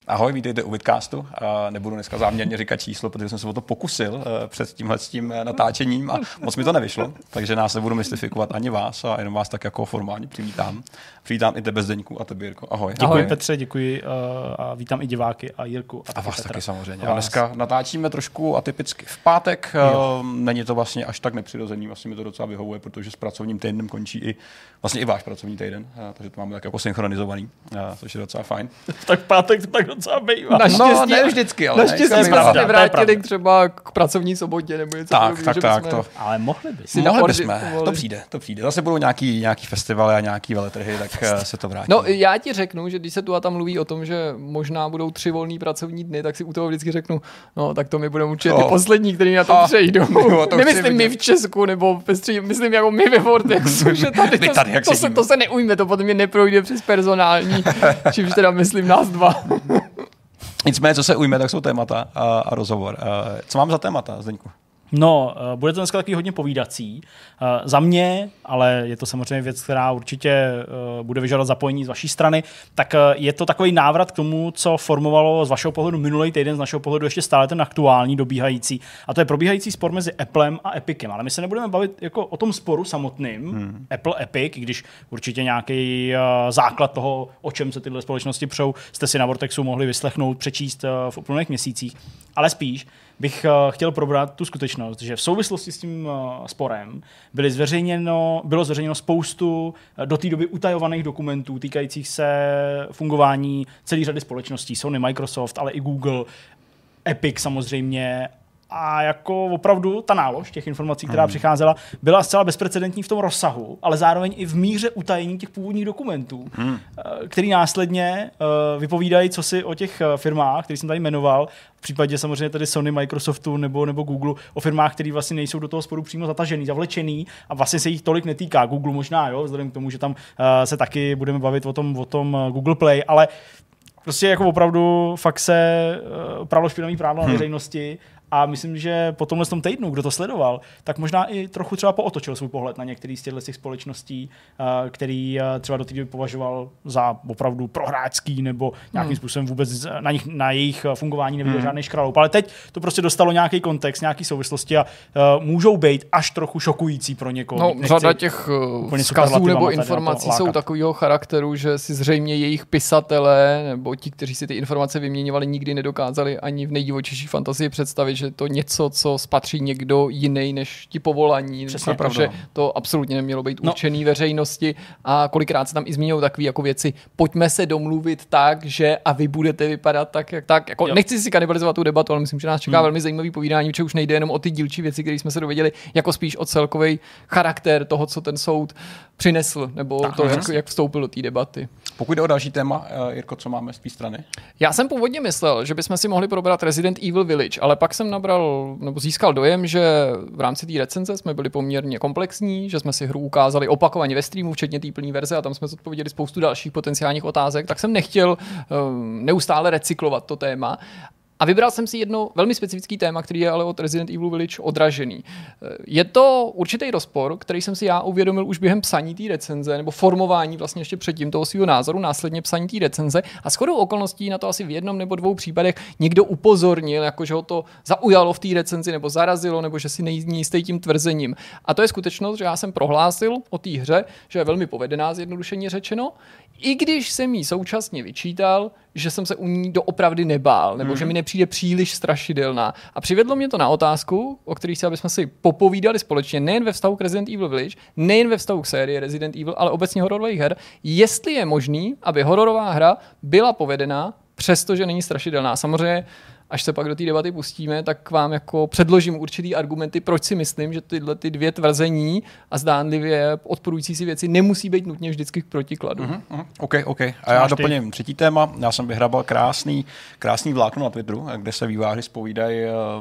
Ahoj, vítejte u Vidcastu. Nebudu dneska záměrně říkat číslo, protože jsem se o to pokusil před tím natáčením a moc mi to nevyšlo, takže nás nebudu mystifikovat ani vás a jenom vás tak jako formálně přivítám. Přivítám i tebe, Zdeňku, a tebe, Jirko. Ahoj. Děkuji, Petře, děkuji a vítám i diváky a Jirku. A vás Petra. Taky samozřejmě. A dneska natáčíme trošku atypicky v pátek. Není to vlastně až tak nepřirozený, vlastně mi to docela vyhovuje, protože s pracovním týdnem končí i váš pracovní týden, takže to máme tak jako synchronizovaný, což je docela fajn. Tak pátek to tak docela bývá. No, ne vždycky, ale naštěstí jsme se vrátili třeba k pracovní sobotě nebo něco tak. Ale mohli bychom. To přijde. Zase budou nějaký festivaly a nějaký veletrhy, tak se to vrátí. No, já ti řeknu, že když se tu a tam mluví o tom, že možná budou 3 volný pracovní dny, tak si u toho vždycky řeknu, no, tak to my budeme určitě ty poslední, kteří na to přejdou. Nemyslím my v Česku, nebo myslím jako my ve Vortexu, že tady to se neujme, to potom mě neprojde přes personální, čímž teda myslím nás dva. Nicméně, co se ujme, tak jsou témata a rozhovor. Co mám za témata, Zdeňku? No, bude to dneska takový hodně povídací. Za mě, ale je to samozřejmě věc, která určitě bude vyžadovat zapojení z vaší strany, tak je to takový návrat k tomu, co formovalo z vašeho pohledu minulý týden, z našeho pohledu ještě stále ten aktuální, dobíhající. A to je probíhající spor mezi Applem a Epicem. Ale my se nebudeme bavit jako o tom sporu samotným, Apple-Epic, když určitě nějaký základ toho, o čem se tyhle společnosti přou, jste si na Vortexu mohli vyslechnout, přečíst v uplynulých měsících. Ale spíš bych chtěl probrat tu skutečnost, že v souvislosti s tím sporem bylo zveřejněno spoustu do té doby utajovaných dokumentů týkajících se fungování celé řady společností. Sony, Microsoft, ale i Google, Epic samozřejmě. A jako opravdu ta nálož těch informací, která přicházela, byla zcela bezprecedentní v tom rozsahu, ale zároveň i v míře utajení těch původních dokumentů, který následně vypovídají cosi o těch firmách, který jsem tady jmenoval, v případě samozřejmě tady Sony, Microsoftu nebo Google, o firmách, které vlastně nejsou do toho sporu přímo zatažený, zavlečený a vlastně se jich tolik netýká. Google možná, jo, vzhledem k tomu, že tam se taky budeme bavit o tom Google Play, ale prostě jako opravdu fakt se pralo špinavý prádlo na veřejnosti. A myslím, že po tomhle týdnu, kdo to sledoval, tak možná i trochu třeba pootočil svůj pohled na některý z těch společností, který třeba do té doby považoval za opravdu prohráčský nebo nějakým způsobem vůbec na jejich fungování neviděl žádný škraloup. Ale teď to prostě dostalo nějaký kontext, nějaký souvislosti a můžou být až trochu šokující pro někoho. No, řada těch vzkazů nebo informací jsou takového charakteru, že si zřejmě jejich pisatelé nebo ti, kteří si ty informace vyměňovali, nikdy nedokázali ani v nejdivočejší fantazii představit, že to něco, co spatří někdo jiný než ti povolaní, protože to absolutně nemělo být určený veřejnosti a kolikrát se tam i zmínějí takové jako věci, pojďme se domluvit tak, že a vy budete vypadat tak, jak tak. Jako, nechci si kanibalizovat tu debatu, ale myslím, že nás čeká velmi zajímavý povídání, že už nejde jenom o ty dílčí věci, které jsme se dověděli, jako spíš o celkový charakter toho, co ten soud přinesl, nebo to, jak vstoupil do té debaty. Pokud jde o další téma, Jirko, co máme z té strany? Já jsem původně myslel, že bychom si mohli probrat Resident Evil Village, ale pak jsem získal dojem, že v rámci té recenze jsme byli poměrně komplexní, že jsme si hru ukázali opakovaně ve streamu, včetně té plné verze a tam jsme odpověděli spoustu dalších potenciálních otázek, tak jsem nechtěl neustále recyklovat to téma. A vybral jsem si jedno velmi specifické téma, který je ale od Resident Evil Village odražený. Je to určitý rozpor, který jsem si já uvědomil už během psaní té recenze, nebo formování vlastně ještě předtím toho svého názoru, následně psaní té recenze. A shodou okolností na to asi v jednom nebo 2 případech někdo upozornil, jako že ho to zaujalo v té recenzi, nebo zarazilo, nebo že si není jistý tím tvrzením. A to je skutečnost, že já jsem prohlásil o té hře, že je velmi povedená, zjednodušeně řečeno, i když jsem jí současně vyčítal, že jsem se u ní doopravdy nebál, nebo že mi nepřijde příliš strašidelná. A přivedlo mě to na otázku, o které si abychom si popovídali společně, nejen ve vztahu k Resident Evil Village, nejen ve vztahu k sérii Resident Evil, ale obecně hororových her, jestli je možný, aby hororová hra byla povedená, přestože není strašidelná. Samozřejmě, až se pak do té debaty pustíme, tak vám jako předložím určitý argumenty, proč si myslím, že tyhle ty 2 tvrzení a zdánlivě odporující si věci nemusí být nutně vždycky k protikladu. OK. A já doplním třetí téma. Já jsem vyhrabal krásný vlákno na Twitteru, kde se vývojáři zpovídají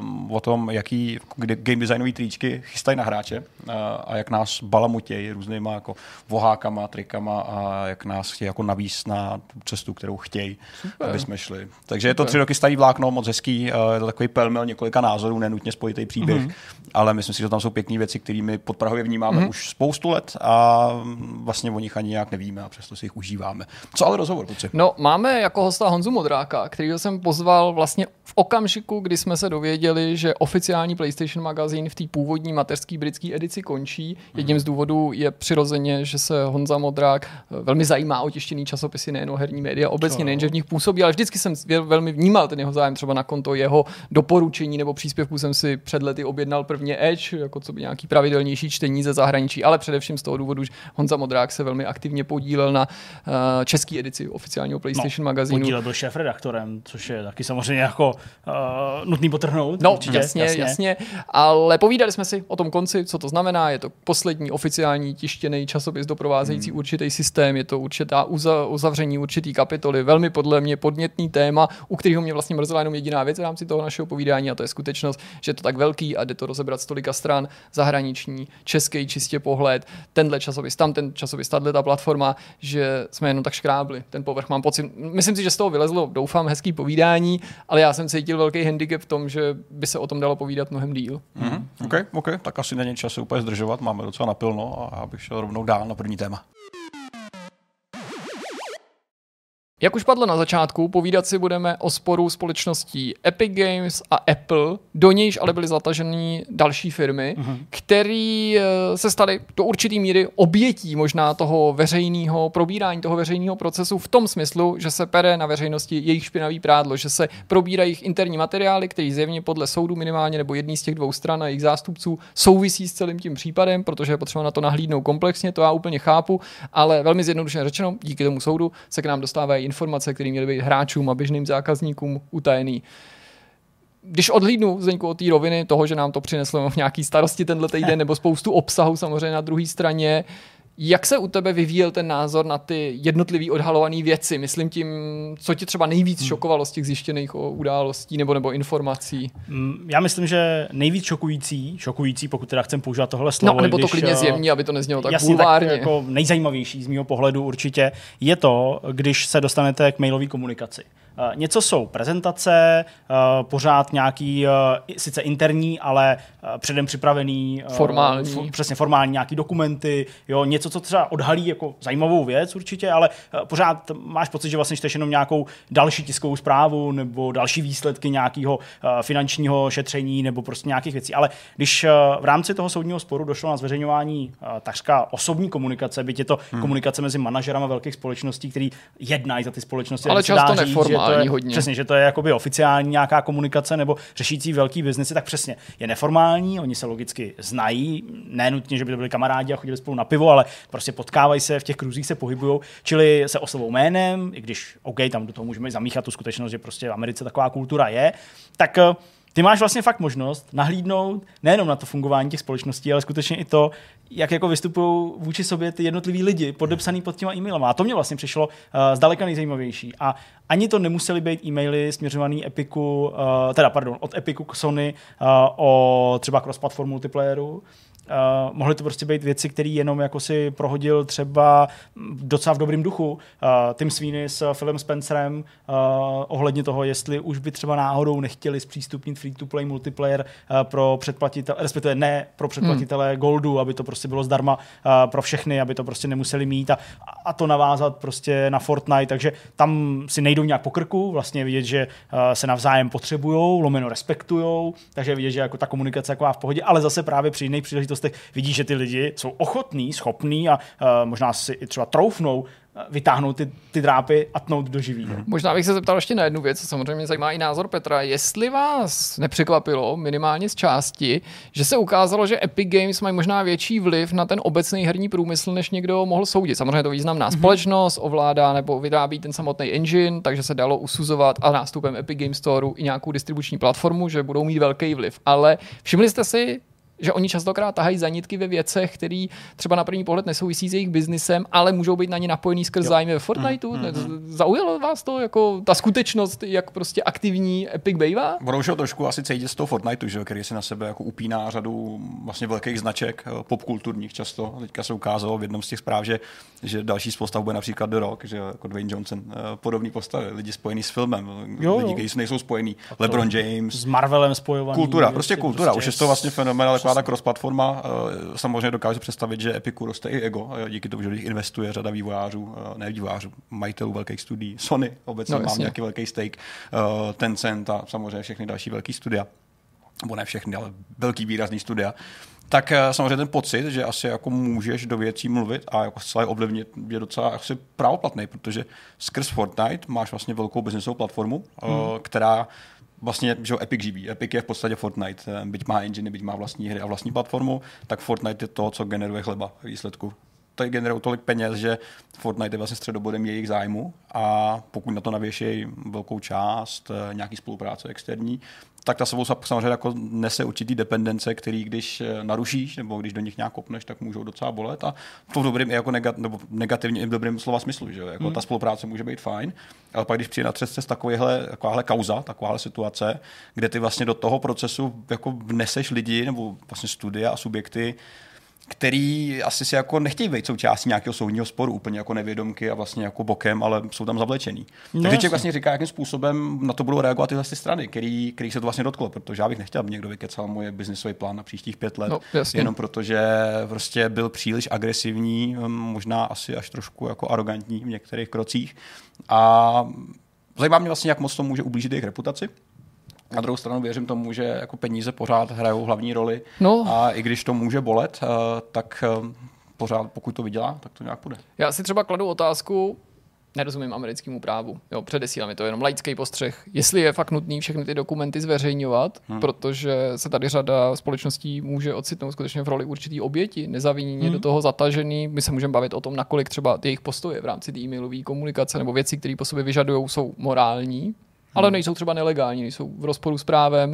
o tom, jaký game designový tričky chystají na hráče a jak nás balamutějí různýma jako vohákama, trikama a jak nás chtějí jako navíst na tu cestu, kterou chtějí, aby jsme šli. Takže je to 3 roky starý vlákno, moc hezký, je to takový pelmel několika názorů, nenutně spojitý příběh, ale myslím si, že tam jsou pěkné věci, kterými podprahově vnímáme už spoustu let a vlastně o nich ani nějak nevíme a přesto si jich užíváme. Co ale rozhovor, kluci? No, máme jako hosta Honzu Modráka, kterýho jsem pozval vlastně v okamžiku, kdy jsme se dověděli, že oficiální PlayStation magazín v té původní mateřské britské edici končí. Jedním z důvodů je přirozeně, že se Honza Modrák velmi zajímá o tištěný časopisy, nejen o herní média, obecně nejen, že v nich působí, ale vždycky jsem velmi vnímal ten jeho zájem, třeba na konto jeho doporučení nebo příspěvků jsem si před lety objednal prvně Edge, jako co by nějaký pravidelnější čtení ze zahraničí, ale především z toho důvodu, že Honza Modrák se velmi aktivně podílel na české edici oficiálního PlayStation magazínu. Podílel byl šéfredaktorem, což je taky samozřejmě jako nutný potrhnout. No, určitě, jasně. Ale povídali jsme si o tom konci, co to znamená. Je to poslední oficiální tištěný časopis doprovázející určitý systém, je to určitá uzavření určitý kapitoly, velmi podle mě podnětný téma, u kterého mě vlastně mrzela jenom jediná věc v rámci toho našeho povídání, a to je skutečnost, že je to tak velký a jde to rozebrat z tolika stran, zahraniční, český čistě pohled, tenhle časopis, tam ten časopis, tato platforma, že jsme jenom tak škrábli ten povrch. Mám pocit, myslím si, že z toho vylezlo, doufám, hezký povídání, ale já jsem cítil velký handicap v tom, že by se o tom dalo povídat mnohem díl. OK, tak asi není čas se úplně zdržovat, máme docela napilno a já bych šel rovnou dál na první téma. Jak už padlo na začátku, povídat si budeme o sporu společností Epic Games a Apple, do nějž ale byly zataženy další firmy, které se staly do určitý míry obětí možná toho veřejného probírání, toho veřejného procesu v tom smyslu, že se pere na veřejnosti jejich špinavý prádlo, že se probírají jejich interní materiály, které zjevně podle soudu minimálně nebo jedný z těch dvou stran a jejich zástupců souvisí s celým tím případem, protože je potřeba na to nahlídnout komplexně, to já úplně chápu, ale velmi zjednodušeně řečeno, díky tomu soudu se k nám dostávají informace, které měly být hráčům a běžným zákazníkům utajený. Když odhlídnu Zdeňku od té roviny toho, že nám to přineslo nějaký starosti tenhle týden nebo spoustu obsahu samozřejmě na druhé straně, jak se u tebe vyvíjel ten názor na ty jednotlivý odhalované věci? Myslím tím, co tě třeba nejvíc šokovalo z těch zjištěných událostí nebo informací? Já myslím, že nejvíc šokující, pokud teda chcem používat tohle slovo. No, nebo to klidně zjemní, aby to neznělo tak jasně, bulvárně. Tak jako nejzajímavější z mýho pohledu určitě je to, když se dostanete k mailové komunikaci. Něco jsou prezentace, pořád nějaký, sice interní, ale předem připravený, přesně formální nějaký dokumenty, jo, něco, co třeba odhalí jako zajímavou věc určitě, ale pořád máš pocit, že vlastně čteš jenom nějakou další tiskovou zprávu nebo další výsledky nějakého finančního šetření nebo prostě nějakých věcí. Ale když v rámci toho soudního sporu došlo na zveřejňování takřka osobní komunikace, byť je to komunikace mezi manažerama velkých společností, který jednají za ty společnosti, ale často neformální. Hodně. Přesně, že to je jakoby oficiální nějaká komunikace nebo řešící velký biznesy, tak přesně je neformální, oni se logicky znají, ne nutně, že by to byli kamarádi a chodili spolu na pivo, ale prostě potkávají se, v těch kruzích se pohybujou, čili se oslovou jménem, i když OK, tam do toho můžeme zamíchat tu skutečnost, že prostě v Americe taková kultura je, tak ty máš vlastně fakt možnost nahlídnout nejenom na to fungování těch společností, ale skutečně i to, jak jako vystupují vůči sobě ty jednotliví lidi podepsaný pod těma e-mailama. A to mě vlastně přišlo zdaleka nejzajímavější. A ani to nemusely být e-maily směřovaný od Epicu k Sony o třeba cross-platform multiplayeru. Mohly to prostě být věci, které jenom jako si prohodil třeba docela v dobrým duchu Tim Sweeney s Philem Spencerem ohledně toho, jestli už by třeba náhodou nechtěli zpřístupnit free-to-play multiplayer pro předplatitele, respektive ne pro předplatitele Goldu, aby to prostě bylo zdarma pro všechny, aby to prostě nemuseli mít a to navázat prostě na Fortnite, takže tam si nejdou nějak po krku, vlastně vidět, že se navzájem potřebujou, lomeno respektujou, takže vidět, že jako ta komunikace jako v pohodě, ale zase právě při jiných příležitostech vidíš, že ty lidi jsou ochotní, schopní a možná si i třeba troufnou vytáhnout ty drápy a tnout do živý. Možná bych se zeptal ještě na jednu věc, co samozřejmě zajímá i názor Petra. Jestli vás nepřekvapilo, minimálně z části, že se ukázalo, že Epic Games mají možná větší vliv na ten obecný herní průmysl, než někdo mohl soudit. Samozřejmě to významná společnost ovládá nebo vyrábí ten samotný engine, takže se dalo usuzovat a nástupem Epic Games Storeu i nějakou distribuční platformu, že budou mít velký vliv. Ale všimli jste si, že oni častokrát tahají za nitky ve věcech, které třeba na první pohled nesouvisí s jejich biznisem, ale můžou být na ně napojený skrz zájmy ve Fortniteu. Zaujalo vás to jako ta skutečnost, jak prostě aktivní Epic bývá? Ono už trošku asi cítit z toho Fortniteu, že, který si na sebe jako upíná řadu vlastně velkých značek popkulturních často. Teďka se ukázalo v jednom z těch zpráv, že další z postav bude například The Rock, že jako Dwayne Johnson, podobný postavy, lidi spojený s filmem, lidi, kteří nejsou spojení, LeBron James, s Marvelem spojovaný. Kultura, prostě kultura. Už je to vlastně fenomén, ale taková ta cross-platforma. Samozřejmě dokážu představit, že Epicu roste i ego, díky tomu, že do nich investuje řada vývojářů, ne vývojářů, majitelů velkých studií. Sony obecně má nějaký velký stake, Tencent a samozřejmě všechny další velký studia. Nebo ne všechny, ale velký výrazný studia. Tak samozřejmě ten pocit, že asi jako můžeš do věcí mluvit a jako celé ovlivnit, je docela asi právoplatný, protože skrz Fortnite máš vlastně velkou businessovou platformu, která vlastně, že Epic živí. Epic je v podstatě Fortnite. Byť má engine, byť má vlastní hry a vlastní platformu, tak Fortnite je to, co generuje chleba v výsledku. Tady generují tolik peněz, že Fortnite je vlastně středobodem jejich zájmu a pokud na to navěšejí velkou část nějaký spolupráce externí, tak ta sebou samozřejmě jako nese určitý dependence, který když narušíš nebo když do nich nějak kopneš, tak můžou docela bolet a to v dobrým jako negativně i v dobrým slova smyslu, že jako ta spolupráce může být fajn, ale pak když přijde na třesce takováhle kauza, takováhle situace, kde ty vlastně do toho procesu jako vneseš lidi nebo vlastně studia a subjekty, který asi si jako nechtějí být součástí nějakého soudního sporu, úplně jako nevědomky a vlastně jako bokem, ale jsou tam zavlečený. Takže člověk vlastně říká, jakým způsobem na to budou reagovat tyhle strany, který se to vlastně dotklo, protože já bych nechtěl, aby někdo vykecal moje biznisový plán na příštích 5 let, jenom protože prostě byl příliš agresivní, možná asi až trošku jako arrogantní v některých krocích. A zajímá mě vlastně, jak moc to může ublížit jejich reputaci. Na druhou stranu věřím tomu, že jako peníze pořád hrajou hlavní roli a i když to může bolet, tak pořád pokud to vydělá, tak to nějak půjde. Já si třeba kladu otázku, nerozumím americkému právu, předesílám, je to jenom laický postřeh, jestli je fakt nutný všechny ty dokumenty zveřejňovat, protože se tady řada společností může ocitnout skutečně v roli určitý oběti, nezaviněně do toho zatažený. My se můžeme bavit o tom, nakolik třeba jejich postoje v rámci té e-mailové komunikace nebo věci, které po sobě vyžadují, jsou morální. Ale nejsou třeba nelegální, nejsou v rozporu s právem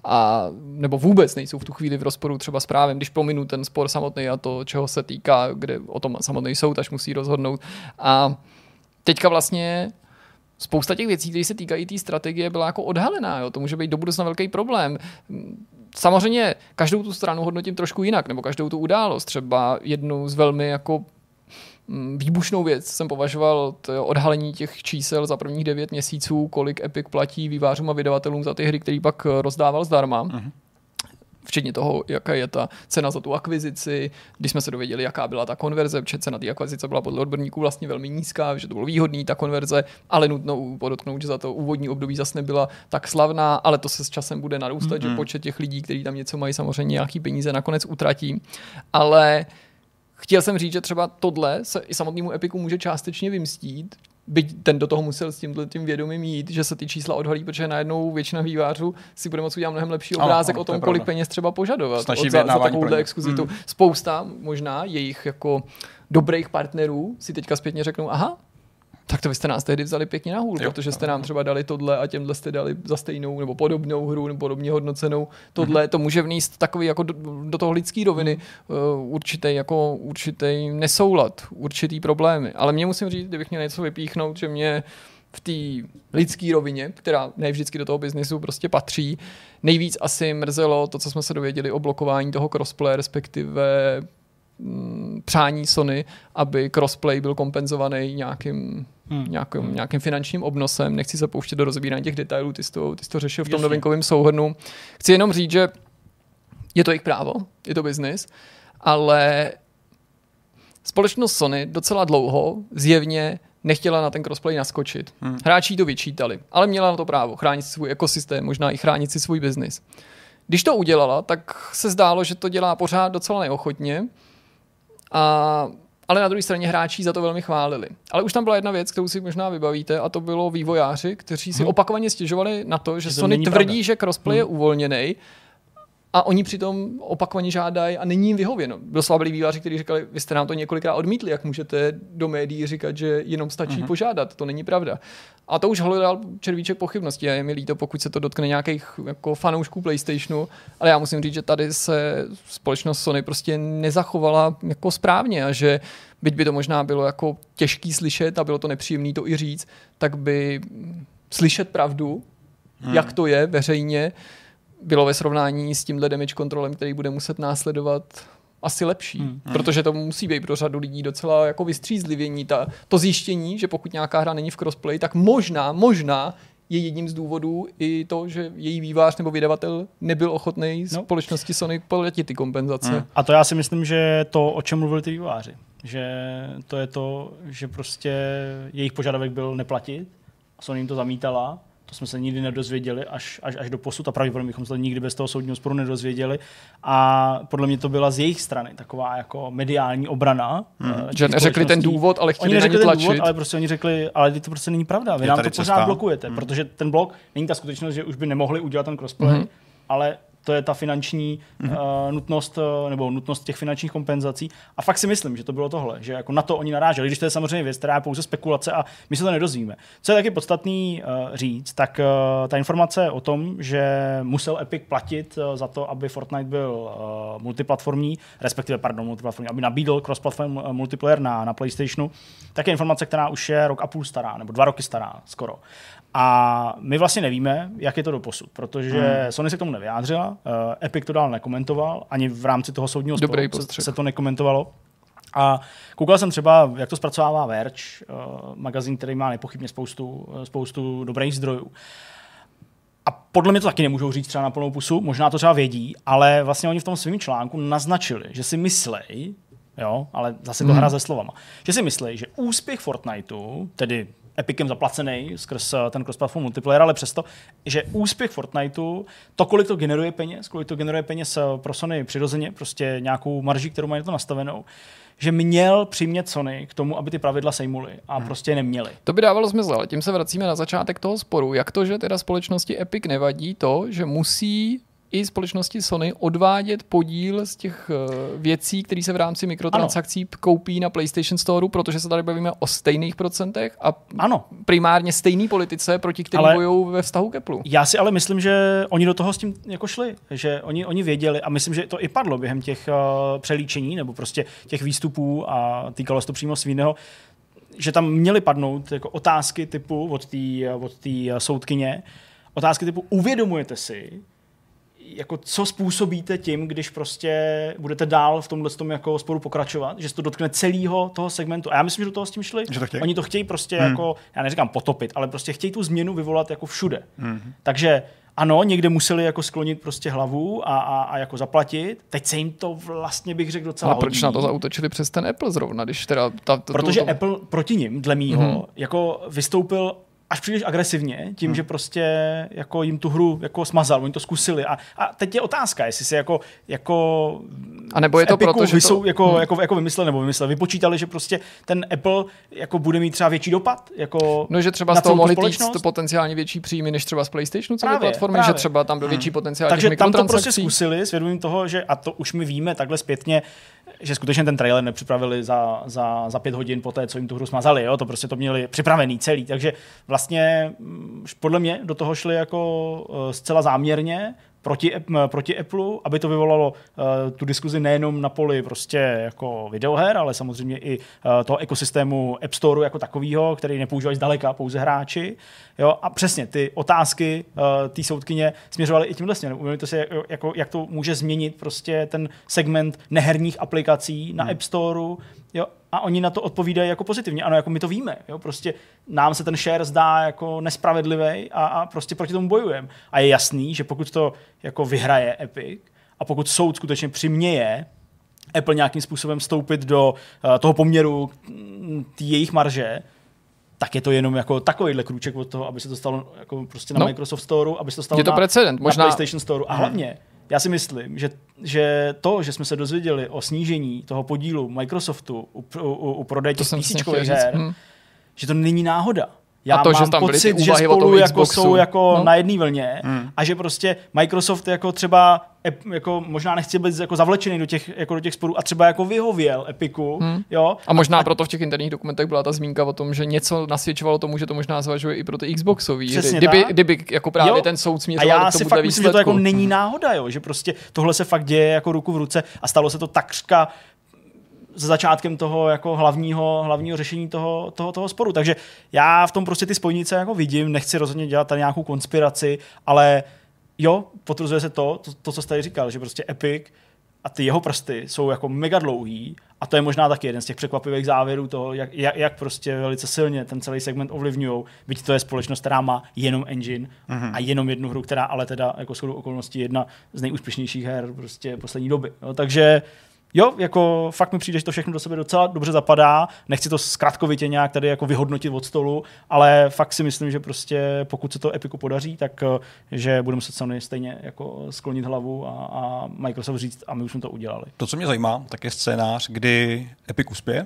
nebo vůbec nejsou v tu chvíli v rozporu třeba s právem, když pominu ten spor samotný a to, čeho se týká, kde o tom samotný soud až musí rozhodnout. A teďka vlastně spousta těch věcí, které se týkají té strategie, byla jako odhalená. Jo? To může být do budoucna velký problém. Samozřejmě každou tu stranu hodnotím trošku jinak, nebo každou tu událost. Třeba jednu z velmi jako výbušnou věc jsem považoval odhalení těch čísel za prvních 9 měsíců, kolik Epic platí vývojářům a vydavatelům za ty hry, který pak rozdával zdarma. Včetně toho, jaká je ta cena za tu akvizici, když jsme se dověděli, jaká byla ta konverze, protože cena té akvizice byla podle odborníků vlastně velmi nízká, že to bylo výhodný ta konverze, ale nutno podotknout, že za to úvodní období zase nebyla tak slavná, ale to se s časem bude narůstat, že počet těch lidí, kteří tam něco mají, samozřejmě nějaký peníze nakonec utratí. Ale chtěl jsem říct, že třeba tohle se i samotnému Epiku může částečně vymstít, byť ten do toho musel s tím vědomím jít, že se ty čísla odhalí, protože najednou většina vývářů si bude moct udělat mnohem lepší obrázek o tom, kolik peněz třeba požadovat za takovouhle exkluzitu. Spousta možná jejich jako dobrých partnerů si teďka zpětně řeknou, aha, tak to vy jste nás tehdy vzali pěkně na hůl, protože jste nám třeba dali tohle a těmhle jste dali za stejnou nebo podobnou hru nebo podobně hodnocenou. Tohle to může vníst takový jako do toho lidský roviny určitý nesoulad, určitý problémy. Ale mě musím říct, kdybych měl něco vypíchnout, že mě v té lidské rovině, která ne vždycky do toho biznisu prostě patří, nejvíc asi mrzelo to, co jsme se dověděli o blokování toho crossplay, respektive přání Sony, aby crossplay byl kompenzovaný nějakým finančním obnosem. Nechci se pouštět do rozebírání těch detailů, ty jsi to řešil v tom novinkovém souhrnu. Chci jenom říct, že je to jejich právo, je to biznis, ale společnost Sony docela dlouho zjevně nechtěla na ten crossplay naskočit. Hráči to vyčítali, ale měla na to právo chránit si svůj ekosystém, možná i chránit si svůj biznis. Když to udělala, tak se zdálo, že to dělá pořád docela neochotně, ale na druhé straně hráči za to velmi chválili. Ale už tam byla jedna věc, kterou si možná vybavíte, a to bylo vývojáři, kteří si opakovaně stěžovali na to, že Sony tvrdí, že crossplay je uvolněný, a oni přitom opakovaně žádají a není jim vyhověno. Doslova byli vývojáři, kteří říkali, vy jste nám to několikrát odmítli, jak můžete do médií říkat, že jenom stačí požádat, to není pravda. A to už hledal červíček pochybností a je mi líto, pokud se to dotkne nějakých jako fanoušků PlayStationu, ale já musím říct, že tady se společnost Sony prostě nezachovala jako správně a že byť by to možná bylo jako těžký slyšet a bylo to nepříjemný to i říct, tak by slyšet pravdu, jak to je veřejně, bylo ve srovnání s tímhle damage kontrolem, který bude muset následovat asi lepší, protože to musí být pro řadu lidí docela jako vystřízlivění. To zjištění, že pokud nějaká hra není v crossplay, tak možná je jedním z důvodů i to, že její vývojář nebo vydavatel nebyl ochotný společnosti Sony platit ty kompenzace. A to já si myslím, že to, o čem mluvili ty vývojáři, že to je to, že prostě jejich požadavek byl neplatit, Sony jim to zamítala. To jsme se nikdy nedozvěděli až do posud a pravděpodobně bychom se nikdy bez toho soudního sporu nedozvěděli. A podle mě to byla z jejich strany taková jako mediální obrana. Že neřekli ten důvod, ale chtěli na ně tlačit. Důvod, ale prostě oni řekli, ale to prostě není pravda. Vy nám to pořád blokujete, protože ten blok není ta skutečnost, že už by nemohli udělat ten crossplay, ale to je ta finanční nutnost nebo nutnost těch finančních kompenzací. A fakt si myslím, že to bylo tohle, že jako na to oni naráželi, když to je samozřejmě věc, která je pouze spekulace a my se to nedozvíme. Co je taky podstatný říct, tak ta informace o tom, že musel Epic platit za to, aby Fortnite byl multiplatformní, multiplatformní, aby nabídl cross-platform multiplayer na PlayStationu, tak je informace, která už je rok a půl stará, nebo 2 roky stará skoro. A my vlastně nevíme, jak je to doposud, protože Sony se k tomu nevyjádřila, Epic to dál nekomentoval, ani v rámci toho soudního sporu se to nekomentovalo. A koukal jsem třeba, jak to zpracovává Verge, magazín, který má nepochybně spoustu dobrých zdrojů. A podle mě to taky nemůžou říct třeba na plnou pusu, možná to třeba vědí, ale vlastně oni v tom svým článku naznačili, že si myslej, jo, ale zase to hra se slovama, že si myslej, že úspěch Fortniteu, tedy Epicem zaplacený skrz ten cross-platform multiplayer, ale přesto, že úspěch Fortniteu, to, kolik to generuje peněz pro Sony přirozeně, prostě nějakou marži, kterou mají to nastavenou, že měl přimět Sony k tomu, aby ty pravidla sejmuly a prostě neměli. To by dávalo smysl, ale tím se vracíme na začátek toho sporu. Jak to, že teda společnosti Epic nevadí to, že musí i společnosti Sony odvádět podíl z těch věcí, které se v rámci mikrotransakcí koupí na PlayStation Store, protože se tady bavíme o stejných procentech a primárně stejný politice, proti kterým bojují ve vztahu k Apple. Já si ale myslím, že oni do toho s tím jako šli, že oni věděli a myslím, že to i padlo během těch přelíčení nebo prostě těch výstupů a týkalo se to přímo svýho, že tam měly padnout jako otázky typu od té soudkyně, otázky typu uvědomujete si, jako co způsobíte tím, když prostě budete dál v tomhle jako sporu pokračovat, že se to dotkne celého toho segmentu. A já myslím, že do toho s tím šli. Oni to chtějí prostě jako, já neříkám potopit, ale prostě chtějí tu změnu vyvolat jako všude. Takže ano, někde museli jako sklonit prostě hlavu a jako zaplatit. Teď se jim to vlastně bych řekl docela hodí. A proč na to zaútočili přes ten Apple zrovna, když teda protože Apple proti nim, dle mýho, jako vystoupil až příliš agresivně, tím, že prostě jako jim tu hru jako smazal, oni to zkusili. A teď je otázka, jestli si jako a nebo je to proto, že to jako vypočítali, že prostě ten Apple jako bude mít třeba větší dopad, jako no, že třeba z toho mohli týct potenciálně větší příjmy než třeba z PlayStationu celé platformy, že třeba tam byl větší potenciál těch mikrotransakcí. Takže tam to prostě zkusili s vědomím toho, že a to už my víme takhle zpětně, že skutečně ten trailer nepřipravili za 5 hodin po té, co jim tu hru smazali, jo? To prostě to měli připravený celý, takže vlastně podle mě do toho šli jako zcela záměrně proti Apple, aby to vyvolalo tu diskuzi nejenom na poli prostě jako videoher, ale samozřejmě i toho ekosystému App Storeu jako takového, který nepoužívají zdaleka pouze hráči. Jo? A přesně ty otázky té soudkyně směřovaly i tímhle směrem. Uvědomíte si, jako, jak to může změnit prostě ten segment neherních aplikací na App Storeu. Jo? A oni na to odpovídají jako pozitivně. Ano, jako my to víme. Jo? Prostě nám se ten share zdá jako nespravedlivý a prostě proti tomu bojujeme. A je jasný, že pokud to jako vyhraje Epic a pokud soud skutečně přiměje Apple nějakým způsobem vstoupit do toho poměru té jejich marže, tak je to jenom jako takovýhle krůček od toho, aby se to stalo jako prostě na Microsoft Storeu, aby se to stalo na PlayStation Storeu. A hlavně já si myslím, že to, že jsme se dozvěděli o snížení toho podílu Microsoftu u prodeje těch písíčkových her, že to není náhoda. já a to, mám že tam pocit, že spolu jako jsou jako na jedné vlně a že prostě Microsoft jako třeba jako možná nechce být jako zavlečený do těch sporů a třeba jako vyhověl Epiku, jo. A možná proto v těch interních dokumentech byla ta zmínka o tom, že něco nasvědčovalo tomu, že to možná zvažuje i pro ty Xboxový hry. Kdyby jako právě ten soud směřoval k tomuhle výsledku. A já si fakt myslím, že to jako není náhoda, jo, že prostě tohle se fakt děje jako ruku v ruce a stalo se to takřka za začátkem toho jako hlavního řešení toho sporu. Takže já v tom prostě ty spojnice jako vidím, nechci rozhodně dělat tady nějakou konspiraci, ale jo, potvrzuje se to, co jste tady říkal, že prostě Epic a ty jeho prsty jsou jako mega dlouhý a to je možná taky jeden z těch překvapivých závěrů toho, jak prostě velice silně ten celý segment ovlivňujou, byť to je společnost, která má jenom engine a jenom jednu hru, která ale teda jako shodou okolností jedna z nejúspěšnějších her prostě poslední doby. Jo, takže jo, jako fakt mi přijde, že to všechno do sebe docela dobře zapadá. Nechci to zkratkovitě nějak tady jako vyhodnotit od stolu, ale fakt si myslím, že prostě pokud se to Epiku podaří, tak že budeme se Sony stejně jako sklonit hlavu a Microsoft říct, a my už jsme to udělali. To, co mě zajímá, tak je scénář, kdy Epic uspěje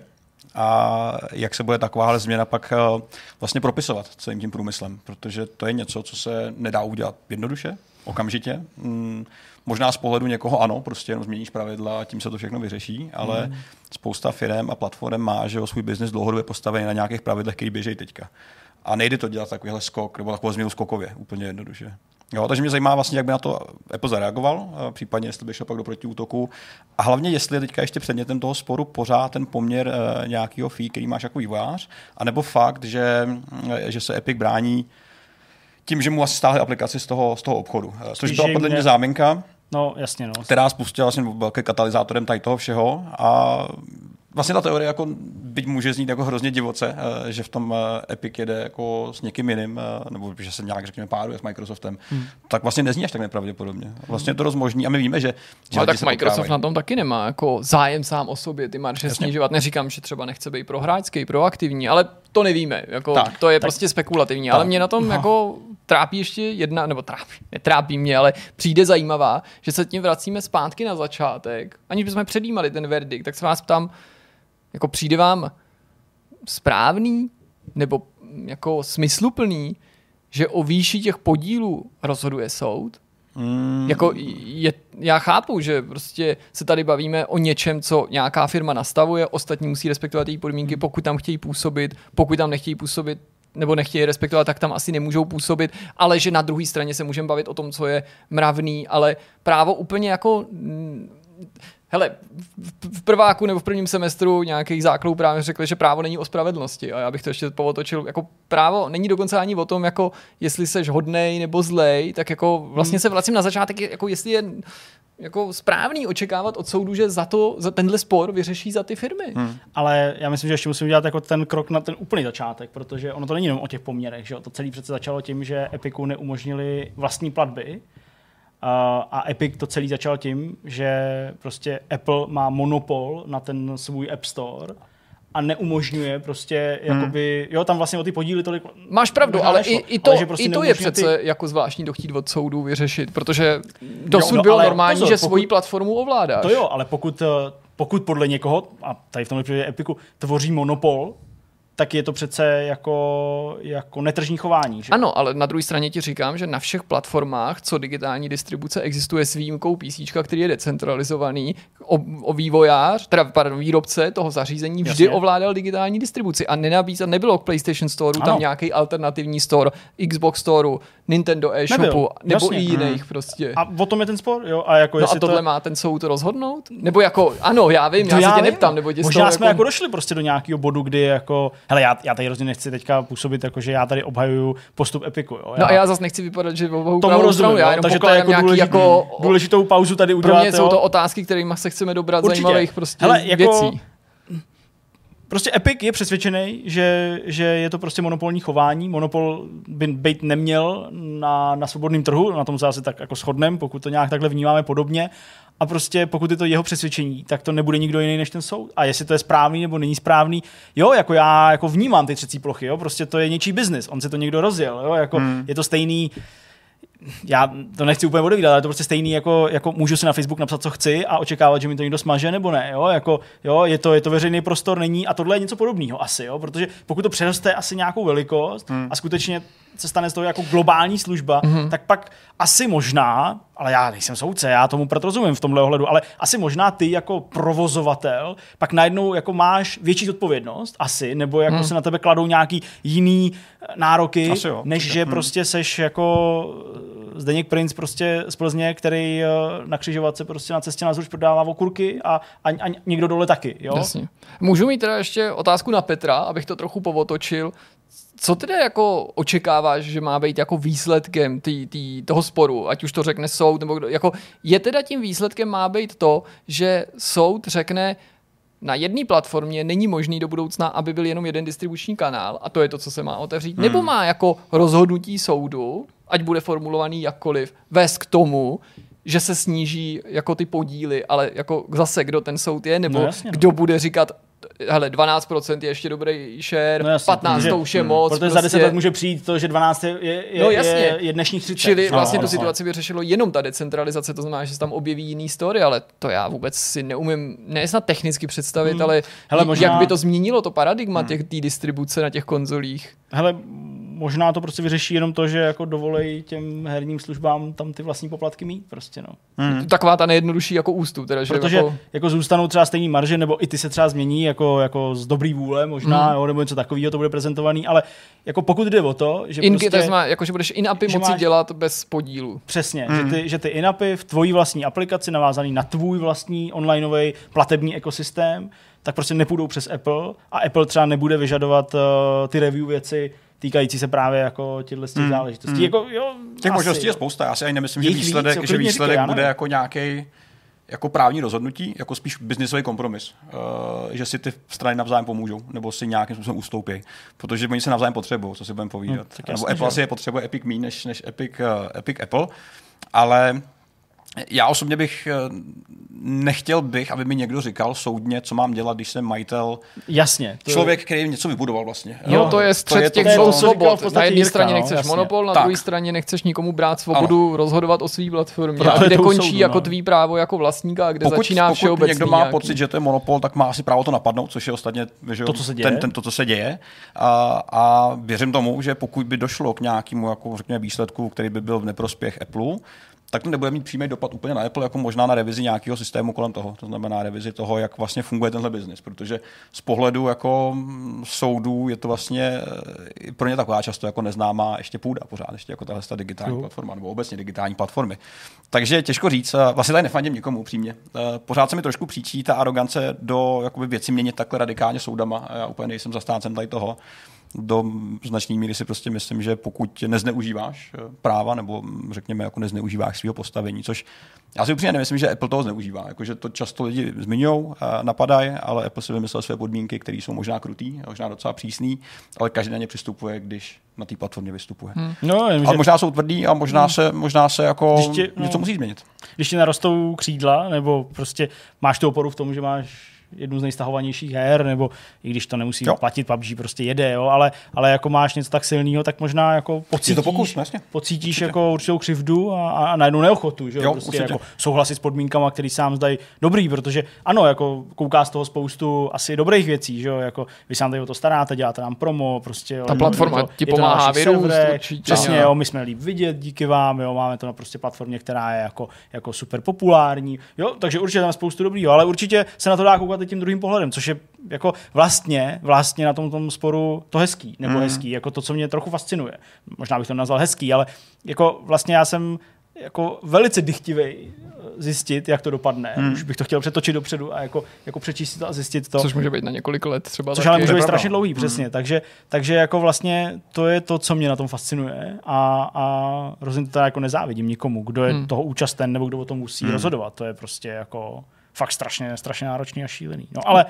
a jak se bude takováhle změna pak vlastně propisovat celým tím průmyslem, protože to je něco, co se nedá udělat jednoduše, okamžitě. Možná z pohledu někoho ano, prostě jenom změníš pravidla a tím se to všechno vyřeší, ale spousta firem a platform má, že svůj biznis dlouhodobě postavený na nějakých pravidlech, který běží teďka. A nejde to dělat takovýhle skok, nebo takovou změnu skokově, úplně jednoduše. Jo, takže mě zajímá vlastně, jak by na to Apple zareagoval, případně jestli by šel pak do protiútoku. A hlavně, jestli je teďka ještě předmětem toho sporu pořád ten poměr nějakého fee, který máš jako vývojář, anebo fakt, že se Epic brání tím, že mu asi stáhli aplikaci z toho obchodu. Což byla podle mě záminka, která spustila vlastně velký katalyzátorem tady toho všeho a vlastně ta teorie jako byť může znít jako hrozně divoce, že v tom Epic jede jako s někým jiným, nebo že se nějak řekněme páruje s Microsoftem, tak vlastně nezní až tak nepravděpodobně. Vlastně je to dost možný a my víme, že ale tak Microsoft na tom taky nemá jako zájem sám o sobě ty marže snižovat. Neříkám, že třeba nechce být prohráčský, proaktivní, ale to nevíme. Jako, to je prostě spekulativní. Ale mě na tom jako trápí ještě jedna, nebo netrápí mě, ale přijde zajímavá, že se tím vracíme zpátky na začátek, aniž bychom předjímali ten verdikt, tak se vás ptám, jako přijde vám správný nebo jako smysluplný, že o výši těch podílů rozhoduje soud? Jako já chápu, že prostě se tady bavíme o něčem, co nějaká firma nastavuje, ostatní musí respektovat její podmínky, pokud tam chtějí působit, pokud tam nechtějí působit nebo nechtějí respektovat, tak tam asi nemůžou působit, ale že na druhé straně se můžeme bavit o tom, co je mravný, ale právo úplně jako... Hele, v prváku nebo v prvním semestru nějakých základů právě řekli, že právo není o spravedlnosti a já bych to ještě povotočil, jako právo není dokonce ani o tom, jako jestli seš hodnej nebo zlej, tak jako vlastně se vracím na začátek, jako jestli je jako správný očekávat od soudu, že za tenhle spor vyřeší za ty firmy. Ale já myslím, že ještě musím dělat jako ten krok na ten úplný začátek, protože ono to není jenom o těch poměrech, že jo? To celé přece začalo tím, že Epicu neumožnili vlastní platby. A Epic to celý začal tím, že prostě Apple má monopol na ten svůj App Store a neumožňuje prostě jakoby, jo, tam vlastně o ty podíly tolik... Máš pravdu, ale i to je přece jako zvláštní dochtít od soudu vyřešit, protože dosud bylo normální, pozor, že svoji platformu ovládáš. To jo, ale pokud podle někoho, a tady v tomhle případě Epicu, tvoří monopol, tak je to přece jako netržní chování. Že? Ano, ale na druhé straně ti říkám, že na všech platformách, co digitální distribuce existuje s výjimkou PC, který je decentralizovaný, výrobce toho zařízení vždy ovládal digitální distribuci a nebylo k PlayStation Store tam nějaký alternativní store, Xbox Store, Nintendo e-shopu nebo i jiných prostě. A o tom je ten spor, jo? A jako a tohle má ten soud rozhodnout? Nebo jako, ano, já vím, já se tě neptám, nebo tě možná jsme jako došli prostě do nějakého bodu, kdy jako hele, já tady hrozně nechci teďka působit, jako že já tady obhajuju postup Epicu. Jo? No a já zase nechci vypadat, že obhajuju pravou stranu. Já jenom takže to je jako důležitou pauzu tady udělat. Pro mě jsou to otázky, kterými se chceme dobrat zajímavých prostě věcí. Prostě Epic je přesvědčený, že je to prostě monopolní chování. Monopol by být neměl na svobodném trhu, na tom se asi tak jako shodneme, pokud to nějak takhle vnímáme podobně. A prostě pokud je to jeho přesvědčení, tak to nebude nikdo jiný než ten soud. A jestli to je správný nebo není správný, jo, jako já jako vnímám ty třecí plochy, jo, prostě to je něčí biznis, on si to někdo rozjel, jo, jako je to stejný. já to nechci úplně odevídat, ale to prostě stejný, jako můžu si na Facebook napsat, co chci a očekávat, že mi to někdo smaže, nebo ne, je to veřejný prostor, není, a tohle je něco podobného asi, protože pokud to přeroste asi nějakou velikost a skutečně se stane z toho jako globální služba, tak pak asi možná, ale já nejsem soudce, já tomu proto rozumím v tomhle ohledu, ale asi možná ty jako provozovatel pak najednou jako máš větší zodpovědnost asi, nebo jako se na tebe kladou nějaký jiný nároky, než že prostě seš jako Zdeněk Princ prostě z Plzně, který na křižovatce prostě na cestě na Zruč prodává okurky a někdo dole taky, jo? Jasně. Můžu mít teda ještě otázku na Petra, abych to trochu povotočil. Co teda jako očekáváš, že má být jako výsledkem toho sporu, ať už to řekne soud, nebo kdo, jako je teda tím výsledkem má být to, že soud řekne, na jedné platformě není možný do budoucna, aby byl jenom jeden distribuční kanál a to je to, co se má otevřít, nebo má jako rozhodnutí soudu, ať bude formulovaný jakkoliv, vést k tomu, že se sníží jako ty podíly, ale jako zase kdo ten soud je, nebo kdo bude říkat, hele, 12% je ještě dobrý share, 15% to už je moc. Protože za 10 let může přijít to, že 12 je dnešní 30. Čili vlastně tu situaci by řešilo jenom ta decentralizace, to znamená, že se tam objeví jiný story, ale to já vůbec si neumím, ne snad technicky představit, ale hele, možná, jak by to změnilo to paradigma té distribuce na těch konzolích. Hele, možná to prostě vyřeší jenom to, že jako dovolej těm herním službám tam ty vlastní poplatky mít prostě, no. Taková ta nejjednodušší jako ústup, teda, že protože jako zůstanou třeba stejný marže, nebo i ty se třeba změní jako z dobrý vůle možná, nebo něco takového to bude prezentovaný, ale jako pokud jde o to, že prostě jako že budeš in-appy moci dělat bez podílu. Přesně, že ty in-appy v tvojí vlastní aplikaci navázaný na tvůj vlastní onlineový platební ekosystém, tak prostě nepůjdou přes Apple a Apple třeba nebude vyžadovat ty review věci týkající se právě jako těchto záležitostí. Jako, těch možností je spousta. Já si ani nemyslím, že výsledek bude jako nějaký jako právní rozhodnutí, jako spíš biznisový kompromis. Že si ty strany navzájem pomůžou, nebo si nějakým způsobem ustoupí. Protože oni se navzájem potřebují, co si budeme povídat. Nebo Apple asi je potřebuje Epic méně než Epic Apple. Ale já osobně nechtěl aby mi někdo říkal soudně, co mám dělat, když jsem majitel. Jasně. Člověk, který něco vybudoval vlastně. Jo, to je střed těch dvou svobod. Na jedné straně nechceš monopol, na druhé straně nechceš nikomu brát svobodu rozhodovat o svý platformě. A kde končí jako tvý právo jako vlastníka, a kde začíná všeobecný. Pokud někdo má pocit, že to je monopol, tak má asi právo to napadnout, což je ostatně to, co se děje. A věřím tomu, že pokud by došlo k nějakému jako řekněme výsledku, který by byl v neprospěch Apple, tak to nebude mít přímý dopad úplně na Apple, jako možná na revizi nějakého systému kolem toho. To znamená revizi toho, jak vlastně funguje tenhle biznis, protože z pohledu jako soudů je to vlastně pro ně taková často jako neznámá ještě půda pořád, ještě jako tahle digitální platforma, nebo obecně digitální platformy. Takže těžko říct, vlastně tady nefandím nikomu upřímně. Pořád se mi trošku příčí ta arogance do jakoby věci měnit takhle radikálně soudama. Já úplně nejsem zastáncem tady toho. Do značné míry si prostě myslím, že pokud nezneužíváš práva, nebo řekněme jako nezneužíváš svého postavení, což já si upřímně nemyslím, že Apple toho zneužívá. Jakože to často lidi zmiňují, napadají, ale Apple si vymyslel své podmínky, které jsou možná krutý, možná docela přísný, ale každý na ně přistupuje, když na té platformě vystupuje. Ale možná jsou tvrdý a možná se jako něco musí změnit. Když ti narostou křídla, nebo prostě máš tu oporu v tom, že máš jednu z nejstahovanějších her, nebo i když to nemusí platit, PUBG prostě jede, ale jako máš něco tak silného, tak možná jako pocítíš jako určitou křivdu a najednou neochotu, že prostě jako souhlasit s podmínkama, který sám zdají dobrý, protože ano, jako kouká z toho spoustu asi dobrých věcí, že jo, jako vy sám tady o to staráte, děláte nám promo, prostě ta platforma ti pomáhá vyrůst, přesně, my jsme líp vidět díky vám, máme to na prostě platformě, která je jako super populární, takže určitě tam spoustu dobrýho, ale určitě se na to dá koukat tím druhým pohledem, což je jako vlastně na tom sporu to hezký, nebo hezký, jako to, co mě trochu fascinuje. Možná bych to nazval hezký, ale jako vlastně já jsem jako velice dychtivej zjistit, jak to dopadne. Už bych to chtěl přetočit dopředu a jako přečíst to a zjistit to. Což může být na několik let třeba. Což ale může být strašně dlouhý, přesně. Takže jako vlastně to je to, co mě na tom fascinuje a rozhodně to jako nezávidím nikomu, kdo je toho účasten nebo kdo o tom musí rozhodovat. To je prostě jako fakt strašně náročný a šílený.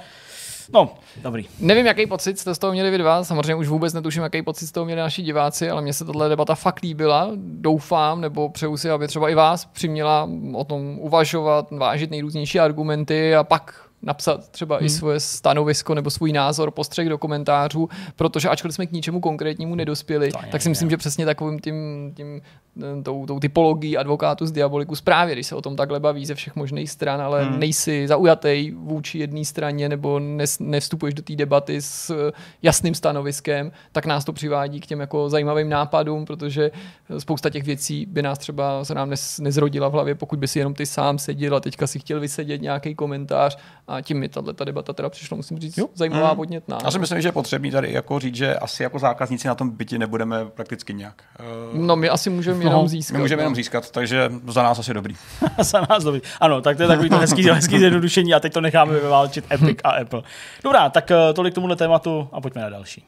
Dobrý. Nevím, jaký pocit jste z toho měli vy dva, samozřejmě už vůbec netuším, jaký pocit z toho měli naši diváci, ale mně se tato debata fakt líbila, doufám, nebo přeju si, aby třeba i vás přiměla o tom uvažovat, vážit nejrůznější argumenty a pak napsat třeba i svoje stanovisko nebo svůj názor, postřeh do komentářů, protože ačkoliv jsme k ničemu konkrétnímu nedospěli, tak si myslím, že přesně takovým tou typologií advokátů z Diabolicus právě, když se o tom takhle baví ze všech možných stran, ale nejsi zaujatý vůči jedné straně nebo nevstupuješ do té debaty s jasným stanoviskem, tak nás to přivádí k těm jako zajímavým nápadům, protože spousta těch věcí by nás třeba se nám nezrodila v hlavě, pokud by si jenom ty sám seděl a teďka si chtěl vysedět nějaký komentář a tím mi tato debata teda přišla, musím říct, zajímavá, podnětná. Já si myslím, že je potřebný tady jako říct, že asi jako zákazníci na tom bytě nebudeme prakticky nějak. No my asi můžeme jenom získat. My můžeme jenom získat, takže za nás asi dobrý. Za nás dobrý. Ano, tak to je takový to hezký zjednodušení a teď to necháme vyválčit Epic a Apple. Dobrá, tak tolik k tomuhle tématu a pojďme na další.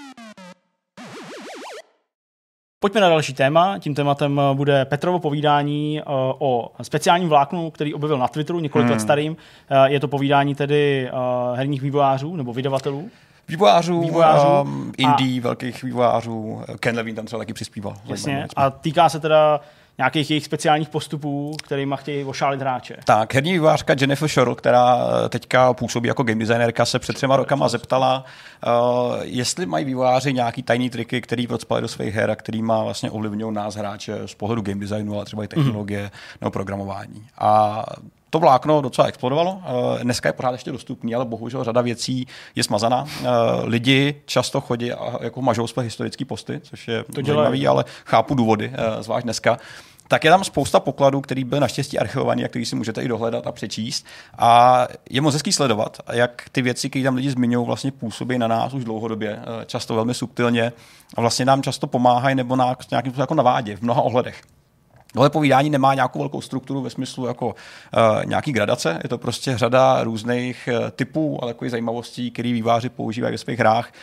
Pojďme na další téma. Tím tématem bude Petrovo povídání o speciálním vláknu, který objevil na Twitteru několik let starým. Je to povídání tedy herních vývojářů nebo vydavatelů. Vývojářů indie, velkých vývojářů. Ken Levine tam třeba taky přispíval. Jasně. A týká se teda nějakých jejich speciálních postupů, kterýma chtějí ošálit hráče. Tak, herní vývojářka Jennifer Shorrell, která teďka působí jako game designerka, se před 3 rokama zeptala, jestli mají vývojáři nějaký tajný triky, který procpali do svých her a kterýma vlastně ovlivňují nás hráče z pohledu game designu, ale třeba i technologie nebo programování. A to vlákno docela explodovalo. Dneska je pořád ještě dostupný, ale bohužel řada věcí je smazaná. Lidi často chodí a jako mažou své historické posty, což je zajímavý, ale chápu důvody, zvlášť dneska. Tak je tam spousta pokladů, který byl naštěstí archivovaný a který si můžete i dohledat a přečíst. A je moc hezký sledovat, jak ty věci, které tam lidi zmiňují, vlastně působí na nás už dlouhodobě, často velmi subtilně a vlastně nám často pomáhají nebo nějakým jako navádějí v mnoha ohledech. Tohle povídání nemá nějakou velkou strukturu ve smyslu jako nějaký gradace, je to prostě řada různých typů a takových zajímavostí, které vývojáři používají ve svých hrách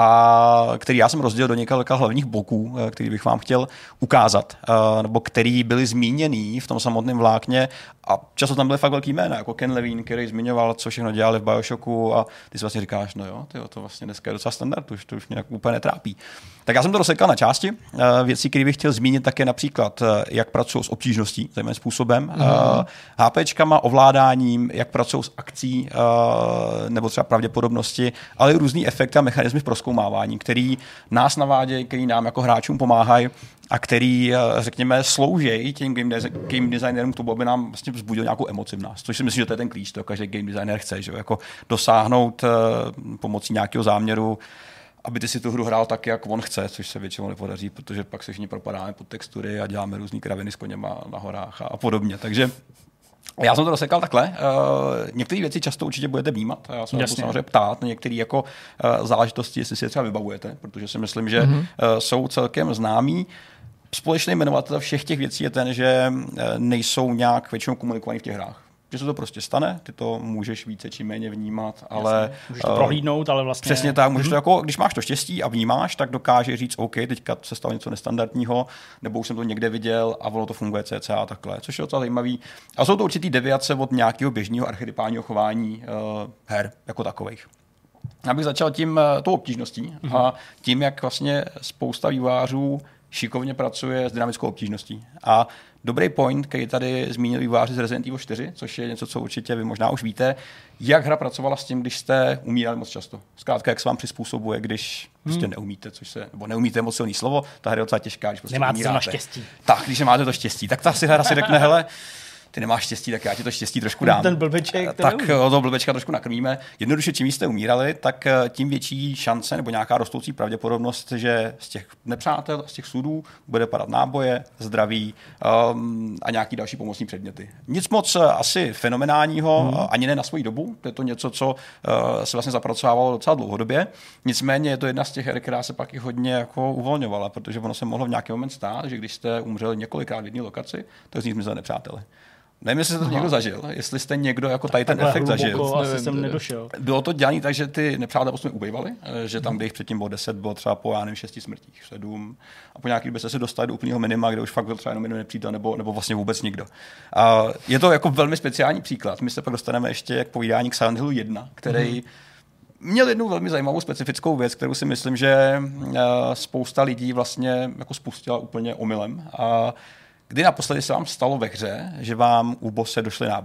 a který já jsem rozdělil do několika hlavních bloků, který bych vám chtěl ukázat, nebo který byly zmíněný v tom samotném vlákně a často tam byly fakt velký jména, jako Ken Levine, který zmiňoval, co všechno dělali v BioShocku a ty si vlastně říkáš, no jo, tyjo, to vlastně dneska je docela standard, to už mě úplně netrápí. Tak já jsem to rozsekal na části. Věcí, které bych chtěl zmínit, tak je například, jak pracují s obtížností, zajímavým způsobem, HPčkama, ovládáním, jak pracují s akcí nebo třeba pravděpodobnosti, ale i různý efekty a mechanismy v prozkoumávání, který nás navádějí, který nám jako hráčům pomáhají a který, řekněme, slouží těm game designerům k tomu, aby nám vlastně vzbudil nějakou emoci v nás. Což si myslím, že to je ten klíč, to každý game designer chce, že jako dosáhnout pomocí nějakého záměru, aby ty si tu hru hrál tak, jak on chce, což se většinou nepodaří, protože pak se všichni propadáme pod textury a děláme různý kraviny s koněma na horách a podobně. Takže já jsem to rozsekal takhle. Některé věci často určitě budete vnímat. Já jsem se samozřejmě ptát na některé jako záležitosti, jestli si je třeba vybavujete, protože si myslím, že jsou celkem známý. Společný jmenovatel všech těch věcí je ten, že nejsou nějak většinou komunikovaný v těch hrách. Že se to prostě stane, ty to můžeš více či méně vnímat, ale můžeš to prohlídnout, ale vlastně přesně tak, můžeš to jako, když máš to štěstí a vnímáš, tak dokážeš říct, OK, teďka se stalo něco nestandardního, nebo už jsem to někde viděl a ono to funguje cca a takhle, což je docela zajímavý. A jsou to určitý deviace od nějakého běžného archetypálního chování her jako takových. Abych začal tou obtížností a tím, jak vlastně spousta vývojářů šikovně pracuje s dynamickou obtížností. A dobrý point, který tady zmínil vývojáři z Resident Evil 4, což je něco, co určitě vy možná už víte, jak hra pracovala s tím, když jste umírali moc často. Zkrátka, jak se vám přizpůsobuje, když prostě neumíte, nebo neumíte moc silný slovo, ta hra je docela těžká, když prostě nemáte to štěstí. Tak, když nemáte to štěstí, tak ta hra si řekne, hele, ty nemáš štěstí, tak já ti to štěstí trošku dám. Ten blbeček, tak toho blbečka trošku nakrmíme. Jednoduše, čím jste umírali, tak tím větší šance nebo nějaká rostoucí pravděpodobnost, že z těch nepřátel, z těch sudů bude padat náboje, zdraví a nějaký další pomocní předměty. Nic moc asi fenomenálního, ani ne na svoji dobu. Je to něco, co se vlastně zapracovávalo docela dlouhodobě. Nicméně je to jedna z těch her, která se pak i hodně jako uvolňovala, protože ono se mohlo v nějaký moment stát, že když jste umřeli několikrát v jedné lokaci, tak z nich zmizeli nepřáteli. Nevím, jestli jste to někdo zažil, jestli jste někdo jako tady ten efekt zažil. Asi jsem nedošel. Bylo to dělané tak, že ty nepřátelé jsme ubývali, že tam, kde jich předtím bylo 10, bylo třeba po 6 smrtích, 7 a po nějaký době se dostali do úplného minima, kde už fakt byl třeba jenom jeden nepřítel nebo vlastně vůbec nikdo. A je to jako velmi speciální příklad. My se pak dostaneme ještě k povídání k Silent Hillu 1, který měl jednu velmi zajímavou specifickou věc, kterou si myslím, že spousta lidí vlastně jako spustila úplně omylem. A kdy naposledy se vám stalo ve hře, že vám u bose došly náboje?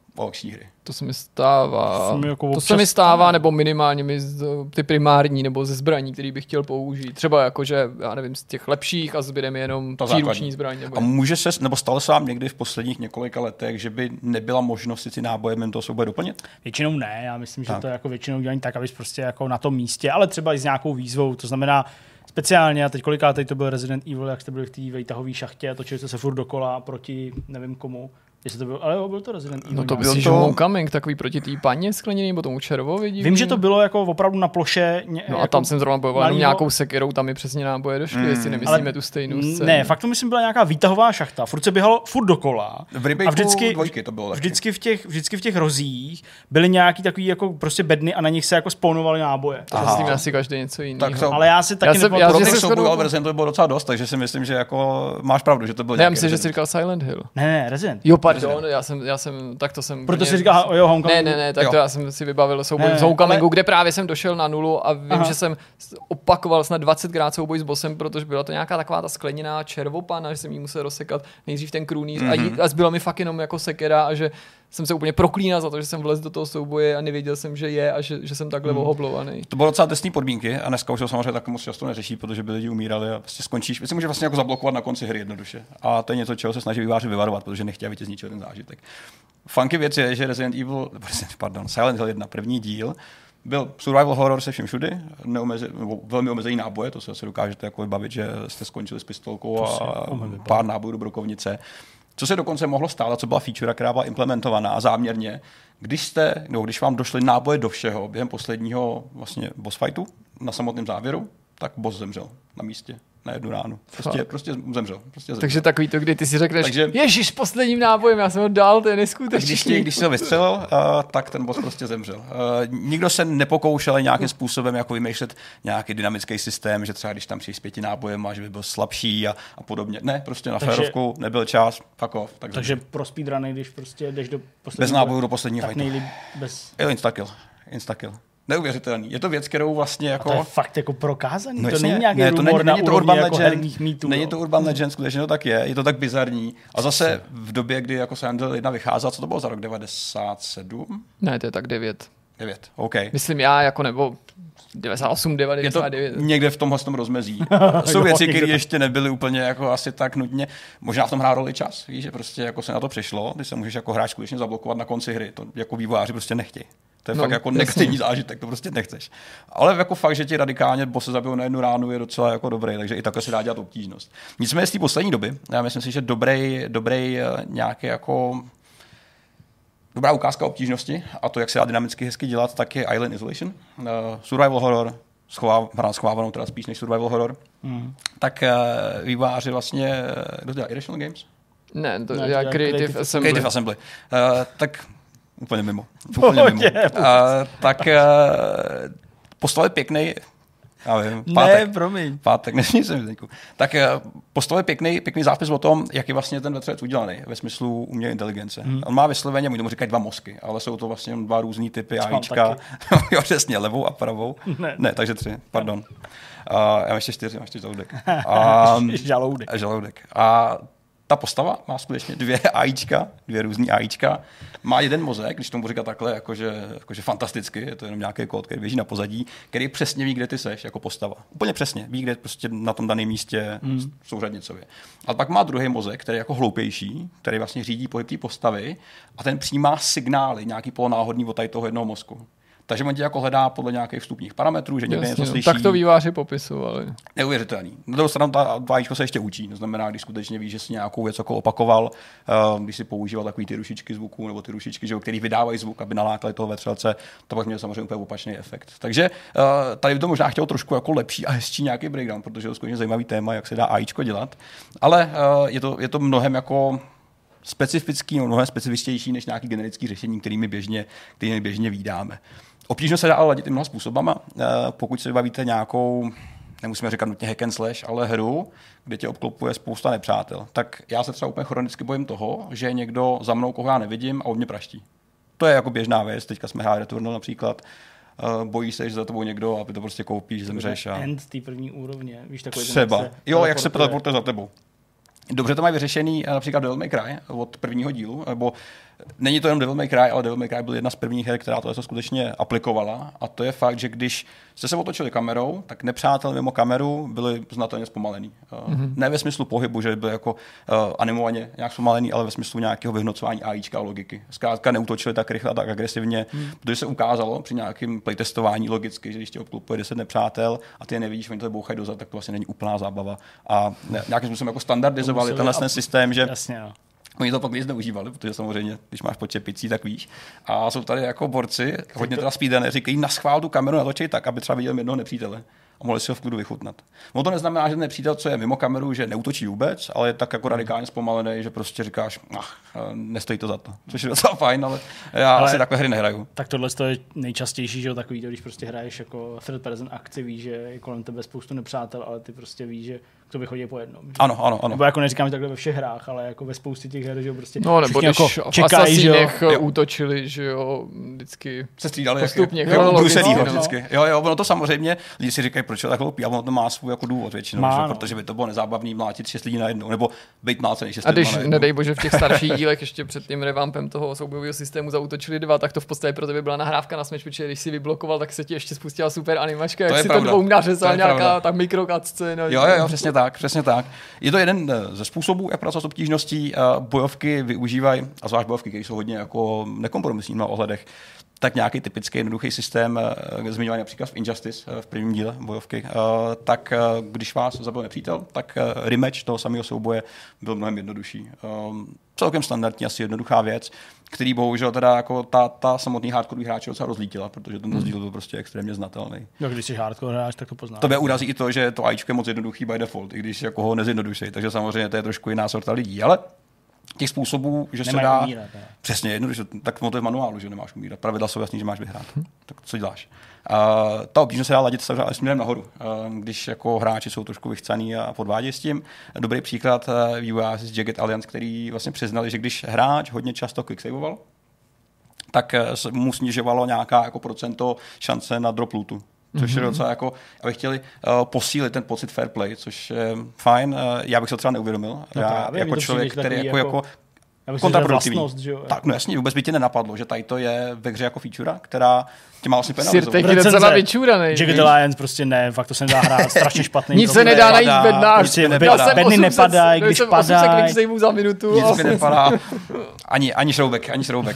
o akční hry. To se mi stává. To se mi stává, nebo minimálně ty primární, nebo ze zbraní, který bych chtěl použít. Třeba jakože, já nevím, z těch lepších a zbyde mi jenom příruční zbraň. A může se, nebo stalo se vám někdy v posledních několika letech, že by nebyla možnost si nábojem toho souboje doplnit? Většinou ne, já myslím, že to je jako většinou dělaný tak, abys prostě jako na tom místě, ale třeba i s nějakou výzvou, to znamená speciálně, a teď kolikátej to byl Resident Evil, jak jste byli v té vejtahové šachtě a točili jste se furt dokola proti nevím komu. Jestli to byl, ale byl to Resident Evil. No to byl to Homecoming, takový proti té paně skleněný, nebo tomu červovi divný. Vím, že to bylo jako opravdu na ploše. No jako a tam jsem zrovna bojoval jenom nějakou sekirou, tam mi přesně náboje došly, jestli nemyslíme tu stejnou scénu. Ne, fakt to myslím byla nějaká výtahová šachta. Furt se běhalo furt dokola. A vždycky to bylo vždycky v těch rozích byly nějaký takový jako prostě bedny a na nich se jako spawnovaly náboje. Takže s tím asi každý něco jiného. Ale já si taky Resident to bylo docela dost, takže si myslím, že jako máš pravdu, že to byl. Já myslím, že jsi říkal Silent Hill. Ne, Resident. Jo, pardon, tak to jsem. Proto si říkal, jo, Homecoming. Ne, tak to já jsem si vybavil souboj z Homecomingu, kde právě jsem došel na nulu a vím, že jsem opakoval snad 20krát souboj s bossem, protože byla to nějaká taková ta skleněná červopana, že jsem jí musel rozsekat nejdřív ten krůníř a zbyla mi fakt jenom jako sekera a že jsem se úplně proklínal za to, že jsem vlez do toho souboje a nevěděl jsem, že je a že jsem takhle ohoblovaný. To bylo docela trestné podmínky a dneska už to samozřejmě tak moc často neřeší, protože by lidi umírali a prostě skončíš. Myslím, že vlastně jako zablokovat na konci hry jednoduše. A to je něco, čeho se snaží vývojáři vyvarovat, protože nechtějí víc zničit ten zážitek. Funky věc je, že Silent Hill 1, první díl, byl survival horror se vším všudy, velmi omezený náboje, to se asi dokážete jako vybavit, že jste skončili s pistolkou a pár nábojů do brokovnice. Co se dokonce mohlo stát, a co byla feature, která byla implementovaná záměrně, když vám došly náboje do všeho během posledního vlastně boss fightu na samotném závěru, tak boss zemřel na místě. Na jednu ránu. Prostě zemřel. Takže takový to, kdy ty si řekneš, ježiš, posledním nábojem, já jsem ho dal, to je neskutečný. Když se ho vystřelil, tak ten boss prostě zemřel. Nikdo se nepokoušel nějakým způsobem jako vymýšlet nějaký dynamický systém, že třeba když tam přijdeš s 5 nábojem, že by byl slabší a podobně. Ne, prostě na férovku nebyl čas, fuck off. Takže pro speedruny, když prostě jdeš do posledního bez nábojů do posledního fightu. Jo, instakill. Neuvěřitelný. Je to věc, kterou vlastně jako... A to je fakt jako prokázaný. No to není nějaký rumor na úrovni jako herních mýtů. Není to Urban Legend, skutečně to tak je to tak bizarní. A zase v době, kdy jako Silent Hill 1 vycházela, co to bylo za rok 97? Ne, to je tak 9. 9, OK. Myslím já, jako nebo 98, 99. Je to někde v tomhle rozmezí. Jsou věci, které ještě nebyly úplně jako asi tak nutně. Možná v tom hrál roli čas, víš, že prostě jako se na to přišlo, ty se můžeš jako hráč skutečně zablokovat na konci hry. To jako vývojáři prostě nechtějí. To je fakt jako negativní zážitek, to prostě nechceš. Ale jako fakt, že ti radikálně bosse zabijou na jednu ránu, je docela jako dobrý, takže i takhle se dá dělat obtížnost. Nicméně z té poslední doby, já myslím si, že dobrý nějaký jako dobrá ukázka obtížnosti a to, jak se dá dynamicky hezky dělat, tak je Island Isolation. Survival horror, schovávanou teda spíš než survival horror. Tak vývojáři vlastně, kdo dělá Irrational Games? Ne, to dělá Creative Assembly. Creative Assembly. Tak úplně mimo. Tak postavili pěkný, já vím, pátek, nesmím se vzniku. Tak postavili pěkný zápis o tom, jak je vlastně ten vetřelec udělaný ve smyslu umělé inteligence. On má vysloveně, oni tomu říkají 2 mozky, ale jsou to vlastně 2 různý typy AIčka. Jo, přesně, levou a pravou. Ne, takže 3, pardon. Já mám ještě 4, mám ještě žaludek. Žaludek. A ta postava má skutečně 2 AIčka, 2 různý AIčka, má jeden mozek, když tomu říká takhle, jakože fantasticky, je to jenom nějaký kód, který běží na pozadí, který přesně ví, kde ty seš jako postava. Úplně přesně, ví, kde prostě na tom daném místě souřadnicově. A pak má druhý mozek, který je jako hloupější, který vlastně řídí pohyb té postavy a ten přijímá signály, nějaký polonáhodný od tady toho jednoho mozku. Takže on tě jako hledá podle nějakých vstupních parametrů, že někde něco slyší. Tak to výváři popisovali. Neuvěřitelný. Na druhou stranu ta AIčko se ještě učí. To znamená, když skutečně víš, že si nějakou věc jako opakoval, když si používal takový ty rušičky zvuku nebo ty rušičky, které vydávají zvuk, aby nalákali toho vetřelce, to pak měl samozřejmě úplně opačný efekt. Takže tady by to možná chtělo trošku jako lepší a hezčí nějaký breakdown, protože je to skutečně zajímavý téma, jak se dá AIčko dělat. Ale je to mnohem jako specifický, mnohem specifičtější než nějaký generický řešení, kterými běžně vídáme. Obtížnost se dá ale ladit i mnoha způsobama. Pokud se bavíte nějakou, nemusíme říkat nutně hack and slash, ale hru, kde tě obklopuje spousta nepřátel, tak já se třeba úplně chronicky bojím toho, že je někdo za mnou, koho já nevidím a on mě praští. To je jako běžná věc. Teďka jsme hráli Returnal například. Bojí se, že za tebou někdo a ty to prostě koupíš, zemřeš. End té první úrovně. Víš, takový třeba. Jo, jak se teleportuje za tebou. Dobře to mají vyřešený například Devil May Cry od prvního dílu, nebo není to jenom Devil May Cry, ale Devil May Cry byl jedna z prvních her, která tohle skutečně aplikovala. A to je fakt, že když jste se otočili kamerou, tak nepřátelé mimo kameru byli znatelně zpomalený. Ne ve smyslu pohybu, že byli jako animovaně nějak zpomalený, ale ve smyslu nějakého vyhnocování AIčka a logiky. Zkrátka neútočili tak rychle a tak agresivně, protože se ukázalo při nějakém playtestování logicky, že když tě obklopuje 10 nepřátel a ty je nevidíš, oni to bouchají dozad, tak to vlastně není úplná zábava. A nějakým způsobem jako standardizovali tenhle systém, že jasně, no. Oni to pak víc neužívali, protože samozřejmě, když máš pod čepicí, tak víš. A jsou tady jako borci, hodně teda speedrunneři, říkají naschvál tu kameru natočí tak, aby třeba viděl jednoho nepřítele a mohli si ho v klidu vychutnat. No to neznamená, že ten nepřítel, co je mimo kameru, že neútočí vůbec, ale je tak jako radikálně zpomalený, že prostě říkáš, nestojí to za to. Což je docela fajn, ale já asi takové hry nehraju. Tak tohle je nejčastější, že jo, takový to, když prostě hraješ jako third person akci, víš, že je kolem tebe spoustu nepřátel, ale ty prostě víš, že k tobě chodí po jednom. Že? Ano. Nebo jako neříkám, že takhle ve všech hrách, ale jako ve spoustě těch her, že jo, prostě no, nebo když jako čekají, že jo, útočili, že jo, vždycky se střídali postupně, vždycky. Jo, ono to samozřejmě, lidi si říkají, proč je tak hloupý, a ono to má svůj jako důvod většinou, protože by to bylo nezábavný mlátit 6 lidí najednou, nebo být mlácený 6 lidí. A když, nedej bože, v těch starších dílech ještě před tím revampem toho soubojového systému zaútočili 2, tak to v podstatě pro tebe byla nahrávka na smeč, protože když si vyblokoval, tak se ti ještě spustila super animačka, jak si to dvou nařezal, nějaká tak mikrokatce. Jo, přesně tak. Je to jeden ze způsobů, jak pracovat s obtížností. Bojovky využívají, a zvlášť bojovky, které jsou hodně jako nekompromisní na ohledech, tak nějaký typický jednoduchý systém, zmiňovaný například v Injustice, v prvním díle bojovky, tak když vás zabil nepřítel, tak rematch toho samého souboje byl mnohem jednodušší. Celkem standardní, asi jednoduchá věc, který bohužel teda jako ta samotný hardcore hráče docela rozlítila, protože ten rozdíl byl prostě extrémně znatelný. No, když si hardcore hráč, tak to poznáš. Tebe urazí i to, že to AIčko je moc jednoduchý by default, i když jako ho nezjednodušejí, takže samozřejmě to je trošku jiná sorta lidí, ale těch způsobů, že nemají se dá umírat, přesně jednoduše, tak to je v manuálu, že nemáš umírat. Pravidla jsou jasný, že máš vyhrát. Tak co děláš? Ta obtížnost se dá ladit směrem nahoru, když jako hráči jsou trošku vychcaný a podvádějí s tím. Dobrý příklad vývojáři z Jagged Alliance, který vlastně přiznali, že když hráč hodně často quicksaveoval, tak mu snižovalo nějaká jako procento šance na drop lootu. Což je docela jako, aby chtěli posílit ten pocit fair play, což je fajn. Já bych se třeba neuvědomil. Já jako člověk, který jako kontraproduktivní. Tak, no jasně, vůbec by tě nenapadlo, že tady to je ve hře jako feature, která tě má vlastně penalizovat. Sirtek je docela vyčúranej. Jagged Alliance prostě ne, fakt to se nedá hrát, strašně špatný. Nic se nedá najít v bednách. Bedny nepadají, když padají. za minutu. Nic mi nepadá. Ani šroubek.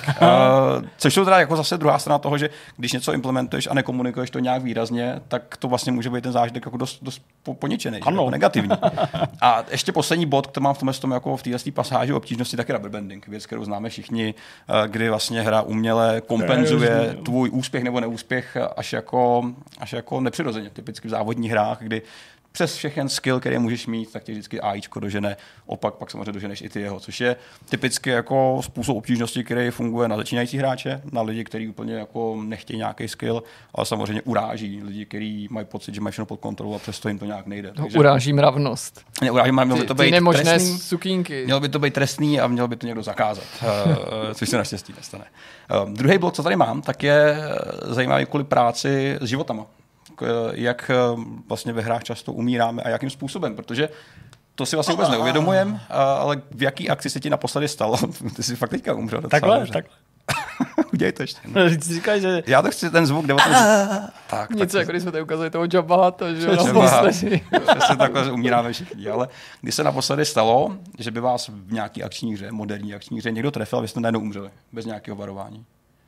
Což je teda jako zase druhá strana toho, že když něco implementuješ a nekomunikuješ to nějak výrazně, tak to vlastně může být ten zážitek jako dost poničený, jako negativní. A ještě poslední bod, který mám v tomhle jako v této pasáži obtížnosti, tak je rubber banding, věc, kterou známe všichni, kdy vlastně hra uměle kompenzuje tvůj úspěch nebo neúspěch až jako nepřirozeně, typicky v závodních hrách, kdy přes všechen skill, který můžeš mít, tak tě vždycky AIčko dožene, opak pak samozřejmě doženeš i ty jeho, což je typicky jako způsob obtížnosti, který funguje na začínající hráče, na lidi, kteří úplně jako nechtějí nějaký skill, ale samozřejmě uráží lidi, kteří mají pocit, že mají všechno pod kontrolou a přesto jim to nějak nejde. Takže uráží mravnost. Mělo by to být nemožné sukínky. Mělo by to být trestný a mělo by to někdo zakázat, což se naštěstí nestane. Druhý blok, co tady mám, tak je zajímavý kvůli práci s životama. Jak vlastně ve hrách často umíráme a jakým způsobem, protože to si vlastně vůbec neuvědomujeme, ale v jaký akci se ti naposledy stalo? Ty jsi fakt teďka umřel. Takhle. Udělej to ještě. No. Říkáš, že... Já to chci, ten zvuk, kde tak. Něco, jako když jsme tady ukazali toho Jabahata, že naposledy. Přesně takhle, že umíráme všichni, ale když se naposledy stalo, že by vás v nějaký akční hře, moderní akční hře někdo trefil a vy jste najednou umřeli, bez nějakého varování.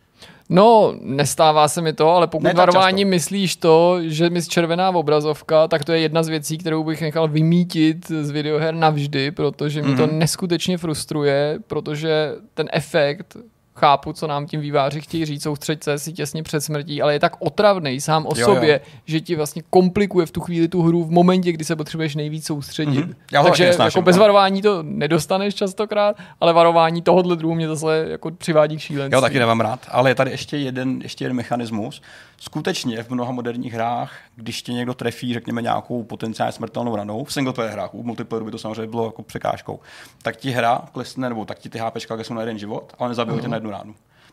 No, nestává se mi to, ale pokud varování myslíš to, že mi červená obrazovka, tak to je jedna z věcí, kterou bych nechal vymítit z videoher navždy, protože mi to neskutečně frustruje, protože ten efekt, chápu, co nám tím výváři chtějí říct, soustřeď se si těsně před smrtí, ale je tak otravnej sám o sobě, že ti vlastně komplikuje v tu chvíli tu hru v momentě, kdy se potřebuješ nejvíc soustředit. Takže jako bez varování to nedostaneš častokrát, ale varování tohohle druhu mě zase jako přivádí k šílenství. Já taky nemám rád, ale je tady ještě jeden mechanismus. Skutečně v mnoha moderních hrách, když tě někdo trefí, řekněme, nějakou potenciálně smrtelnou ranou, v singleplayer hrách, u multiplayeru by to samozřejmě bylo jako překážkou, tak ti hra klesne, nebo tak ti ty HPčka klesnou na jeden život, ale nezabijou tě na jednu ránu.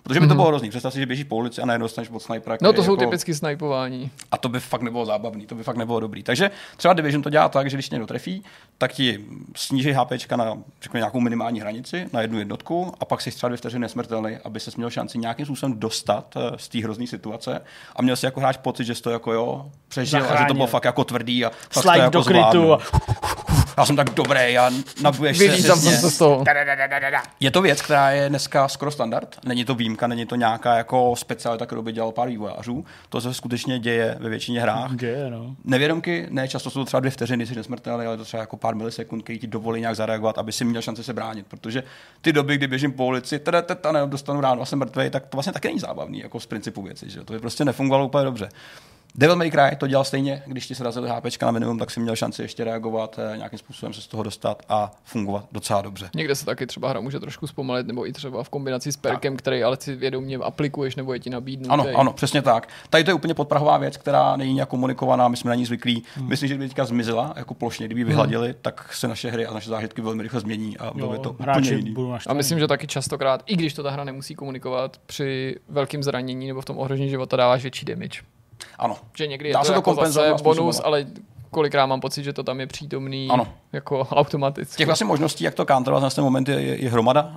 Protože by to bylo hrozný. Představ si, že běží po ulici a najednou dostaneš od snajpera. No to jsou typicky snajpování. A to by fakt nebylo zábavný, to by fakt nebylo dobrý. Takže třeba Division to dělá tak, že když někdo trefí, tak ti sníží HPčka na nějakou minimální hranici, na 1 jednotku a pak si třeba 2 vteřiny nesmrtelný, aby se měl šanci nějakým způsobem dostat z té hrozný situace a měl si jako hráč pocit, že jsi to jako přežil zachránil. A že to bylo fakt jako tvrdý a fakt slide jako do krytu. Já jsem tak dobrý a nabuješ se. Je to věc, která je dneska skoro standard. Není to výjimka, není to nějaká jako specialita, kterou by dělal pár vývojářů. To se skutečně děje ve většině hrách. No. Nevědomky, ne, často jsou to třeba 2 vteřiny, jsi nesmrtelný, ale to třeba jako pár milisekund, který ti dovolí nějak zareagovat, aby si měl šanci se bránit. Protože ty doby, kdy běžím po ulici, dostanu ráno a jsem mrtvej, tak to vlastně taky není zábavný, jako z principu věci. Že? To by prostě nefungovalo úplně dobře. Devil May Cry to dělal stejně, když ti srazili HPčka na minimum, tak si měl šanci ještě reagovat, nějakým způsobem se z toho dostat a fungovat docela dobře. Někde se taky třeba hra může trošku zpomalit, nebo i třeba v kombinaci s perkem, který ale si vědomě aplikuješ nebo je ti nabídnutý. Ano, přesně tak. Tady to je úplně podprahová věc, která není nějak komunikovaná, my jsme na ní zvyklí. Myslím, že kdyby teďka zmizela jako plošně, kdyby vyhladili, tak se naše hry a naše zážitky velmi rychle změní a bylo by to úplně jiný. A myslím, že taky častokrát, i když to ta hra nemusí komunikovat, při velkém zranění nebo v tom ohrožení života dáváš větší damage. Ano. Že někdy je to jako zase bonus, ale kolikrát mám pocit, že to tam je přítomný jako automaticky. Těch vlastně možností, jak to counterovat na ten moment je hromada.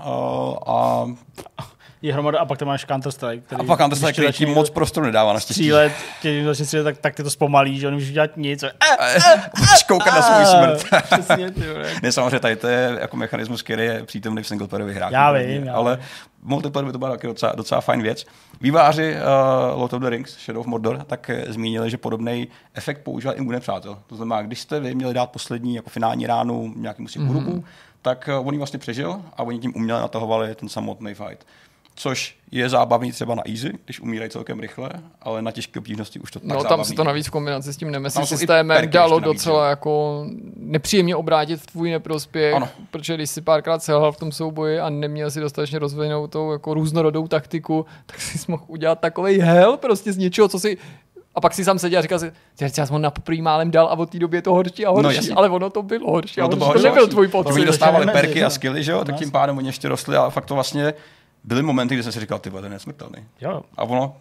Je hromada a pak tam máš Counter-Strike. A pak Counter-Strike, který ti moc prostoru nedává na štěstí. Tak ty to zpomalí, že on může dělat nic. Můžeš koukat na svůj smrt. Ne, samozřejmě tady to je jako mechanismus, který je přítomný v singleplayerových hrách. Já vím. Ale multiplayer by to byla taky docela fajn věc. Výváři Lord of the Rings, Shadow of Mordor, tak zmínili, že podobný efekt používal i u nepřátel. To znamená, když jste vy měli dát poslední jako finální ránu nějakému si grupu, tak on ji vlastně přežil a oni tím uměle natahovali ten samotný fight. Což je zábavný třeba na easy, když umírají celkem rychle, ale na těžké obtížnosti už to tak zábavný. Tam se to navíc v kombinaci s tím Nemesis systémem dalo docela jako nepříjemně obrátit v tvůj neprospěch, protože když si párkrát selhal v tom souboji a neměl si dostatečně rozvinou tou jako různorodou taktiku, tak si mohl udělat takovej hell prostě z něčeho, co si... A pak si sám seděl a říkal si, že já jsem ho na poprvé málem dal a od té doby je to horší a horší, ale ono to bylo horší a to nebyl tvůj pocit. Oni dostávali perky a skilly, že jo, tak tím pádem oni ještě rostli, ale fakt to vlastně byly momenty, kdy jsem si říkal, ty vole, ten je nesmrtelný. Jo. A ono,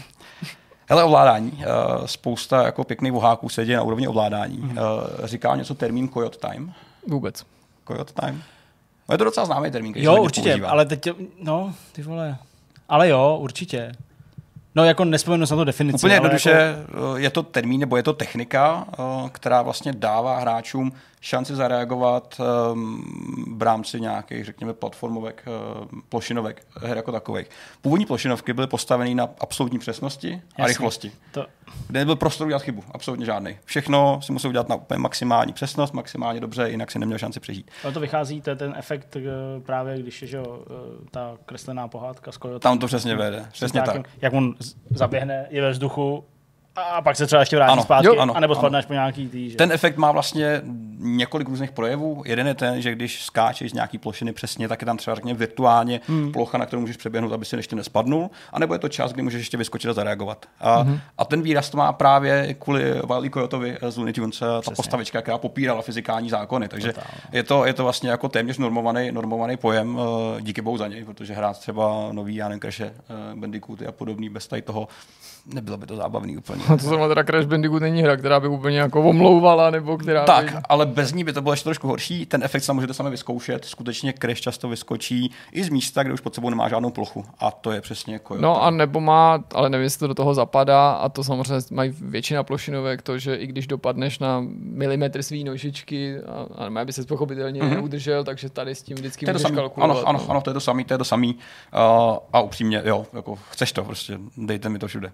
hele, ovládání. Spousta jako pěkných voháků se děje na úrovni ovládání. Říká něco termín Coyote Time? Vůbec. Coyote Time? No je to docela známý termín, který se určitě, používá. Ale teď, ty vole. Ale jo, určitě. No jako nespomenu se na to definici. Úplně jednoduše je to termín nebo je to technika, která vlastně dává hráčům šanci zareagovat v rámci nějakých, řekněme, platformovek, plošinovek, her jako takových. Původní plošinovky byly postaveny na absolutní přesnosti a rychlosti. Kde nebyl prostor udělat chybu, absolutně žádný. Všechno si musel udělat na úplně maximální přesnost, maximálně dobře, jinak si neměl šanci přežít. Ale to vychází, ten efekt právě, když je že, ta kreslená pohádka s Coyotem. Tam to přesně vede, přesně tak. Jak on zaběhne, je ve vzduchu, a pak se třeba ještě vrátí zpátky, anebo spadneš po nějaký tý. Že? Ten efekt má vlastně několik různých projevů. Jeden je ten, že když skáčeš z nějaký plošiny přesně, tak je tam třeba řekněme virtuálně plocha, na kterou můžeš přeběhnout, aby si ještě nespadnul, anebo je to čas, kdy můžeš ještě vyskočit a zareagovat. A ten výraz to má právě kvůli Wile Coyotovi z Looney Tunes, ta postavička, která popírala fyzikální zákony. Takže je to vlastně jako téměř normovaný pojem, díky bohu za něj, protože hrát třeba nový Crashe, Bandicooty a podobný bez tady toho nebylo by to zábavný úplně. A to znamená teda Crash Bandicoot není hra, která by úplně jako omlouvala, nebo která tak, ale bez ní by to bylo ještě trošku horší. Ten efekt se můžete sami vyzkoušet. Skutečně Crash často vyskočí i z místa, kde už pod sebou nemá žádnou plochu. A to je přesně Coyote. No a nebo má, ale nevím, jestli to do toho zapadá, a to samozřejmě mají většina plošinovek, to, že i když dopadneš na milimetr svý nožičky, a by se pochopitelně neudržel, takže tady s tím vždycky můžeš kalkulovat. Ano, to je to samý. A upřímně, jo, jako chceš to, prostě dejte mi to všude.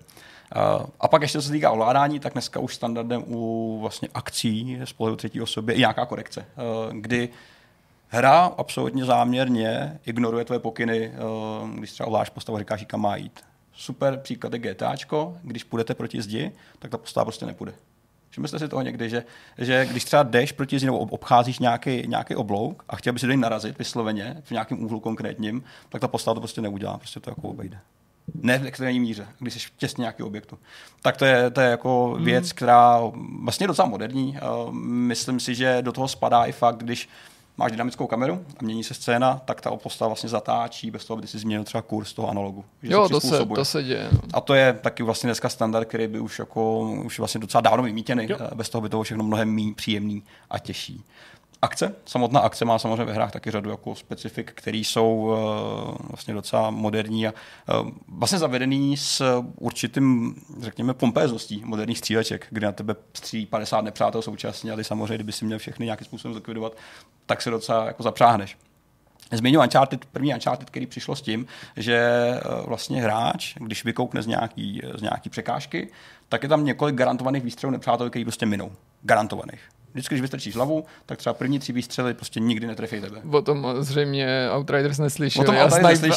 A pak ještě co se týká ovládání, tak dneska už standardem u vlastně akcí z pohledu třetí osoby je nějaká korekce, kdy hra absolutně záměrně ignoruje tvoje pokyny, když třeba ovládáš postavu a říkáš, kam má jít. Super příklad je GTAčko, když půjdete proti zdi, tak ta postava prostě nepůjde. Všimli si toho někdy, že když třeba jdeš proti zdi nebo obcházíš nějaký oblouk a chtěl by si do něj narazit vysloveně v nějakém úhlu konkrétním, tak ta postava to prostě neudělá, prostě to jako obejde. Ne v extrémní míře, když jsi těsně nějaký objektu. Tak to je jako věc, která vlastně je docela moderní. Myslím si, že do toho spadá i fakt, když máš dynamickou kameru a mění se scéna, tak ta postava vlastně zatáčí bez toho, aby si změnil třeba kurz toho analogu. Jo, to se děje. No. A to je taky vlastně dneska standard, který by už vlastně docela dávno vymítěný, bez toho by to všechno mnohem méně příjemný a těžší. Samotná akce má samozřejmě ve hrách taky řadu jako specifik, který jsou vlastně docela moderní a vlastně zavedený s určitým, řekněme, pompézností moderních stříleček, kdy na tebe střílí 50 nepřátel současně, ale samozřejmě, kdyby si měl všechny nějakým způsobem zlikvidovat, tak se docela jako zapřáhneš. Zmiňuji první Uncharted, který přišlo s tím, že vlastně hráč, když vykoukne z nějaký překážky, tak je tam několik garantovaných výstřelů nepřátel, který prostě minou. Garantovaných. Vždycky, když vystrčíš hlavu, tak třeba první 3 výstřely prostě nikdy netrefí tebe. O tom zřejmě Outriders neslyšeli. A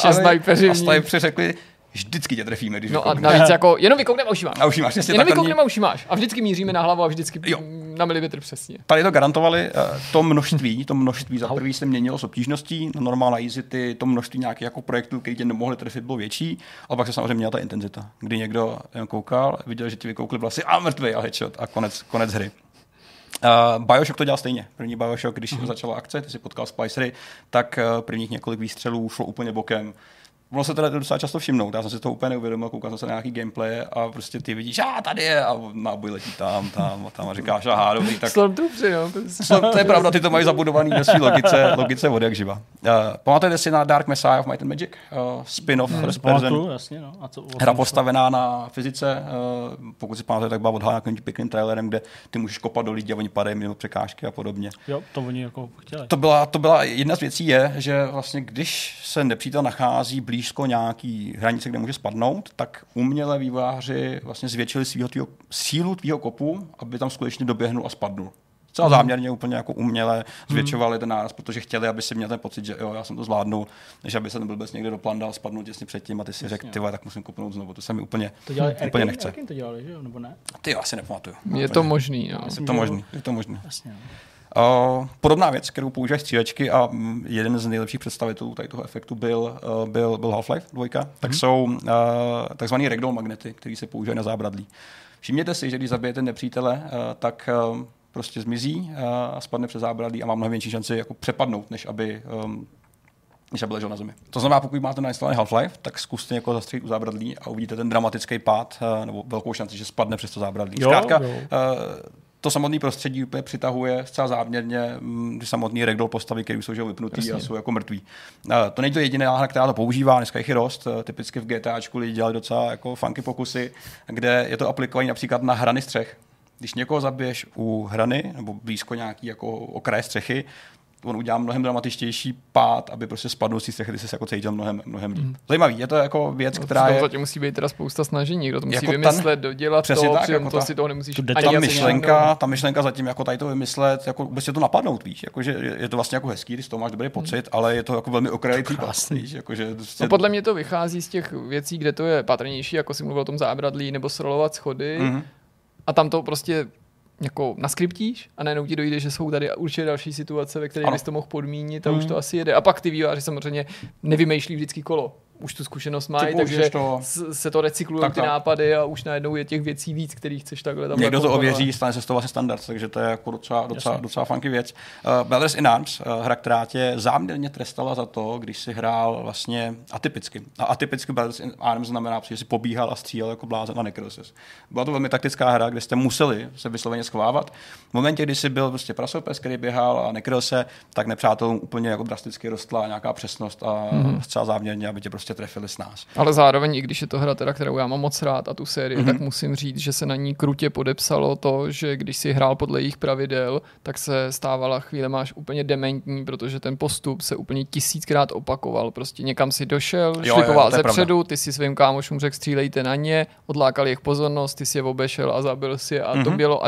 snajpeři řekli, vždycky tě trefíme, když no a navíc jako jenom vykoukneme a ušímáš. Jenom ušímáš. A vždycky míříme na hlavu a vždycky na milimetr přesně. Tady to garantovali, to množství za prvý se měnilo s obtížností, normál na easy, to množství nějakých jako projektů, který tě nemohli trefit, bylo větší, ale pak se samozřejmě měla ta intenzita, kdy někdo koukal, viděl, že ti vykoukli vlasy a mrtvej a headshot a konec hry. BioShock to dělal stejně. První BioShock, když začala akce, ty si potkal Spicery, tak prvních několik výstřelů šlo úplně bokem. Ono se teda docela často všimnout, já jsem si to úplně neuvědomil, koukal jsem se na nějaký gameplay a prostě ty vidíš, tady je a náboj letí tam a říkáš, dobrý, tak... Stormtroopři, to je pravda, ty to mají zabudovaný ve své logice od jak živa. Pamatujete si na Dark Messiah of Might and Magic? Spin-off first person. Jasně, no. Hra postavená na fyzice, pokud si pamatujete, tak byla odhalena nějakým pěkným trailerem, kde ty můžeš kopat do lidí a oni padají mimo překážky a podobně. Jo, to oni jako chtěli. To byla jedna z věcí je, že vlastně když se nepřítel nachází blízko nějaký hranice, kde může spadnout, tak uměle vývojáři vlastně zvětšili sílu tvýho kopu, aby tam skutečně doběhnul a spadnul. Celá záměrně úplně jako uměle zvětšovali ten náraz, protože chtěli, aby si měl ten pocit, že jo, já jsem to zvládnul, než aby se ten blbec někde doplandal, spadnul těsně předtím a ty si řekl, tak musím kopnout znovu. To se mi úplně nechce. Arkane to dělali, že jo, nebo ne? Ty asi nepamatuju. Je to možný, jo. Je to možný. Jasně, no. Podobná věc, kterou používají střílečky a jeden z nejlepších představitelů tady toho efektu byl Half-Life 2, tak jsou takzvaný ragdoll magnety, které se používají na zábradlí. Všimněte si, že když zabijete nepřítele, tak prostě zmizí a spadne přes zábradlí a má mnohem větší šanci jako přepadnout, než aby ležel na zemi. To znamená, pokud máte nainstalovaný Half-Life, tak zkuste někoho zastřelit u zábradlí a uvidíte ten dramatický pád nebo velkou šanci, že spadne přes to zábradlí. Zkrátka, to samotné prostředí úplně přitahuje zcela záměrně samotný ragdoll postavy, které jsou vypnutý a jsou jako mrtví. To není to jediná hra, která to používá, dneska jich je dost. Typicky v GTAčku lidi dělali docela jako funky pokusy, kde je to aplikované například na hrany střech. Když někoho zabiješ u hrany nebo blízko nějaký jako okraje střechy, on udělá mnohem dramatičtější pád, aby prostě spadnul z té střechy, ty se jako cítil mnohem líp. Zajímavý, je to jako věc, která je... Zatím musí být teda spousta snažení, kdo to musí jako vymyslet, dodělat to, tak, jako to si toho nemusíš ta myšlenka zatím jako tady to vymyslet, jako vůbec je to napadnout, víš, jako, že je to vlastně jako hezký, když z toho máš dobrý pocit, ale je to jako velmi okrajový případ, víš, jako, že prostě... No podle mě to vychází z těch věcí, kde to je patrnější, jako si mluvil o tom zábradlí nebo srolovat schody a tam to prostě jako naskriptíš a najednou ti dojde, že jsou tady určitě další situace, ve kterých bys to mohl podmínit a už to asi jede. A pak ty vývojáři samozřejmě nevymýšlí vždycky kolo. Už tu zkušenost mají, takže se to recyklují ty nápady a už najednou je těch věcí víc, kterých chceš takhle tam. Někdo to ověří, stane se z toho vlastně standard, takže to je jako docela funky věc. Brothers in Arms, hra, která tě záměrně trestala za to, když si hrál vlastně atypicky. A atypicky Brothers in Arms znamená, že si pobíhal a střílel jako blázen na necrosis. Byla to velmi taktická hra, kde jste museli se vysloveně schovávat. V momentě, kdy jsi byl prostě prasopes, který běhal a nekrose, tak nepřátelům úplně jako drasticky rostla nějaká přesnost a zcela záměrně, aby tě prostě trefili s nás. Ale zároveň, i když je to hra, teda, kterou já mám moc rád a tu sérii, tak musím říct, že se na ní krutě podepsalo to, že když si hrál podle jejich pravidel, tak se stávala chvíle máš úplně dementní, protože ten postup se úplně 1000krát opakoval. Prostě někam si došel, šlipoval zepředu, ty si svým kámošům řekl, střílejte na ně, odlákal jejich pozornost, ty si je obešel a zabil si je a to bylo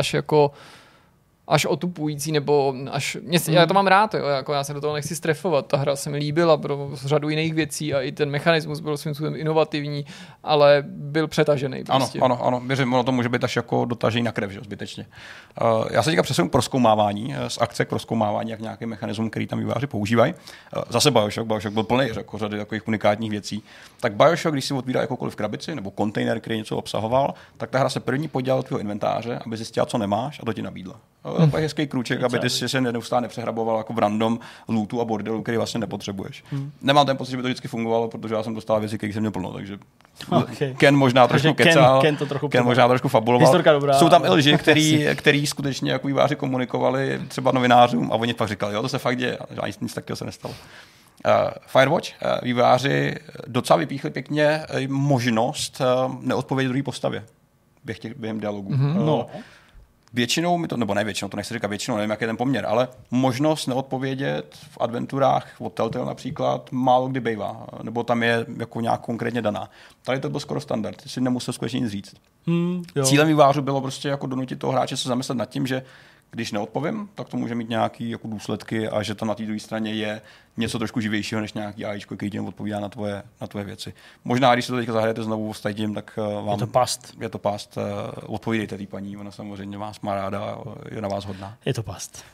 až otupující, nebo až... Já to mám rád, jo, jako já se do toho nechci strefovat, ta hra se mi líbila pro řadu jiných věcí a i ten mechanismus byl svým způsobem inovativní, ale byl přetažený. Prostě. Ano, věřím, ono to může být až jako dotažený na krev, že zbytečně. Já se teďka přesunu k prozkoumávání, z akce k prozkoumávání, jak nějaký mechanismus, který tam vývojáři používají. Zase BioShock byl plný jako řady takových unikátních věcí. Tak BioShock, když si otvírá jakoukoliv krabici nebo kontejner, který něco obsahoval, tak ta hra se první podělala do tvého inventáře, aby zjistila, co nemáš, a to ti nabídla. takový hezký krůček, aby ty si se neustále nepřehraboval jako v random lootu a bordelu, který vlastně nepotřebuješ. Nemám ten pocit, že by to vždycky fungovalo, protože já jsem dostal věci, které jsem měl plno, takže Ken možná trošku kecal, Ken možná trošku fabuloval. Jsou tam i lži, který skutečně jako výváři komunikovali třeba novinářům a oni pak říkali, jo, to se fakt děje, a nic takového se nestalo. Firewatch, výváři docela vypíchli pěkně možnost neodpovědět druhé postavě během dialogu. Většinou mi to, nebo ne většinou, to nechci říkat většinou, nevím, jaký je ten poměr, ale možnost neodpovědět v adventurách od Telltale například málo kdy bývá, nebo tam je jako nějak konkrétně daná. Tady to byl skoro standard, ty si nemusel skutečně nic říct. Cílem vývářů bylo prostě jako donutit toho hráče se zamyslet nad tím, že když neodpovím, tak to může mít nějaké jako důsledky a že tam na té druhé straně je něco trošku živějšího než nějaký AIčko, který tím odpovídá na tvoje věci. Možná, když se to teďka zahrajete znovu s tím, tak vám... Je to past. Odpovídejte té paní, ona samozřejmě vás má ráda, je na vás hodná. Je to past.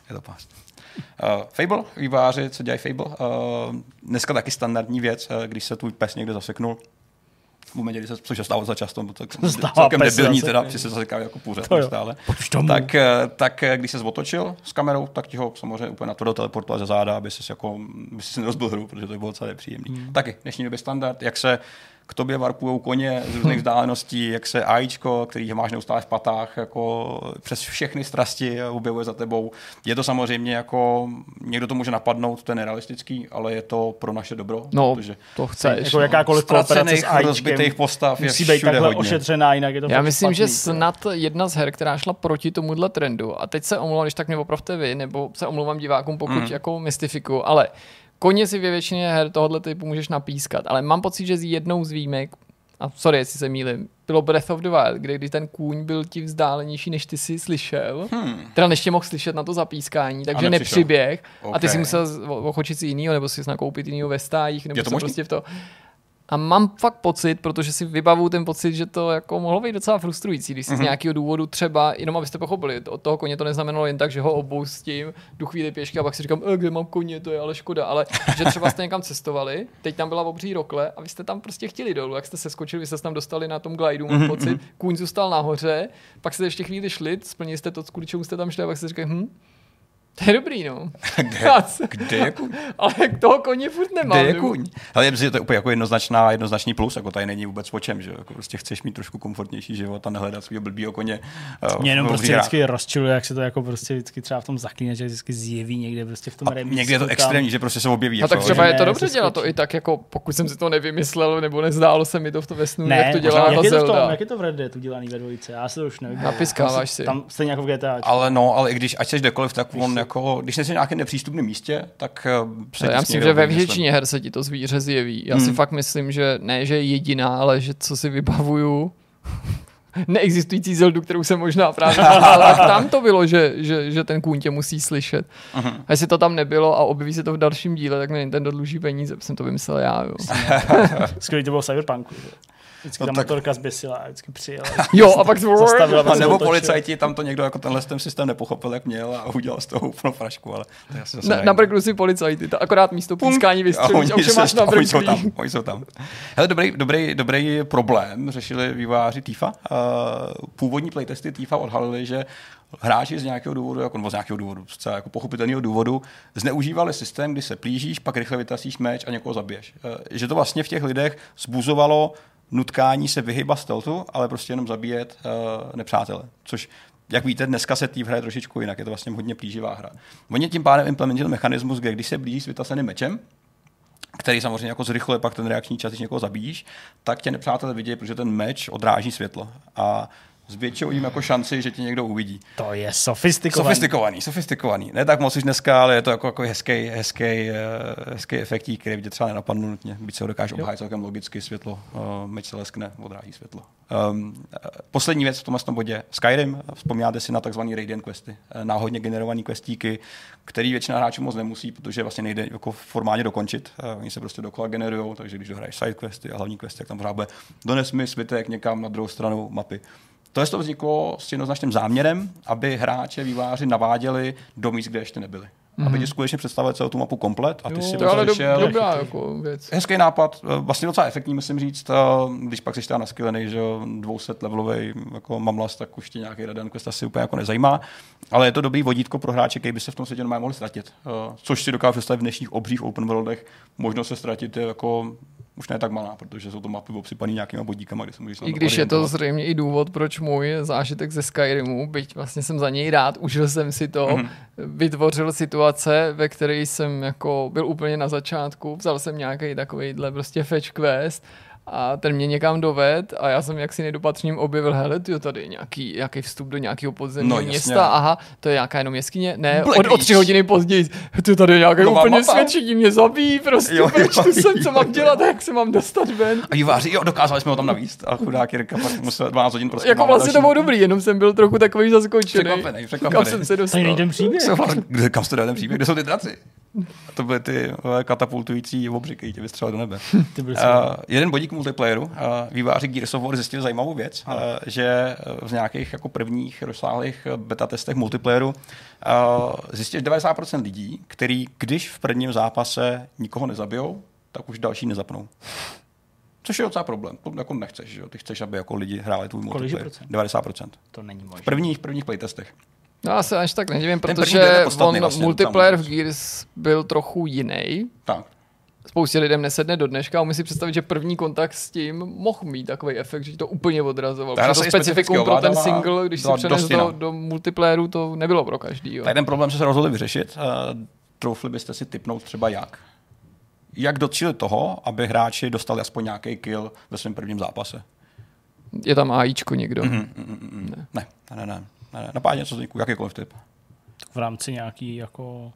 Fable, výváři, co dělají Fable. Dneska taky standardní věc, když se tvůj pes někde zaseknul, v momentě, kdy se, což se stává za často, tak celkem debilní, teda, že se zasekávají jako půře stále. Tak když se otočil s kamerou, tak ti ho samozřejmě úplně natvrdo teleportoval ze záda, aby si nerozbil hru, protože to by bylo celé příjemný. Taky v dnešní době standard, jak se k tobě varpujou koně z různých vzdáleností, jak se AIčko, který máš neustále v patách, jako přes všechny strasti objevuje za tebou. Je to samozřejmě jako, někdo to může napadnout, to je nerealistický, ale je to pro naše dobro. No, protože to chceš. Jako jakákoliv kooperace s AIčkem rozbitých postav musí být takhle hodně ošetřená, jinak je to já myslím, že snad jedna z her, která šla proti tomuhle trendu, a teď se omlouvám, když tak mě opravte vy, nebo se omlouvám divákům, pokud jako mystifikuju, ale koně si ve většině her tohoto typu můžeš napískat, ale mám pocit, že z jednou z výjimek, a sorry, jestli se mýlím, bylo Breath of the Wild, kde když ten kůň byl ti vzdálenější, než ty si slyšel, teda než tě mohl slyšet na to zapískání, takže nepřiběh a ty si musel ochočit si jinýho, nebo si nakoupit jinýho ve stájích, nebo se prostě v to... A mám fakt pocit, protože si vybavuju ten pocit, že to jako mohlo být docela frustrující, když si z nějakého důvodu třeba, jenom abyste pochopili, od toho koně to neznamenalo jen tak, že ho opustím, jdu chvíli pěšky a pak si říkám, kde mám koně, to je ale škoda, ale že třeba jste někam cestovali, teď tam byla obří rokle a vy jste tam prostě chtěli dolů, jak jste se skočili, vy jste se tam dostali na tom glidu, mám pocit, kůň zůstal nahoře, pak jste ještě chvíli šli, splnili jste to, kvůli čemu jste tam šli a pak jste říkali, to je dobrý, no. Kde je kůň? Ale toho koně furt nemám. Kde je kůň? Ale to je úplně jako jednoznačný plus, jako tady není vůbec o čem, že jako prostě chceš mít trošku komfortnější život a nehledat svýho blbýho koně. Mě jenom prostě vždycky rozčiluje, jak se to jako prostě vždycky třeba v tom Zaklínači vždycky zjeví někde prostě v tom remísku. Někdy je to extrémní, že prostě se objeví. No tak třeba je to dobře dělat to i tak, jako pokud jsem si to nevymyslel, nebo nezdálo se mi to v to ve snu, jak to dělá ta Zelda. Jak je to v Red Dead udělaný ve dvojice? Já se to už nevím. Napiskáváš si. Tam stejně jako v GTA. Ale i když ať seš kdekoliv, tak on jako, když nejsi na nějakém nepřístupném místě, tak se já myslím, že ve většině her se ti to zvíře zjeví. Já si fakt myslím, že ne, že je jediná, ale že co si vybavuju neexistující Zeldu, kterou jsem možná právě ale tam to bylo, že ten kůň tě musí slyšet. A jestli to tam nebylo a objeví se to v dalším díle, tak mi Nintendo dluží peníze, jsem to vymyslel já. Skvělý to bylo v Cyberpunku. Vždycky ta motorka zběsila a vždycky přijela. Jo, a pak zastavila. A nebo policajti, tam to někdo jako tenhle systém nepochopil, jak měl a udělal z toho úplnou frašku, ale to asi zase na brklu si policajti, akorát místo pískání vystřelíš a už máš na brkli. Oni jsou tam. Hele, dobrý problém řešili vývojáři Tifa. Původní playtesty Tifa odhalili, že hráči z nějakého důvodu, jako pochopitelného důvodu, zneužívali systém, kdy se plížíš, pak rychle vytasíš meč a někoho zabiješ. Že to vlastně v těch lidech zbuzovalo nutkání se vyhybat stealthu, ale prostě jenom zabíjet nepřátele. Což, jak víte, dneska se Thief hraje trošičku jinak, je to vlastně hodně plíživá hra. Oni tím pádem implementovali mechanismus, kde když se blížíš s vytaseným mečem, který samozřejmě jako zrychluje pak ten reakční čas, když někoho zabíjíš, tak tě nepřátelé vidějí, protože ten meč odráží světlo. A zvětšou jim jako šanci, že tě někdo uvidí. To je sofistikovaný. Ne tak moc už dneska, ale je to jako hezký efektík, který by tě třeba nenapadl nutně. Byť se ho dokáže obhájit celkem logicky, světlo, meč se leskne, odráží světlo. Poslední věc v tomhle bodě. Skyrim, vzpomínáte si na takzvaný Radiant questy, náhodně generovaný questíky, který většina hráčů moc nemusí, protože vlastně nejde jako formálně dokončit. Oni se prostě dokola generujou, takže když dohraješ side questy a hlavní questy, tak tam pořád bude dones mi svitek někam na druhou stranu mapy. To vzniklo s jednoznačným záměrem, aby hráče vývojáři naváděli do míst, kde ještě nebyli. aby ti skutečně představil celou tu mapu komplet a ty si to ale vyšel. dobrá jako věc. Hezký nápad, vlastně docela efektní, musím říct, když pak jsi tam naskylený, že 200 levelový jako mamlas, tak už tě nějaký Radan Quest asi úplně jako nezajímá, ale je to dobrý vodítko pro hráče, který by se v tom světě normálně mohli ztratit, což si dokážu představit v dnešních obřích open worldech, možnost se ztratit je jako už ne tak malá, protože jsou to mapy obsypaný nějakýma bodíkama, kde se můžeš I když je to zřejmě i důvod, proč můj zážitek ze Skyrimu, byť vlastně jsem za něj rád, užil jsem si to, vytvořil situace, ve které jsem jako byl úplně na začátku, vzal jsem nějaký takovejhle prostě fetch quest a ten mě někam doved a já jsem jaksi nedopatřením objevil, hele, tyjo, tady je nějaký vstup do nějakého podzemního města, aha, to je nějaká jenom jeskyně, ne, o 3 hodiny později, ty tady je nějaký úplně svědčení, mě zabíjí, prostě, proč tu jsem, co mám dělat, jak se mám dostat ven. A výváři, jo, dokázali jsme ho tam navíst a chudák Jirka pak musel 12 hodin prostě. Jako vlastně to bylo dobrý, jenom jsem byl trochu takový zaskočený. Překvapený. Kam jsem se dostal. Tady ten příběh. Kam jste dal ten příběh? Kde jsou ty draci? A to byly ty katapultující obři, který tě vystřelili do nebe. Jeden bodík multiplayeru. Výváři Gears of War zjistili zajímavou věc, že v nějakých jako prvních rozsáhlých beta testech multiplayeru zjistili 90% lidí, který když v prvním zápase nikoho nezabijou, tak už další nezapnou. Což je docela problém. To jako nechceš, že jo? Ty chceš, aby jako lidi hráli tvůj multiplayer. 90%. To není možné. V prvních playtestech. No já se až tak nedivím, protože vlastně, multiplayer v Gears byl trochu jiný. Tak. Spoustě lidem nesedne do dneška a umí si představit, že první kontakt s tím mohl mít takový efekt, že to úplně odrazoval. Protože to specifikum pro ten single, když si přenes do multiplayeru, to nebylo pro každý. Tak ten problém se rozhodli vyřešit. Troufli byste si tipnout třeba jak? Jak docílit toho, aby hráči dostali aspoň nějaký kill ve svém prvním zápase? Je tam AIčko někdo? Ne. Napádně něco z někud, jakýkoliv typ. V rámci nějaký jako...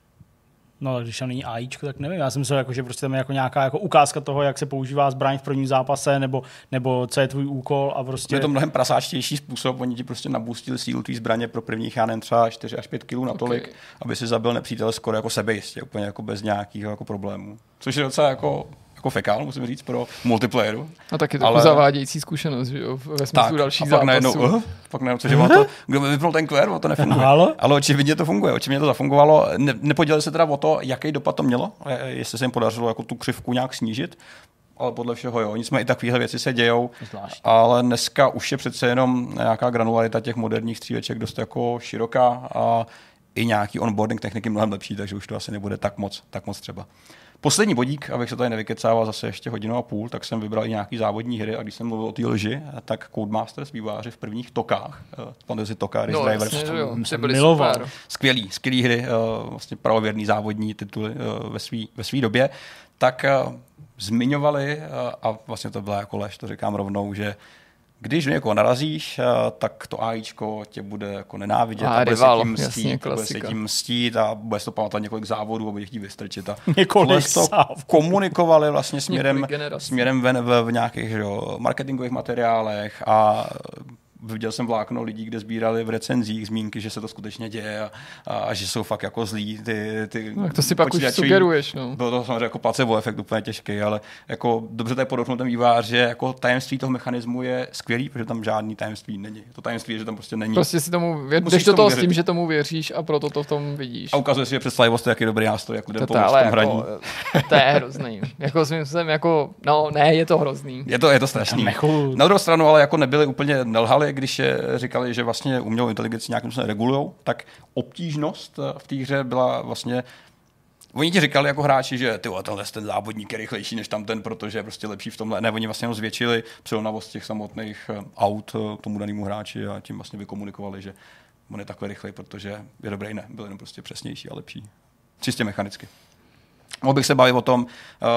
No, když tam není AIčko, tak nevím. Já jsem myslel, jako, že prostě tam je jako nějaká jako ukázka toho, jak se používá zbraň v prvním zápase, nebo co je tvůj úkol a prostě... Je to mnohem prasáčtější způsob, oni ti prostě nabustili sílu tvý zbraně pro prvních, já nevím, třeba 4 až 5 kg natolik, aby si zabil nepřítele skoro jako sebejistě, úplně jako bez nějakého jako problému. Což je docela jako fekál, musím říct, pro multiplayeru. A taky to zavádějící zkušenost, že jo, ve smyslu dalších zápasů. Pak najednou, cože má to, kdo mi vypnul ten QR, to nefunguje. Ale očividně to funguje, očividně to zafungovalo. Nepodělili se teda o to, jaký dopad to mělo, jestli se jim podařilo jako tu křivku nějak snížit, ale podle všeho jo, nicméně i takovéhle věci se dějou, ale dneska už je přece jenom nějaká granularita těch moderních stříleček dost jako široká a i nějaký onboarding techniky mnohem lepší, takže už to asi nebude tak moc třeba. Poslední bodík, abych se tady nevykecával zase ještě 1,5 hodiny, tak jsem vybral i nějaký závodní hry a když jsem mluvil o té lži, tak Codemasters výváři v prvních Tokách, Fantasy Toka, Race Drivers, jsem miloval. Skvělý hry, vlastně pravověrný závodní tituly ve své době, tak zmiňovali, a vlastně to byla jako lež, to říkám rovnou, že když někoho narazíš, tak to AIčko tě bude jako nenávidět a bude se tím mstít a bude to pamatovat několik závodů a bude chtít vystrčit. A komunikovali vlastně směrem ven v nějakých marketingových materiálech a viděl jsem vlákno lidí, kde sbírali v recenzích zmínky, že se to skutečně děje a že jsou fakt jako zlí ty no, to si pak už sugeruješ. No. Bylo to samozřejmě jako placebo efekt úplně těžký, ale jako dobře tady podotknul ten vývář, že jako tajemství toho mechanismu je skvělý, protože tam žádný tajemství není. To tajemství je, že tam prostě není. Prostě si jdeš do toho s tím, že tomu věříš a proto to v tom vidíš. A ukazuje si, že představivost je jaký dobrý nástroj, jak lidem pomoct v tom hraní. To je hrozný. Jako jsem jako, no ne, je to hrozný. Je to strašný. Na druhou stranu ale jako nebyli úplně nelhali, když říkali, že vlastně umělou inteligenci nějakým způsobem regulujou, tak obtížnost v té hře byla vlastně... Oni ti říkali jako hráči, že ten závodník je rychlejší než tamten, protože je prostě lepší v tomhle. Ne, oni vlastně jenom zvětšili přilnavost těch samotných aut tomu danému hráči a tím vlastně vykomunikovali, že on je takhle rychlej, protože je dobrý, ne, byl jenom prostě přesnější a lepší. Čistě mechanicky. Mohl bych se bavit o tom,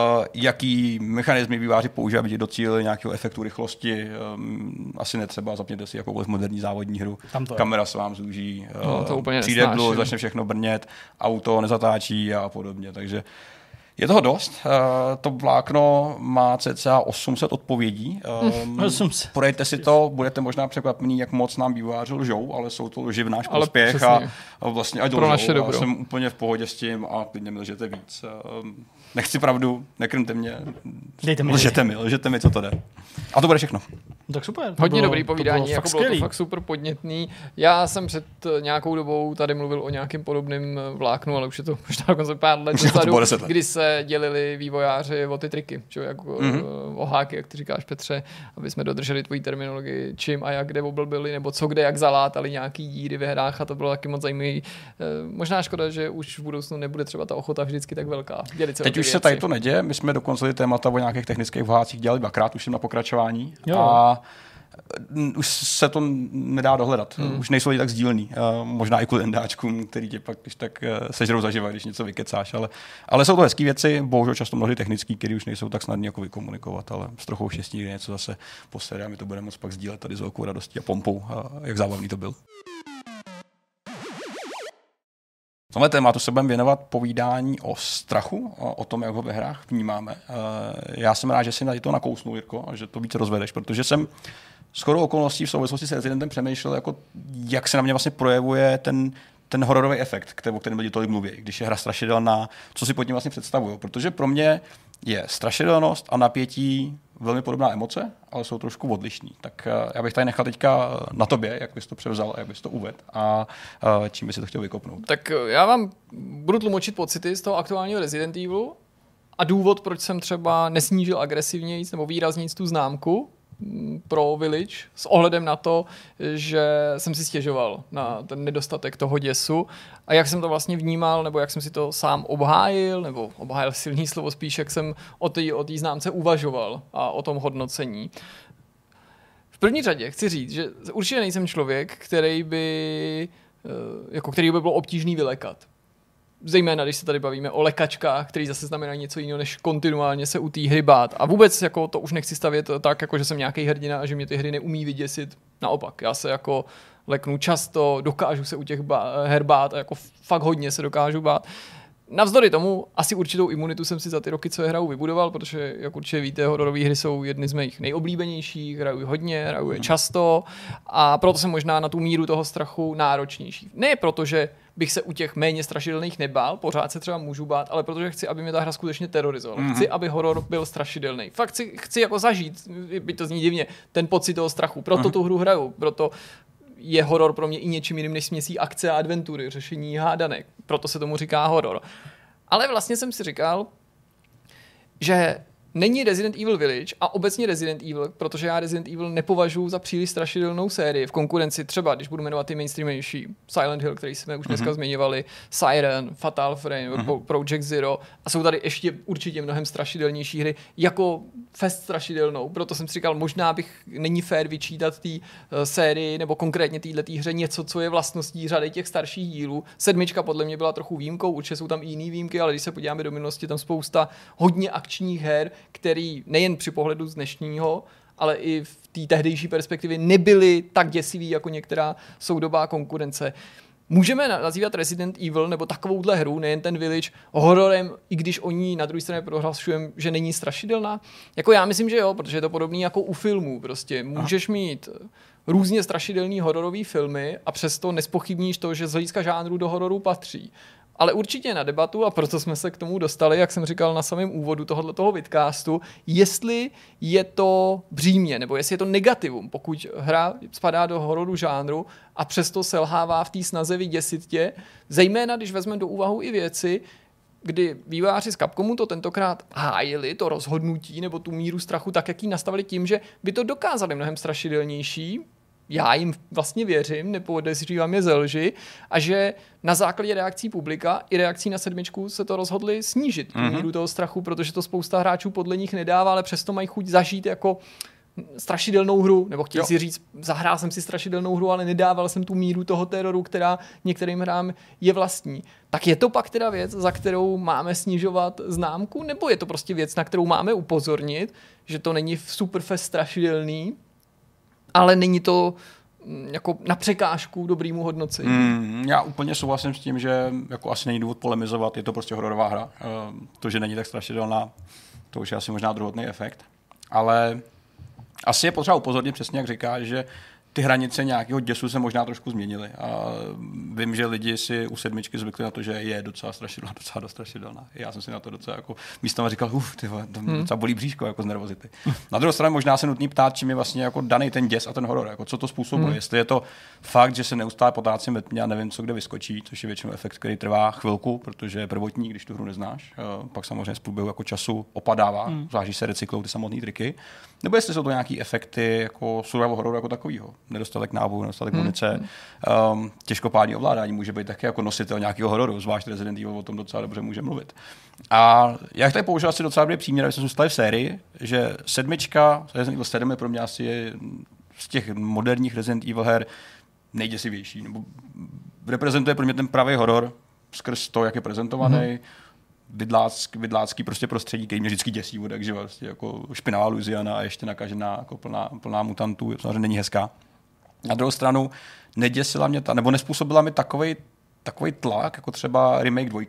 jaký mechanismy výváři používají, aby docílili nějakého efektu rychlosti. Asi netřeba, zapněte si jakoukoliv moderní závodní hru. Kamera se vám zúží, přijde dluh, začne všechno brnět, auto nezatáčí a podobně. Takže je toho dost. To vlákno má cca 800 odpovědí. Podejte si to, budete možná překvapení, jak moc nám vývojáři lžou, ale jsou to lži v náš prospěch a vlastně ať lžou. Já jsem úplně v pohodě s tím a klidně mi lžete víc. Nechci pravdu, nekrmte mě. Lžete mi, co to jde. A to bude všechno. Tak super. Hodně dobrý povídání, jako bylo to fakt super podnětný. Já jsem před nějakou dobou tady mluvil o nějakém podobném vláknu, ale už je to možná dokonce pár let dozadu, kdy se dělili vývojáři o ty triky, o háky, jak ty říkáš, Petře, aby jsme dodrželi tvoji terminologii, čím a jak kde oblbili, nebo co kde jak zalátali nějaký díry ve hrách, a to bylo taky moc zajímavý. Možná škoda, že už v budoucnu nebude třeba ta ochota vždycky tak velká. Teď už se tady to neděje, my jsme dokonce témata o nějakých technických vlácích dělali dvakrát, už jsem na pokračování. A už se to nedá dohledat. Už nejsou lidi tak sdílný. Možná i kvůli endáčkům, který tě pak když tak sežrou zaživa, když něco vykecáš. Ale jsou to hezký věci, bohužel často mnohdy technický, které už nejsou tak snadný jako vykomunikovat, ale s trochou štěstí něco zase posede a my to budeme moc pak sdílet tady s velkou radostí a pompou, jak zábavný to byl. V tomhle tématu se budeme věnovat povídání o strachu, o tom, jak ho ve hrách vnímáme. Já jsem rád, že jsi na to nakousnul, Jirko, a že to víc rozvedeš, protože jsem shodou okolností v souvislosti s Residentem přemýšlel, jako, jak se na mě vlastně projevuje ten hororový efekt, o kterém lidi tolik mluví, když je hra strašidelná, co si pod tím vlastně představují. Protože pro mě je strašidelnost a napětí velmi podobná emoce, ale jsou trošku odlišní. Tak já bych tady nechal teďka na tobě, jak bys to převzal a jak bys to uvedl a čím bys si to chtěl vykopnout. Tak já vám budu tlumočit pocity z toho aktuálního Resident Evilu a důvod, proč jsem třeba nesnížil agresivnějc nebo výraznějc tu známku pro Village s ohledem na to, že jsem si stěžoval na ten nedostatek toho děsu a jak jsem to vlastně vnímal, nebo jak jsem si to sám obhájil, nebo obhájil silný slovo spíš, jak jsem o té známce uvažoval a o tom hodnocení. V první řadě chci říct, že určitě nejsem člověk, který by bylo obtížný vylekat. Zejména, když se tady bavíme o lekačkách, který zase znamená něco jiného, než kontinuálně se u té hry bát. A vůbec jako to už nechci stavět tak, jako že jsem nějaký hrdina a že mě ty hry neumí vyděsit. Naopak, já se jako leknu často, dokážu se u těch her bát a jako fakt hodně se dokážu bát. Navzdory tomu asi určitou imunitu jsem si za ty roky, co je hraju, vybudoval, protože, jak určitě víte, hororové hry jsou jedny z mých nejoblíbenějších, hraju hodně, hraju často a proto jsem možná na tu míru toho strachu náročnější. Ne proto, že bych se u těch méně strašidelných nebál, pořád se třeba můžu bát, ale protože chci, aby mě ta hra skutečně terorizovala. Chci, aby horor byl strašidelný. Fakt chci jako zažít, by to zní divně, ten pocit toho strachu. Proto tu hru hraju, proto je horor pro mě i něčím jiným než směsí akce a adventury, řešení hádanek. Proto se tomu říká horor. Ale vlastně jsem si říkal, že není Resident Evil Village a obecně Resident Evil, protože já Resident Evil nepovažuji za příliš strašidelnou sérii v konkurenci třeba, když budu jmenovat ty mainstreamější, Silent Hill, který jsme už dneska zmiňovali, Siren, Fatal Frame, Project Zero a jsou tady ještě určitě mnohem strašidelnější hry jako fest strašidelnou, proto jsem si říkal, možná není fér vyčítat té sérii nebo konkrétně této hře něco, co je vlastností řady těch starších dílů. 7 podle mě byla trochu výjimkou, určitě jsou tam i jiný výjimky, ale když se podíváme do minulosti, tam spousta hodně akčních her, který nejen při pohledu z dnešního, ale i v té tehdejší perspektivě nebyly tak děsivý jako některá soudobá konkurence. Můžeme nazývat Resident Evil nebo takovouhle hru, nejen ten Village, hororem, i když o ní na druhé straně prohlašujeme, že není strašidelná? Jako já myslím, že jo, protože je to podobný jako u filmů. Prostě můžeš mít různě strašidelný hororový filmy a přesto nespochybníš to, že z hlediska žánru do hororu patří. Ale určitě na debatu, a proto jsme se k tomu dostali, jak jsem říkal na samém úvodu tohoto vidcastu, jestli je to břímě, nebo jestli je to negativum, pokud hra spadá do hororu žánru a přesto selhává v té snaze vyděsit tě, zejména když vezmeme do úvahu i věci, kdy vývojáři z Capcomu to tentokrát hájili, to rozhodnutí nebo tu míru strachu tak, jak ji nastavili tím, že by to dokázali mnohem strašidelnější. Já jim vlastně věřím, nepodezřívám je ze lži, a že na základě reakcí publika i reakcí na 7 se to rozhodli snížit tu míru toho strachu, protože to spousta hráčů podle nich nedává, ale přesto mají chuť zažít jako strašidelnou hru, nebo chtěl si říct, zahrál jsem si strašidelnou hru, ale nedával jsem tu míru toho teroru, která některým hrám je vlastní. Tak je to pak teda věc, za kterou máme snižovat známku, nebo je to prostě věc, na kterou máme upozornit, že to není superfest strašidelný, ale není to jako na překážku dobrýmu hodnocení. Já úplně souhlasím s tím, že jako asi není důvod polemizovat, je to prostě hororová hra. To, že není tak strašidelná, to už je asi možná druhotný efekt. Ale asi je potřeba upozornit přesně, jak říkáš, že ty hranice nějakého děsu se možná trošku změnily. A vím, že lidi si u 7 zvykli na to, že je docela strašidelná. Já jsem si na to docela jako místama říkal, ty vole, to docela bolí bříško jako z nervozity. Na druhou stranu možná se nutný ptát, čím je vlastně jako daný ten děs a ten horor, jako co to způsobuje. Jestli je to fakt, že se neustále potácím ve tmě a nevím, co kde vyskočí, což je většinou efekt, který trvá chvilku, protože je prvotní, když tu hru neznáš. Pak samozřejmě z průběhu jako času opadává, zvlášť se recyklou ty samotné triky. Nebo jestli jsou to nějaký efekty jako survival hororu jako takového. Nedostatek nábojů, nedostatek munice, těžkopádní ovládání může být taky jako nositel nějakého hororu, zvlášť Resident Evil o tom docela dobře může mluvit. A já tady použil asi docela dobrý příměr, aby jsme zůstali v sérii, že 7, Resident Evil 7 je pro mě asi z těch moderních Resident Evil her nejděsivější, nebo reprezentuje pro mě ten pravý horor skrz to, jak je prezentovaný, vidlácký prostě prostředí, který mě vždycky děsí, takže vlastně jako špinavá Louisiana a ještě nakažená, jako plná mutantů, samozřejmě není hezká. Na druhou stranu neděsila mě nebo nespůsobila mi takovej tlak, jako třeba remake 2.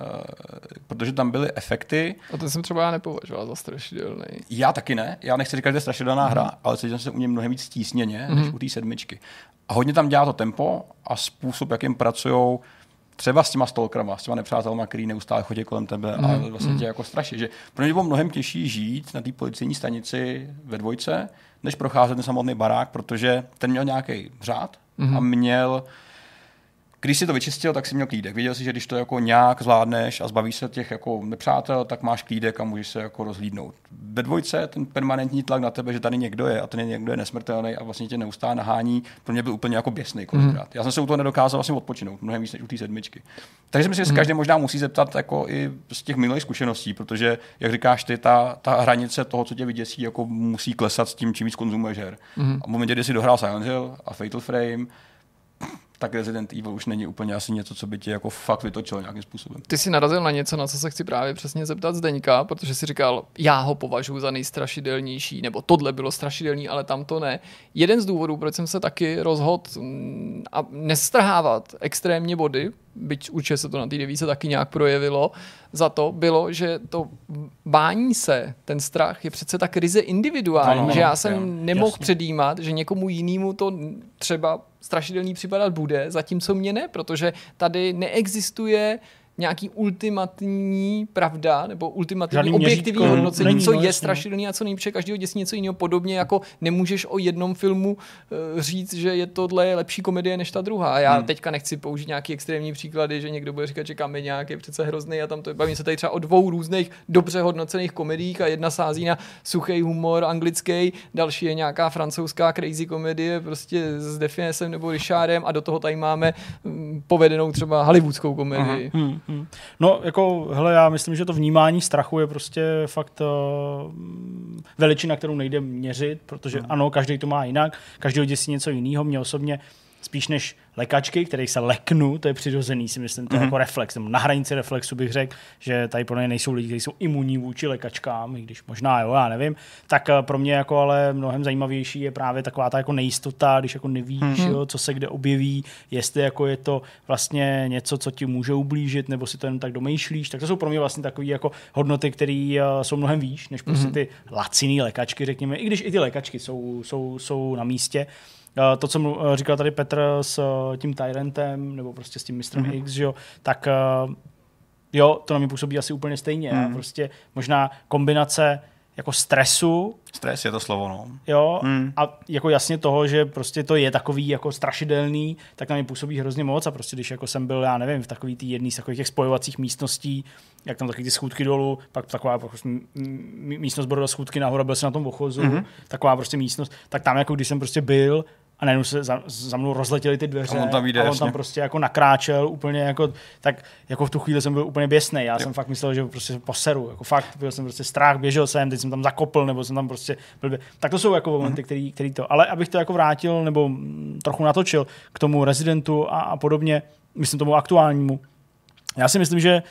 Protože tam byly efekty. A ten jsem třeba já nepovažoval za strašidelný. Já taky ne. Já nechci říkat, že je strašidelná hra, ale cítil jsem se u něj mnohem víc stísněně, než u té 7. A hodně tam dělá to tempo a způsob, jakým pracujou třeba s těma stalkerama, s těma nepřátelma, který neustále chodí kolem tebe a vlastně tě jako straší. Že pro mě bylo mnohem těžší žít na té policejní stanici ve 2, než procházet ten samotný barák, protože ten měl nějaký řád a měl, když si to vyčistil, tak si měl klídek. Viděl si, že když to jako nějak zvládneš a zbavíš se těch jako nepřátel, tak máš klídek a můžeš se jako rozhlídnout. Ve 2 ten permanentní tlak na tebe, že tady někdo je a ten někdo je nesmrtelný a vlastně tě neustále nahání, pro mě byl úplně jako běsný kolikrát. Já jsem se u toho nedokázal vlastně odpočinout, mnohem víc než u té 7. Takže si myslím, že se každý možná musí zeptat jako i z těch minulých zkušeností, protože jak říkáš ty, ta hranice toho, co tě vyděsí, jako musí klesat s tím, čím víc konzumuješ her. A v momentě, kdy jsi dohrál Silent Hill a Fatal Frame, tak Resident Evil už není úplně asi něco, co by tě jako fakt vytočilo nějakým způsobem. Ty jsi narazil na něco, na co se chci právě přesně zeptat Zdeňka, protože si říkal, já ho považuji za nejstrašidelnější, nebo tohle bylo strašidelný, ale tam to ne. Jeden z důvodů, proč jsem se taky rozhodl a nestrhávat extrémně body, byť určitě se to na té 9 taky nějak projevilo, za to bylo, že to bání se, ten strach je přece tak ryze individuální, že já jsem nemohl předjímat, že někomu jinému to třeba strašidelný připadat bude, zatímco mě ne, protože tady neexistuje nějaký ultimatní pravda nebo ultimativní objektivní hodnocení, co je strašidelný a co není, protože každého děsí něco jiného. Podobně jako nemůžeš o jednom filmu říct, že je tohle lepší komedie než ta druhá. Já teďka nechci použít nějaký extrémní příklady, že někdo bude říkat, že Kameňák je přece hrozný a tam to bavím se tady třeba o 2 různých dobře hodnocených komediích a jedna sází na suchý humor anglický, další je nějaká francouzská crazy komedie prostě s Definesem nebo Richardem a do toho tady máme povedenou třeba hollywoodskou komedii. No, jako, hele, já myslím, že to vnímání strachu je prostě fakt veličina, kterou nejde měřit, protože ano, každý to má jinak, každý děsí něco jiného. Mě osobně spíš než lékačky, kterých se leknu, to je přirozený, si myslím, to je jako reflex. Na hranici reflexu bych řekl, že tady pro ně nejsou lidi, kteří jsou imunní vůči lékačkám, i když možná jo, já nevím. Tak pro mě jako ale mnohem zajímavější je právě taková ta jako nejistota, když jako nevíš, jo, co se kde objeví, jestli jako je to vlastně něco, co ti může ublížit, nebo si to jen tak domýšlíš. Tak to jsou pro mě vlastně takové jako hodnoty, které jsou mnohem výš, než prostě ty laciný lékačky, řekněme, i když i ty lékačky jsou na místě. To, co mu říkal tady Petr s tím Tyrantem, nebo prostě s tím Mistrem X, jo, tak jo, to na mě působí asi úplně stejně. A prostě možná kombinace jako stresu. Stres je to slovo, no. Jo, a jako jasně toho, že prostě to je takový jako strašidelný, tak na mě působí hrozně moc a prostě když jako jsem byl, já nevím, v takový tý jedný z takových těch spojovacích místností, jak tam taky ty schůdky dolů, pak taková místnost bylo schůdky nahoru, byl jsem na tom ochozu, taková prostě místnost, tak tam jako když jsem prostě byl a najednou se za mnou rozletěly ty dveře a on tam prostě jako nakráčel úplně jako, tak jako v tu chvíli jsem byl úplně běsnej. Já jsem fakt myslel, že prostě poseru, jako fakt, byl jsem prostě strach, běžel jsem, teď jsem tam zakopl, nebo jsem tam prostě byl. Tak to jsou jako momenty, který to, ale abych to jako vrátil nebo trochu natočil k tomu Residentu a podobně, myslím tomu aktuálnímu. Já si myslím, že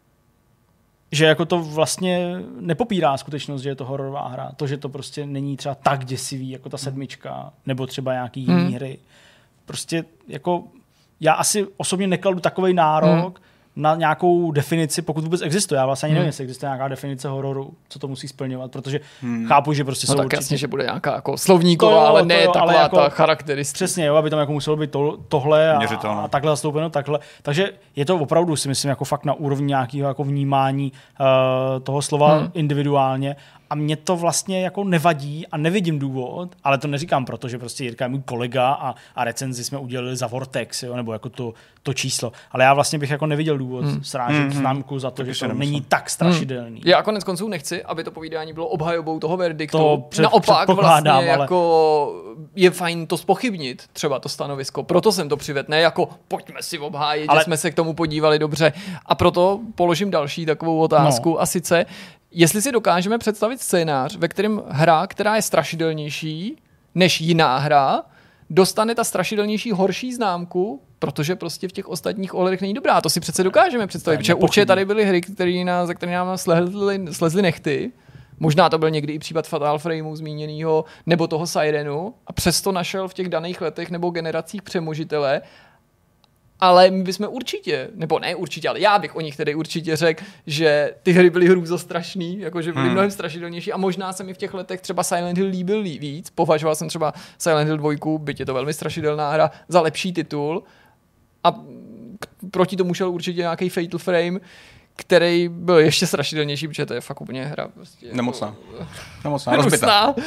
jako to vlastně nepopírá skutečnost, že je to hororová hra. To, že to prostě není třeba tak děsivý, jako ta 7, nebo třeba nějaký jiný hry. Prostě jako já asi osobně nekladu takovej nárok na nějakou definici, pokud vůbec existuje. Já vlastně ani nevím, jestli existuje nějaká definice hororu, co to musí splňovat, protože chápu, že prostě jsou tak určitě... jasně, že bude nějaká jako slovníková, ale ne taková jako, ta charakteristika. Přesně, jo, aby tam jako muselo být tohle a takhle zastoupeno, takhle. Takže je to opravdu, si myslím, jako fakt na úrovni nějakého jako vnímání toho slova individuálně. A mě to vlastně jako nevadí a nevidím důvod, ale to neříkám proto, že prostě Jirka je můj kolega a recenzi jsme udělali za Vortex, jo, nebo jako to číslo. Ale já vlastně bych jako neviděl důvod srážet známku za to, že to není tak strašidelný. Já konec konců nechci, aby to povídání bylo obhajobou toho verdiktu. Naopak vlastně ale... jako je fajn to zpochybnit, třeba to stanovisko. Proto jsem to přivedl, ne jako pojďme si obhájit, že jsme se k tomu podívali dobře. A proto položím další takovou otázku a sice jestli si dokážeme představit scénář, ve kterém hra, která je strašidelnější než jiná hra, dostane ta strašidelnější horší známku, protože prostě v těch ostatních ohledech není dobrá. To si přece dokážeme představit, protože určitě tady byly hry, za které nám slezly nechty. Možná to byl někdy i případ Fatal Frameu zmíněnýho, nebo toho Sirenu, a přesto našel v těch daných letech nebo generacích přemožitele. Ale my bychom určitě, nebo ne určitě, ale já bych o nich tedy určitě řekl, že ty hry byly hrůzostrašný, jakože byly mnohem strašidelnější a možná se mi v těch letech třeba Silent Hill líbil víc. Považoval jsem třeba Silent Hill 2, byť je to velmi strašidelná hra, za lepší titul a proti tomu šel určitě nějaký Fatal Frame, který byl ještě strašidelnější, protože to je fakt úplně hra. Prostě Nemocná, rozbitá.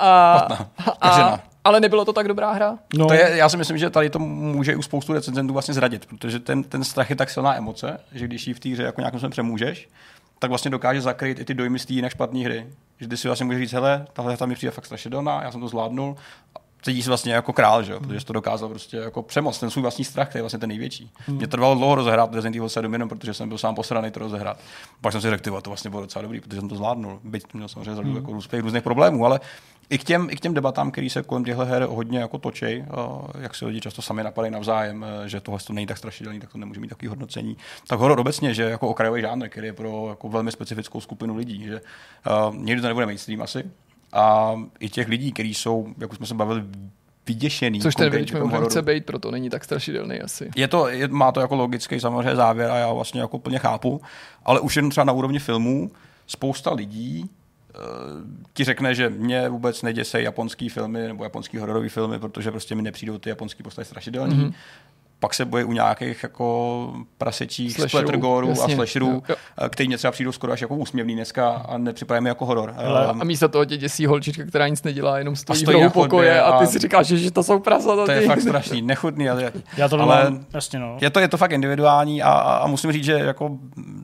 Ale nebylo to tak dobrá hra? No. Já si myslím, že tady to může u spoustu recenzentů vlastně zradit, protože ten strach je tak silná emoce, že když ji v té hře jako nějakým způsobem přemůžeš, tak vlastně dokáže zakrýt i ty dojmy z té jinak špatné hry. Že ty si vlastně můžeš říct, hele, tahle hra mi přijde fakt strašidelná, já jsem to zvládnul. Cítíš se vlastně jako král, že? Protože jsi to dokázal prostě jako přemoct, ten svůj vlastní strach, který je vlastně ten největší. Mě trvalo dlouho rozehrát Resident Evil 7 jenom, protože jsem byl sám posraný to rozehrát. Pak jsem si řekl, to vlastně bylo docela dobrý, protože jsem to zvládnul. Byť měl samozřejmě řadu jako různých problémů, ale i k těm debatám, které se kolem těchto her hodně jako točí, jak se lidi často sami napadají navzájem, že tohle to není tak strašidelný, tak to nemůže mít takový hodnocení. Tak horor obecně, že jako okrajový žánr, který je pro jako velmi specifickou skupinu lidí, že někdy to nebude mainstream asi. A i těch lidí, kteří jsou, jak už jsme se bavili, vyděšený. Což ten Village mimochodem chce být, proto není tak strašidelný asi. Má to jako logický samozřejmě závěr a já vlastně jako plně chápu, ale už jen třeba na úrovni filmů spousta lidí ti řekne, že mě vůbec neděsej japonský filmy nebo japonský hororový filmy, protože prostě mi nepřijdou ty japonský postavy strašidelný. Pak se bojí u nějakých jako prasečích splattergorů a slasherů, který mě třeba přijdou skoro až jako úsměvný dneska a nepřipadá mi jako horor. A místo toho tě děsí holčička, která nic nedělá, jenom stojí v rohu pokoje a ty si říkáš, že to jsou prasata. To je fakt strašný, nechutný, ale jasně, no. Je to fakt individuální a musím říct, že jako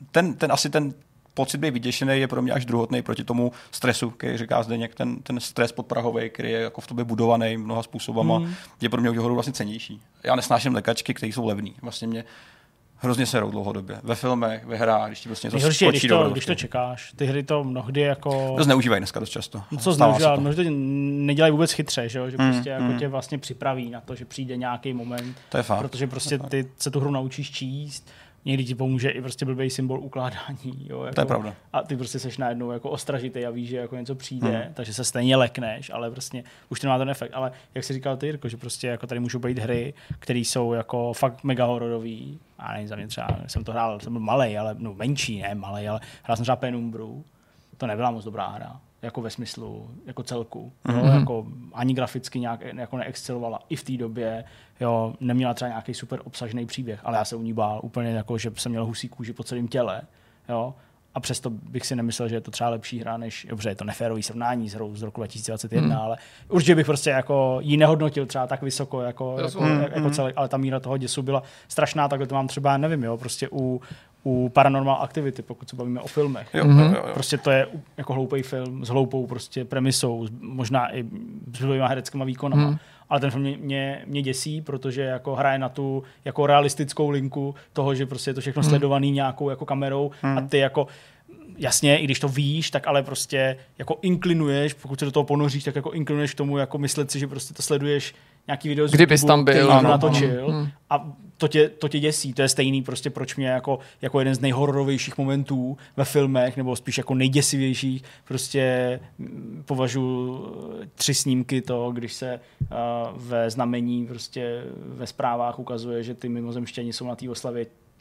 ten pocit být vyděšený je pro mě až druhotný proti tomu stresu, který říká Zdeněk, ten stres podprahový, který je jako v tobě budovaný mnoha způsobama, je pro mě u hororu vlastně cennější. Já nesnáším lékačky, které jsou levný. Vlastně mě hrozně serou dlouhodobě. Ve filmech, ve hrách, když ti vlastně něco skočí do když to čekáš. Ty hry to mnohdy jako... To zneužívají dneska dost často. Co zneužívají? Mnohdy to nedělají vůbec chytře, že prostě jako tě vlastně připraví na to, že přijde nějaký moment. To je fakt. Protože prostě ty se tu hru naučíš číst. Někdy ti pomůže i prostě blbý symbol ukládání. Jo, jako, to je pravda. A ty prostě seš najednou jako ostražitý a víš, že jako něco přijde, takže se stejně lekneš, ale prostě už to má ten efekt. Ale jak jsi říkal ty, Jirko, že prostě jako tady můžou být hry, které jsou jako fakt mega hororový. A ne, za mě třeba, jsem to hrál, jsem byl malej, ale no menší, ne malej, ale hrál jsem třeba Penumbru. To nebyla moc dobrá hra. Jako ve smyslu, jako celku. Jo, jako ani graficky nějak jako neexcelovala. I v té době jo, neměla třeba nějaký super obsažný příběh, ale já se u ní bál úplně jako, že jsem měl husí kůži po celém těle. Jo. A přesto bych si nemyslel, že je to třeba lepší hra, než, dobře, je to neférový srovnání s hrou z roku 2021, ale určitě bych prostě jako ji nehodnotil třeba tak vysoko, jako celý, ale ta míra toho děsu byla strašná, takhle to mám třeba, nevím, jo, prostě u Paranormal Activity, pokud se bavíme o filmech. Jo. Prostě to je jako hloupý film s hloupou prostě premisou, možná i s blbýma hereckýma výkonama. Ale ten film mě děsí, protože jako hraje na tu jako realistickou linku toho, že prostě je to všechno sledovaný nějakou jako kamerou a ty jako jasně, i když to víš, tak ale prostě jako inklinuješ, pokud se do toho ponoříš, tak jako inklinuješ k tomu jako myslet si, že prostě to sleduješ nějaký video z YouTube, tam byl, který natočil a to tě děsí. To je stejný prostě proč mě jako jeden z nejhororovějších momentů ve filmech, nebo spíš jako nejděsivějších, prostě považuji 3 snímky to, když se ve znamení prostě ve zprávách ukazuje, že ty mimozemšťani jsou na té oslavě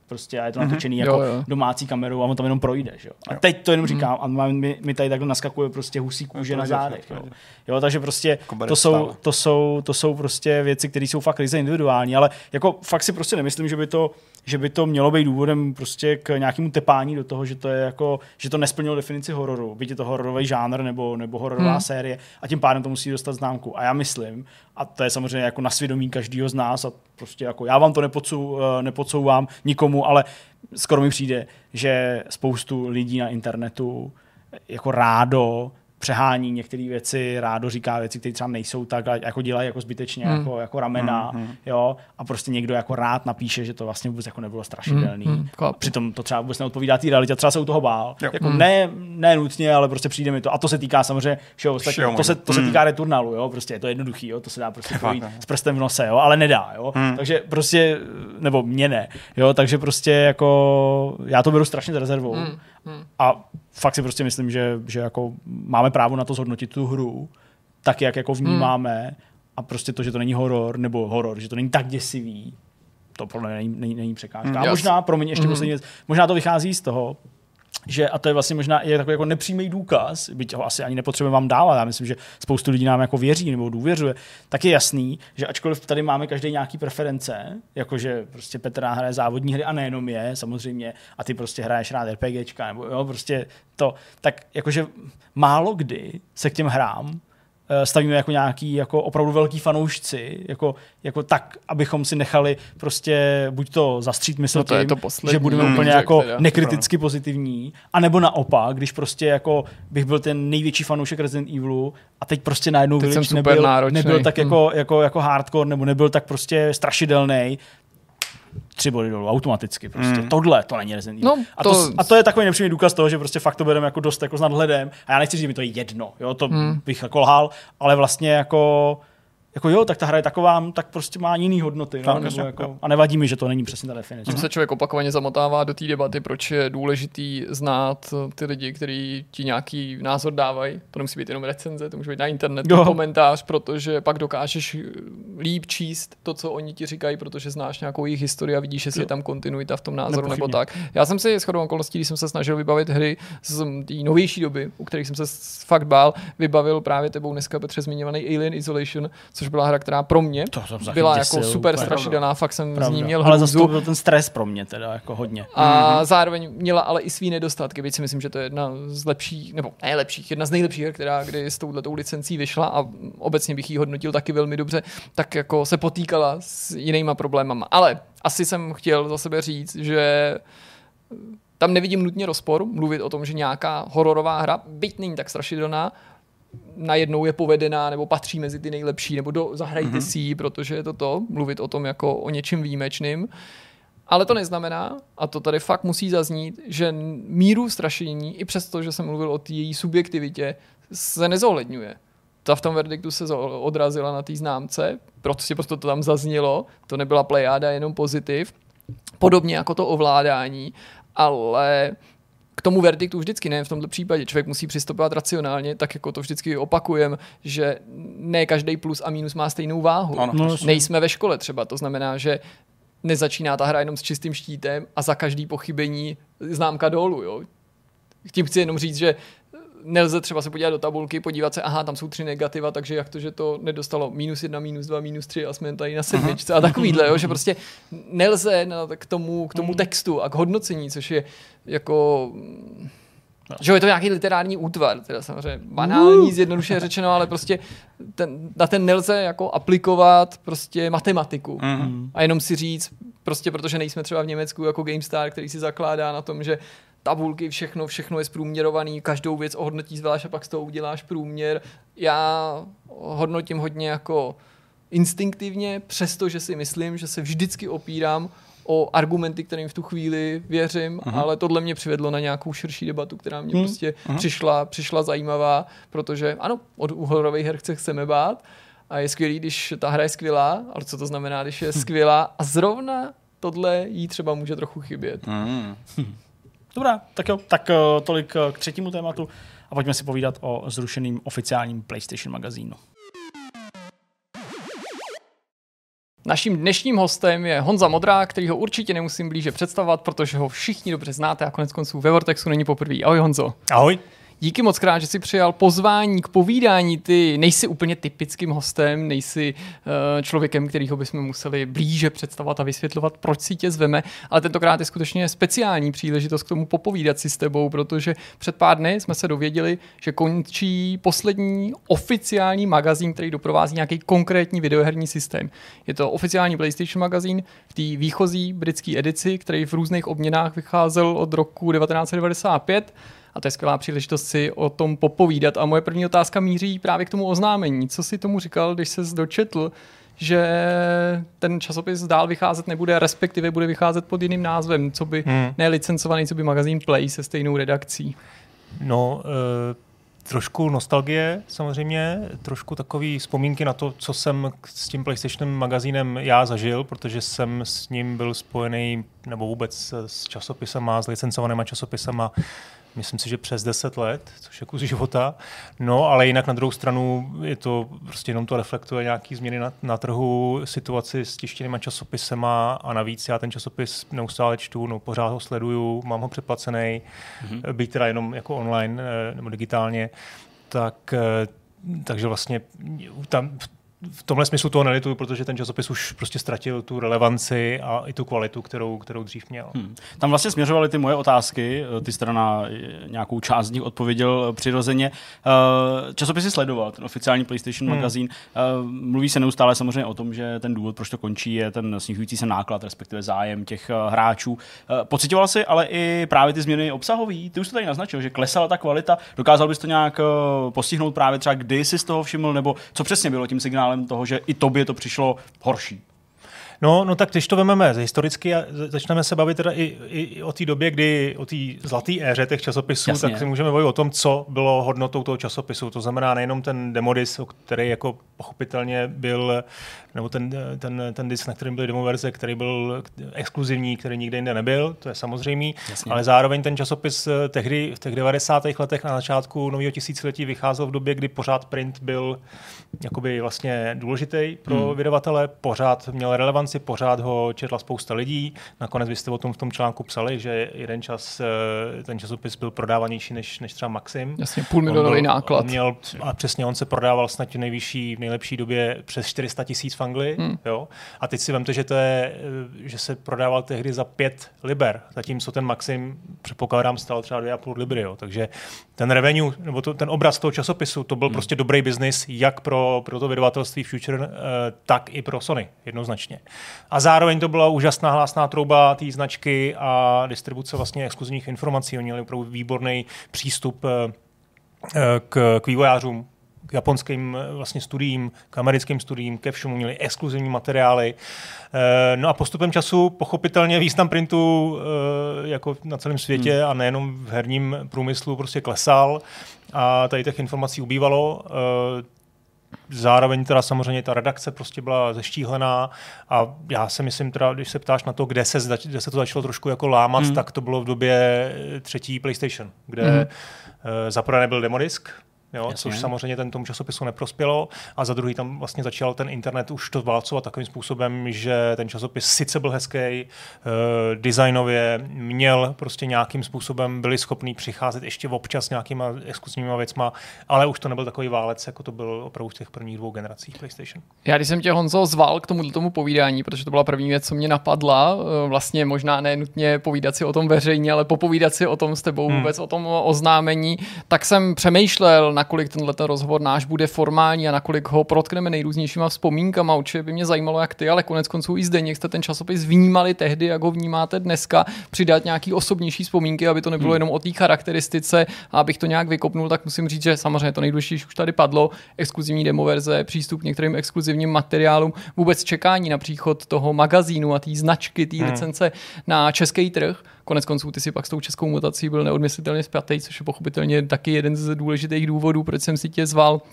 prostě a je to natočený jako domácí kamerou a on tam jenom projde, jo. A teď to jenom říkám a mi tady takhle naskakuje prostě husí kůže na zádech, jo. Takže prostě to jsou prostě věci, které jsou fakt ryze individuální, ale jako fakt si prostě nemyslím, že by to mělo být důvodem prostě k nějakému tepání do toho, že to je jako, že to nesplnilo definici hororu, byť je to hororový žánr nebo hororová série a tím pádem to musí dostat známku. A já myslím, a to je samozřejmě jako na svědomí každého z nás a prostě jako já vám to nepodsouvám nikomu, ale skoro mi přijde, že spoustu lidí na internetu jako rádo přehání některé věci, rádo říká věci, které třeba nejsou tak, jako dělají jako zbytečně, jako ramena, jo, a prostě někdo jako rád napíše, že to vlastně vůbec jako nebylo strašidelný. A přitom to třeba vůbec neodpovídá té realitě, třeba se u toho bál. Jako ne nutně, ale prostě přijde mi to. A to se týká samozřejmě všeho ostatního. To se týká returnalu, jo, prostě je to jednoduchý, jo, to se dá prostě projít s prstem v nose, jo, ale nedá, jo. Takže prostě, nebo mě ne, jo, takže prostě jako já to beru strašně s rezervou. A fakt si prostě myslím, že jako máme právo na to zhodnotit tu hru tak, jak jako vnímáme a prostě to, že to není horor, že to není tak děsivý, to podle mě není překážka. A možná, pro mě ještě poslední věc, možná to vychází z toho, že, a to je vlastně možná i takový jako nepřímý důkaz, byť ho asi ani nepotřebujeme vám dávat, já myslím, že spoustu lidí nám jako věří nebo důvěřuje, tak je jasný, že ačkoliv tady máme každý nějaký preference, jakože prostě Petr hraje závodní hry a nejenom je, samozřejmě, a ty prostě hraješ rád RPGčka, nebo jo, prostě to, tak jakože málo kdy se k těm hrám stavíme jako nějaký jako opravdu velký fanoušci, jako tak, abychom si nechali prostě buď to zastřít mysl tím, že budeme úplně jako nekriticky pozitivní, anebo naopak, když prostě jako bych byl ten největší fanoušek Resident Evilu a teď prostě najednou Village nebyl tak jako hardcore, nebo nebyl tak prostě strašidelnej, 3 body dolů, automaticky prostě. Tohle to není Resident Evil. No, a to je takový nepřímý důkaz toho, že prostě fakt to bereme jako dost jako s nadhledem. A já nechci říct, že mi to je jedno, jo, to bych jako lhal, ale vlastně jako jo, tak ta hra je taková, tak prostě má jiný hodnoty, no, nebo jako, a nevadí mi, že to není přesně ta definice. Se člověk opakovaně zamotává do té debaty, proč je důležitý znát ty lidi, kteří ti nějaký názor dávají. To nemusí být jenom recenze, to může být na internetu komentář, protože pak dokážeš líp číst to, co oni ti říkají, protože znáš nějakou jejich historii a vidíš, jestli je tam kontinuita v tom názoru nebo tak. Já jsem si shodou okolností, když jsem se snažil vybavit hry z té novější doby, u kterých jsem se fakt bál, vybavil právě tebou dneska Petře zmiňovaný Alien Isolation, což byla hra, která pro mě byla jako super strašidelná, fakt jsem z ní měl ale zase to byl ten stres pro mě teda jako hodně. A zároveň měla ale i svý nedostatky, byť si myslím, že to je jedna z lepších, nebo ne lepších, jedna z nejlepších her, která kdy s touhletou licencí vyšla a obecně bych ji hodnotil taky velmi dobře, tak jako se potýkala s jinýma problémama. Ale asi jsem chtěl za sebe říct, že tam nevidím nutně rozpor mluvit o tom, že nějaká hororová hra, byť není tak strašidelná, najednou je povedená nebo patří mezi ty nejlepší, nebo zahrajte si ji, protože je to mluvit o tom jako o něčem výjimečným. Ale to neznamená, a to tady fakt musí zaznít, že míru strašení, i přesto, že jsem mluvil o té její subjektivitě, se nezohledňuje. Ta v tom verdiktu se odrazila na té známce, prostě to tam zaznělo, to nebyla plejáda, jenom pozitiv. Podobně jako to ovládání, ale k tomu verdiktu vždycky, ne v tomto případě, člověk musí přistupovat racionálně, tak jako to vždycky opakujem, že ne každý plus a minus má stejnou váhu. Ano, nejsme ve škole třeba, to znamená, že nezačíná ta hra jenom s čistým štítem a za každý pochybení známka dolů. Jo? Tím chci jenom říct, že nelze třeba se podívat do tabulky, podívat se, aha, tam jsou 3 negativa, takže jak to, že to nedostalo -1, -2, -3 a jsme tady na 7 a takovýhle, jo? Že prostě nelze k tomu textu a k hodnocení, což je jako... Že je to nějaký literární útvar, teda samozřejmě banální, zjednodušeně řečeno, ale prostě na ten nelze jako aplikovat prostě matematiku. A jenom si říct, prostě protože nejsme třeba v Německu jako GameStar, který si zakládá na tom, že tabulky, všechno je zprůměrovaný, každou věc ohodnotí zvlášť a pak z toho uděláš průměr. Já hodnotím hodně jako instinktivně, přestože si myslím, že se vždycky opírám o argumenty, kterým v tu chvíli věřím, ale tohle mě přivedlo na nějakou širší debatu, která mě prostě přišla zajímavá, protože ano, od hororových her chceme bát a je skvělý, když ta hra je skvělá, ale co to znamená, když je skvělá a zrovna tohle jí třeba může trochu chybět. Dobrá, tak jo, tak tolik k třetímu tématu a pojďme si povídat o zrušeným oficiálním PlayStation magazínu. Naším dnešním hostem je Honza Modrák, který ho určitě nemusím blíže představovat, protože ho všichni dobře znáte a konec konců ve Vortexu není poprvé. Ahoj Honzo. Ahoj. Díky moc krát, že jsi přijal pozvání k povídání. Ty nejsi úplně typickým hostem, nejsi člověkem, kterýho bychom museli blíže představovat a vysvětlovat, proč si tě zveme, ale tentokrát je skutečně speciální příležitost k tomu popovídat si s tebou, protože před pár dny jsme se dověděli, že končí poslední oficiální magazín, který doprovází nějaký konkrétní videoherní systém. Je to oficiální PlayStation magazín v té výchozí britské edici, který v různých obměnách vycházel od roku 1995. A to je skvělá příležitost si o tom popovídat. A moje první otázka míří právě k tomu oznámení. Co jsi tomu říkal, když ses dočetl, že ten časopis dál vycházet nebude, respektive bude vycházet pod jiným názvem, co by nelicencovaný, co by magazín Play se stejnou redakcí? No, trošku nostalgie samozřejmě, trošku takový vzpomínky na to, co jsem s tím PlayStation magazínem já zažil, protože jsem s ním byl spojený, nebo vůbec s časopisama, s licencovanýma časopisama, myslím si, že přes 10 let, což je kus života. No, ale jinak na druhou stranu je to prostě jenom to reflektuje nějaký změny na trhu, situaci s tištěnýma časopisema a navíc já ten časopis neustále čtu, no, pořád ho sleduju, mám ho předplacený, byť teda jenom jako online nebo digitálně, takže vlastně tam v tomhle smyslu toho nelituju, protože ten časopis už prostě ztratil tu relevanci a i tu kvalitu, kterou dřív měl. Tam vlastně směřovaly ty moje otázky, ty jsi na nějakou část z nich odpověděl přirozeně. Časopis sledoval, ten oficiální PlayStation magazín. Mluví se neustále samozřejmě o tom, že ten důvod, proč to končí, je ten snižující se náklad, respektive zájem těch hráčů. Pocitoval jsi ale i právě ty změny obsahový? Ty už to tady naznačil, že klesala ta kvalita. Dokázal bys to nějak postihnout právě třeba, kdy jsi z toho všiml, nebo co přesně bylo tím signálem toho, že i tobě to přišlo horší? No tak když to vememe historicky a začneme se bavit teda i o té době, kdy o té zlaté éře těch časopisů, jasně, tak si můžeme bavit o tom, co bylo hodnotou toho časopisu. To znamená nejenom ten demodisk, který jako pochopitelně byl, nebo ten disk, na kterém byly demoverze, který byl exkluzivní, který nikde jinde nebyl, to je samozřejmé, ale zároveň ten časopis tehdy v těch 90. letech na začátku nového tisíciletí vycházel v době, kdy pořád print byl jakoby vlastně důležitý pro vydavatele, pořád měl relevanci, pořád ho četla spousta lidí. Nakonec vy jste o tom v tom článku psali, že jeden čas ten časopis byl prodávanější než třeba Maxim. Jasně, $500,000 náklad. A přesně on se prodával snad v nejlepší době přes 400 000 v Anglii. Jo? A teď si vemte, že se prodával tehdy za 5 liber, zatímco ten Maxim, předpokládám, stál třeba 2,5 libry. Jo? Takže ten revenue, nebo ten obraz toho časopisu, to byl prostě dobrý biznis, jak pro to vydavatelství Future, tak i pro Sony, jednoznačně. A zároveň to byla úžasná hlásná trouba té značky a distribuce vlastně exkluzivních informací. Oni měli opravdu výborný přístup k vývojářům, k japonským vlastně studiím, k americkým studiím, ke všemu měli exkluzivní materiály. No a postupem času pochopitelně význam printu jako na celém světě a nejenom v herním průmyslu prostě klesal a tady těch informací ubývalo. Zároveň teda samozřejmě ta redakce prostě byla zeštíhlená a já si myslím teda, když se ptáš na to, kde se to začalo trošku jako lámat, tak to bylo v době třetí PlayStation, kde zaprvé nebyl demodisk, jo, což samozřejmě tomu časopisu neprospělo a za druhý tam vlastně začal ten internet už to válcovat takovým způsobem, že ten časopis sice byl hezký, designově měl prostě nějakým způsobem, byli schopní přicházet ještě občas nějakýma exkluzivníma věcma, ale už to nebyl takový válec, jako to byl opravdu v těch prvních 2 generacích PlayStation. Já když jsem tě, Honzo, zval k tomu povídání, protože to byla první věc, co mě napadla, vlastně možná ne nutně povídat si o tom veřejně, ale popovídat si o tom s tebou vůbec, o tom oznámení, tak jsem přemýšlel, nakolik tenhle rozhovor náš bude formální a nakolik ho protkneme nejrůznějšíma vzpomínkama. Určitě by mě zajímalo, jak ty, ale konec konců i Zdeněk jste ten časopis vnímali tehdy, jak ho vnímáte dneska, přidat nějaký osobnější vzpomínky, aby to nebylo jenom o té charakteristice a abych to nějak vykopnul, tak musím říct, že samozřejmě to nejdůležitější už tady padlo, exkluzivní demoverze, přístup k některým exkluzivním materiálům, vůbec čekání na příchod toho magazínu a té značky, té licence na český trh. Konec konců ty si pak s tou českou mutací byl neodmyslitelně spjatý, což je pochopitelně taky jeden z důležitých důvodů, proč jsem si tě zval.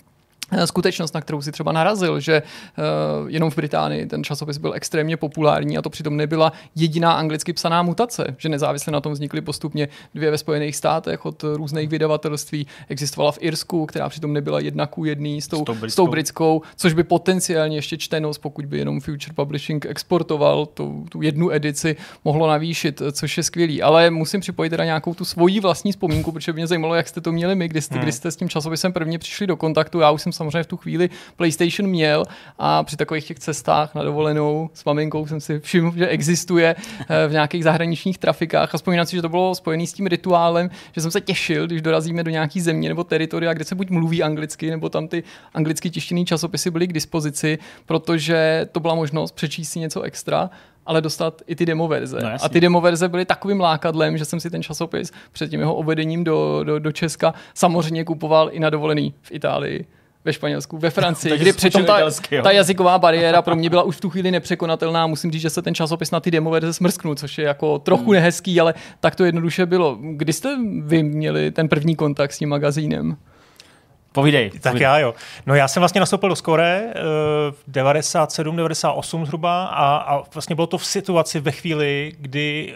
skutečnost, na kterou si třeba narazil, že jenom v Británii ten časopis byl extrémně populární a to přitom nebyla jediná anglicky psaná mutace, že nezávisle na tom vznikly postupně 2 ve Spojených státech od různých vydavatelství, existovala v Irsku, která přitom nebyla 1:1 s tou britskou, což by potenciálně ještě čtenost, pokud by jenom Future Publishing exportoval tu jednu edici, mohlo navýšit, což je skvělý. Ale musím připojit teda nějakou tu svoji vlastní vzpomínku, protože mě zajímalo, jak jste to měli my, kdy jste s tím časopisem prvně přišli do kontaktu. Já už jsem samozřejmě v tu chvíli PlayStation měl a při takových těch cestách na dovolenou s maminkou jsem si všiml, že existuje v nějakých zahraničních trafikách a vzpomínám si, že to bylo spojené s tím rituálem, že jsem se těšil, když dorazíme do nějaký země nebo teritoria, kde se buď mluví anglicky, nebo tam ty anglicky tištěné časopisy byly k dispozici, protože to byla možnost přečíst si něco extra, ale dostat i ty demoverze. No, a ty demoverze byly takovým lákadlem, že jsem si ten časopis před tím jeho uvedením do Česka samozřejmě kupoval i na dovolený v Itálii, ve Španělsku, ve Francii, kdy přitom ta jazyková bariéra pro mě byla už v tu chvíli nepřekonatelná. Musím říct, že se ten časopis na ty demoverze smrsknul, což je jako trochu nehezký, ale tak to jednoduše bylo. Kdy jste vy měli ten první kontakt s tím magazínem? Povídej. Tak já jo. No já jsem vlastně nastoupil do Score v 97, 98 zhruba a vlastně bylo to v situaci ve chvíli, kdy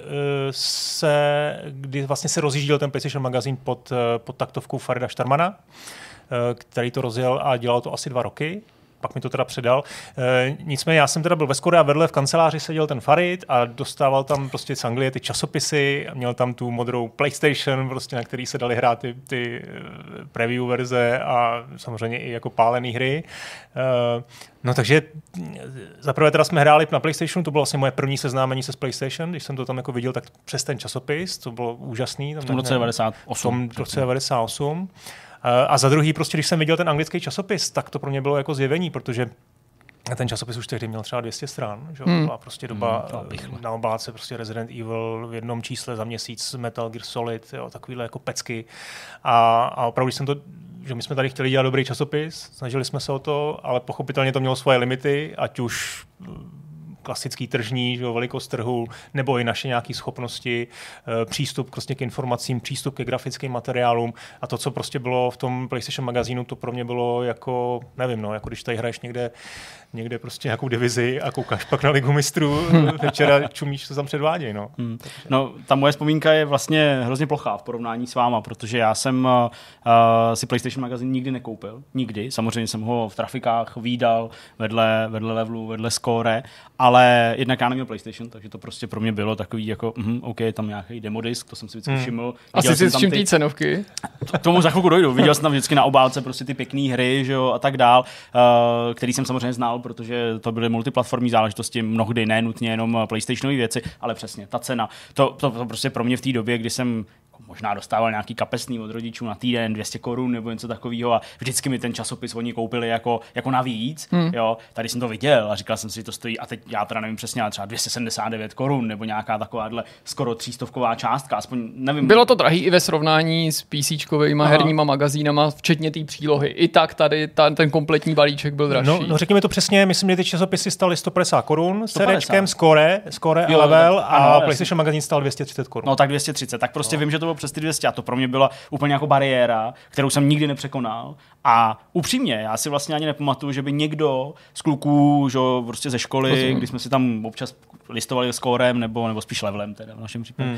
vlastně se rozjížděl ten PlayStation magazín pod taktovkou Farida Starmana, který to rozjel a dělal to asi 2 roky. Pak mi to teda předal. Nicméně já jsem teda byl ve Score a vedle v kanceláři seděl ten Farid a dostával tam prostě z Anglie ty časopisy a měl tam tu modrou PlayStation, prostě, na který se dali hrát ty preview verze a samozřejmě i jako pálený hry. No takže zaprvé teda jsme hráli na PlayStationu, to bylo vlastně moje první seznámení se s PlayStation, když jsem to tam jako viděl tak přes ten časopis, to bylo úžasný. V tom roce 98. V tom roce 98. A za druhý, prostě, když jsem viděl ten anglický časopis, tak to pro mě bylo jako zjevení, protože ten časopis už tehdy měl třeba 200 stran. Že? To byla prostě doba na obálce prostě Resident Evil v jednom čísle za měsíc, Metal Gear Solid, jo, takovýhle jako pecky. A opravdu jsem to, že my jsme tady chtěli dělat dobrý časopis, snažili jsme se o to, ale pochopitelně to mělo svoje limity, ať už klasický tržní, že jo, velikost trhu, nebo i naše nějaké schopnosti, přístup prostě k informacím, přístup ke grafickým materiálům a to, co prostě bylo v tom PlayStation magazínu, to pro mě bylo jako, nevím, no, jako když tady hraješ někde prostě nějakou divizi a koukáš pak na Ligu mistrů, večera čumíš, co tam předvádějí, no. No, ta moje vzpomínka je vlastně hrozně plochá v porovnání s váma, protože já jsem si PlayStation magazín nikdy nekoupil, nikdy, samozřejmě jsem ho v trafikách vídal vedle Levelu, vedle Score, ale jednak já neměl PlayStation, takže to prostě pro mě bylo takový jako, OK, tam nějaký demodisk, to jsem si vždycky všiml. Asi si s čím té cenovky? K tomu za chvilku dojdu. Viděl jsem tam vždycky na obálce prostě ty pěkné hry, že jo, a tak dál, který jsem samozřejmě znal, protože to byly multiplatformní záležitosti, mnohdy ne nutně jenom PlayStationové věci, ale přesně ta cena. To prostě pro mě v té době, kdy jsem možná dostával nějaký kapesný od rodičů na týden, 200 korun nebo něco takového a vždycky mi ten časopis oni koupili jako navíc. Jo. Tady jsem to viděl a říkal jsem si, že to stojí, a teď já teda nevím přesně, ale třeba 279 korun nebo nějaká takováhle skoro 300ková částka, aspoň nevím. Bylo to drahý i ve srovnání s PCčkovejma herníma magazínama, včetně té přílohy. I tak tady ten kompletní balíček byl dražší. No řekněme to přesně, myslím, že ty časopisy staly 150 korun, s CDčkem Score a Level a PlayStation magazín stal 230 korun. No tak 230, tak prostě vím, že to bylo přes ty 200 a to pro mě byla úplně jako bariéra, kterou jsem nikdy nepřekonal. A upřímně, já si vlastně ani nepamatuju, že by někdo z kluků, že prostě ze školy, kdy jsme si tam občas listovali Scorem nebo spíš Levelem teda v našem případě,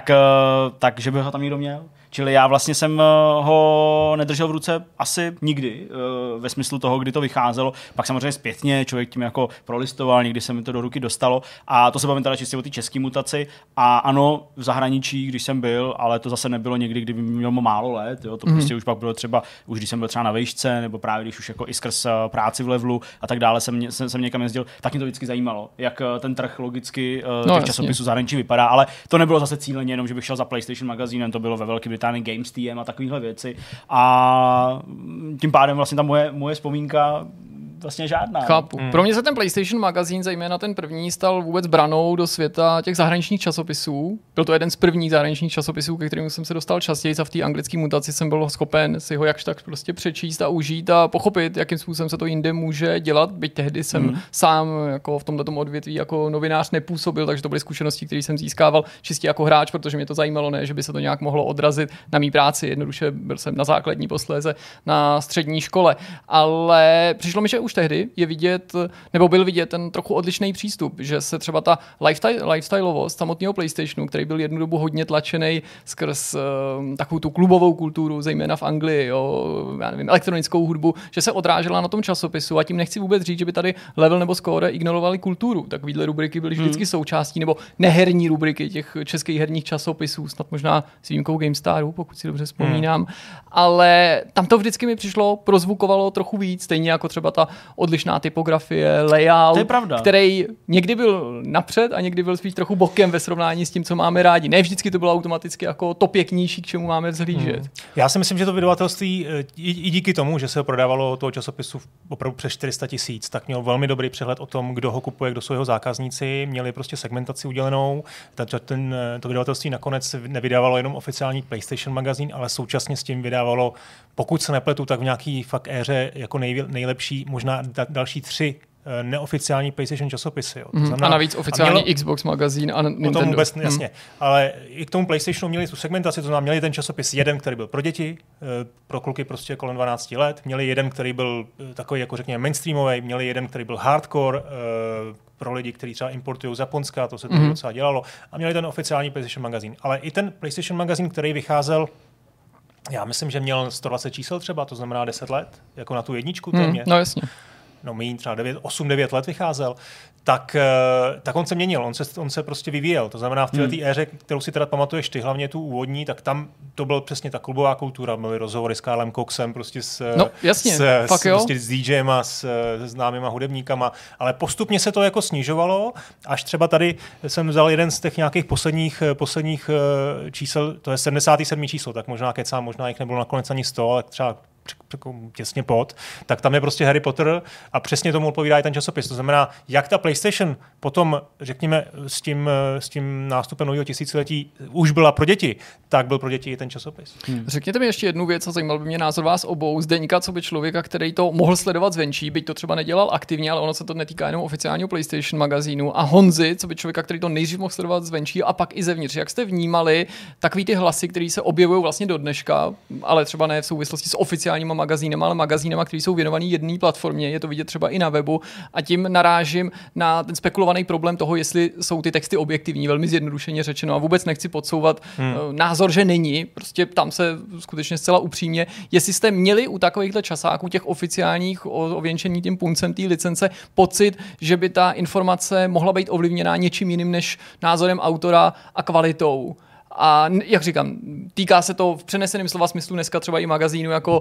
tak že by ho tam někdo měl. Čili já vlastně jsem ho nedržel v ruce asi nikdy, ve smyslu toho, kdy to vycházelo. Pak samozřejmě zpětně člověk tím jako prolistoval, někdy se mi to do ruky dostalo. A to se bavím teda čistě o té české mutaci. A ano, v zahraničí, když jsem byl, ale to zase nebylo někdy, kdyby měl málo let. Jo. To prostě už pak bylo třeba, už když jsem byl třeba na vejšce, nebo právě když už jako i skrz práci v Levelu a tak dále jsem někam jezdil, tak mě to vždycky zajímalo, jak ten trh logicky těch časopisů zahraničí vypadá. Ale to nebylo zase cíleně jenom, že bych šel za PlayStation magazínem, to bylo ve Velké Británii GameSTM a takovéhle věci. A tím pádem vlastně ta moje vzpomínka vlastně žádná. Chápu. Pro mě se ten PlayStation magazín, zejména ten první, stal vůbec branou do světa těch zahraničních časopisů. Byl to jeden z prvních zahraničních časopisů, ke kterým jsem se dostal častěji, a v té anglické mutaci jsem byl schopen si ho jakž tak prostě přečíst a užít a pochopit, jakým způsobem se to jinde může dělat. Byť tehdy jsem sám jako v tomto odvětví jako novinář nepůsobil, takže to byly zkušenosti, které jsem získával čistě jako hráč, protože mě to zajímalo, ne, že by se to nějak mohlo odrazit na mý práci. Jednoduše byl jsem na základní, posléze na střední škole. Ale přišlo mi, že už tehdy je vidět, nebo byl vidět ten trochu odlišný přístup, že se třeba ta lifestyleovost samotného PlayStationu, který byl jednu dobu hodně tlačený skrz takovou tu klubovou kulturu, zejména v Anglii, já nevím, elektronickou hudbu, že se odrážela na tom časopisu, a tím nechci vůbec říct, že by tady Level nebo Score ignorovali kulturu. Takovýhle rubriky byly vždycky součástí, nebo neherní rubriky těch českých herních časopisů, snad možná s výjimkou GameStaru, pokud si dobře vzpomínám. Ale tam to vždycky mi přišlo, prozvukovalo trochu víc, stejně jako třeba ta odlišná typografie, layout, který někdy byl napřed a někdy byl spíš trochu bokem ve srovnání s tím, co máme rádi. Ne vždycky to bylo automaticky jako to pěknější, k čemu máme vzhlížet. Já si myslím, že to vydavatelství i díky tomu, že se prodávalo toho časopisu opravdu přes 400 000, tak měl velmi dobrý přehled o tom, kdo ho kupuje, kdo jsou jeho zákazníci, měli prostě segmentaci udělenou. To vydavatelství nakonec nevydávalo jenom oficiální PlayStation magazín, ale současně s tím vydávalo, pokud se nepletu, tak v nějaký fakt éře jako nejlepší, možná další 3 neoficiální PlayStation časopisy. Jo. A navíc oficiální Xbox magazín a Nintendo. To vůbec jasně. Ale i k tomu PlayStationu měli tu segmentaci, to znamená, měli ten časopis jeden, který byl pro děti, pro kluky prostě kolem 12 let, měli jeden, který byl takový, jako řekněme, mainstreamový, měli jeden, který byl hardcore, pro lidi, kteří třeba importují z Japonska, to se tady docela dělalo, a měli ten oficiální PlayStation magazín. Ale i ten PlayStation magazín, který vycházel, já myslím, že měl 120 čísel třeba, to znamená 10 let, jako na tu jedničku téměř. No jasně. No míň, třeba 8-9 let vycházel, tak on se měnil, on se prostě vyvíjel. To znamená v této éře, kterou si teda pamatuješ ty, hlavně tu úvodní, tak tam to byl přesně ta klubová kultura, byly rozhovory s Karlem Coxem, prostě prostě s DJem a s známýma hudebníkama, ale postupně se to jako snižovalo, až třeba tady jsem vzal jeden z těch nějakých posledních čísel, to je 77. číslo, tak možná kecám, možná jich nebylo nakonec ani 100, ale třeba těsně pod, tak tam je prostě Harry Potter a přesně tomu odpovídá i ten časopis. To znamená, jak ta PlayStation potom, řekněme, s tím nástupem nového tisíciletí už byla pro děti, tak byl pro děti i ten časopis. Řekněte mi ještě jednu věc, a zajímal by mě názor vás obou. Zdeňka, co by člověka, který to mohl sledovat zvenčí, byť to třeba nedělal aktivně, ale ono se to netýká jenom oficiálního PlayStation magazínu, a Honzi, co by člověka, který to nejdřív mohl sledovat zvenčí a pak i zevnitř. Jak jste vnímali takový ty hlasy, které se objevují vlastně do dneška, ale třeba ne v souvislosti s oficiálníma magazínema, ale magazínema, které jsou věnovaný jedné platformě, je to vidět třeba i na webu, a tím narážím na ten spekulovaný problém toho, jestli jsou ty texty objektivní, velmi zjednodušeně řečeno, a vůbec nechci podsouvat názor, že není, prostě tam se skutečně zcela upřímně, jestli jste měli u takovýchhle časáků těch oficiálních ověnčení tím puncem té licence pocit, že by ta informace mohla být ovlivněná něčím jiným než názorem autora a kvalitou. A jak říkám, týká se to v přeneseném slova smyslu dneska třeba i magazínu jako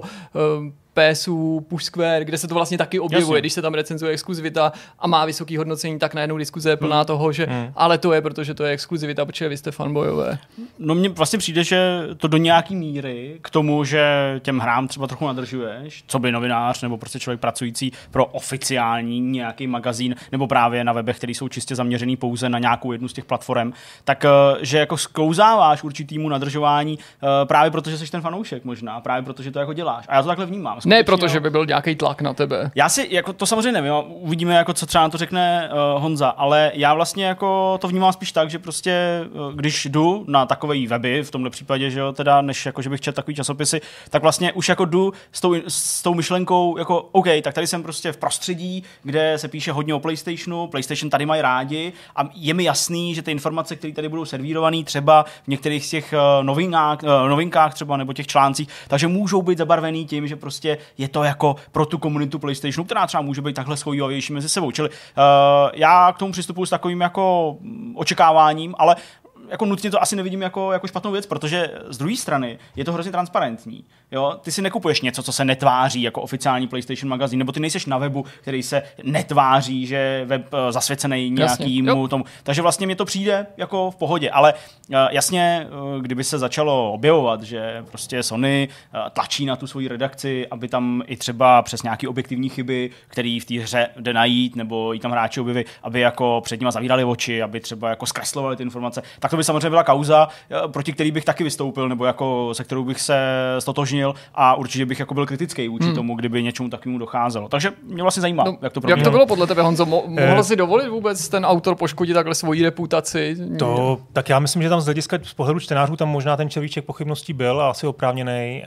PSU, Push Square, kde se to vlastně taky objevuje, když se tam recenzuje exkluzivita a má vysoký hodnocení, tak najednou diskuze je plná toho, že ale to je, protože to je exkluzivita, protože vy jste fanbojové. No mně vlastně přijde, že to do nějaký míry k tomu, že těm hrám třeba trochu nadržuješ, co by novinář nebo prostě člověk pracující pro oficiální nějaký magazín nebo právě na webech, který jsou čistě zaměřený pouze na nějakou jednu z těch platform, tak že jako sklouzáváš určitýmu nadržování právě protože jsi ten fanoušek možná, právě protože to jako děláš. A já to takhle vnímám. Ne, protože by byl nějaký tlak na tebe. Já si jako to samozřejmě nevím, uvidíme, jako co třeba na to řekne Honza, ale já vlastně jako to vnímám spíš tak, že prostě když jdu na takové weby, v tomhle případě, že jo, teda než jako že bych četl takový časopisy, tak vlastně už jako jdu s tou myšlenkou jako OK, tak tady jsem prostě v prostředí, kde se píše hodně o PlayStationu, PlayStation tady mají rádi a je mi jasný, že ty informace, které tady budou servírované třeba v některých z těch novinkách třeba nebo těch článcích, takže můžou být zabarvený tím, že prostě je to jako pro tu komunitu PlayStationu, která třeba může být takhle schovávější mezi sebou. Čili já k tomu přistupuji s takovým jako očekáváním, ale jako nutně to asi nevidím jako špatnou věc, protože z druhé strany je to hrozně transparentní. Jo? Ty si nekupuješ něco, co se netváří jako oficiální PlayStation magazín, nebo ty nejseš na webu, který se netváří, že web zasvěcený nějakému tomu. Takže vlastně mi to přijde jako v pohodě, ale jasně, kdyby se začalo objevovat, že prostě Sony tlačí na tu svoji redakci, aby tam i třeba přes nějaké objektivní chyby, který v té hře jde najít, nebo jí tam hráči objeví, aby jako před nima zavírali oči, aby třeba jako zkreslovali ty informace, tak to by samozřejmě byla kauza, proti který bych taky vystoupil, nebo jako se kterou bych se stotožnil a určitě bych jako byl kritický vůči tomu, kdyby něčemu takovému docházelo. Takže mě vlastně zajímá, jak to probíhá. Jak to bylo podle tebe, Honzo? Mohl si dovolit vůbec ten autor poškodit takhle svoji reputaci? Tak já myslím, že tam z hlediska z pohledu čtenářů tam možná ten červíček pochybností byl a asi oprávněný,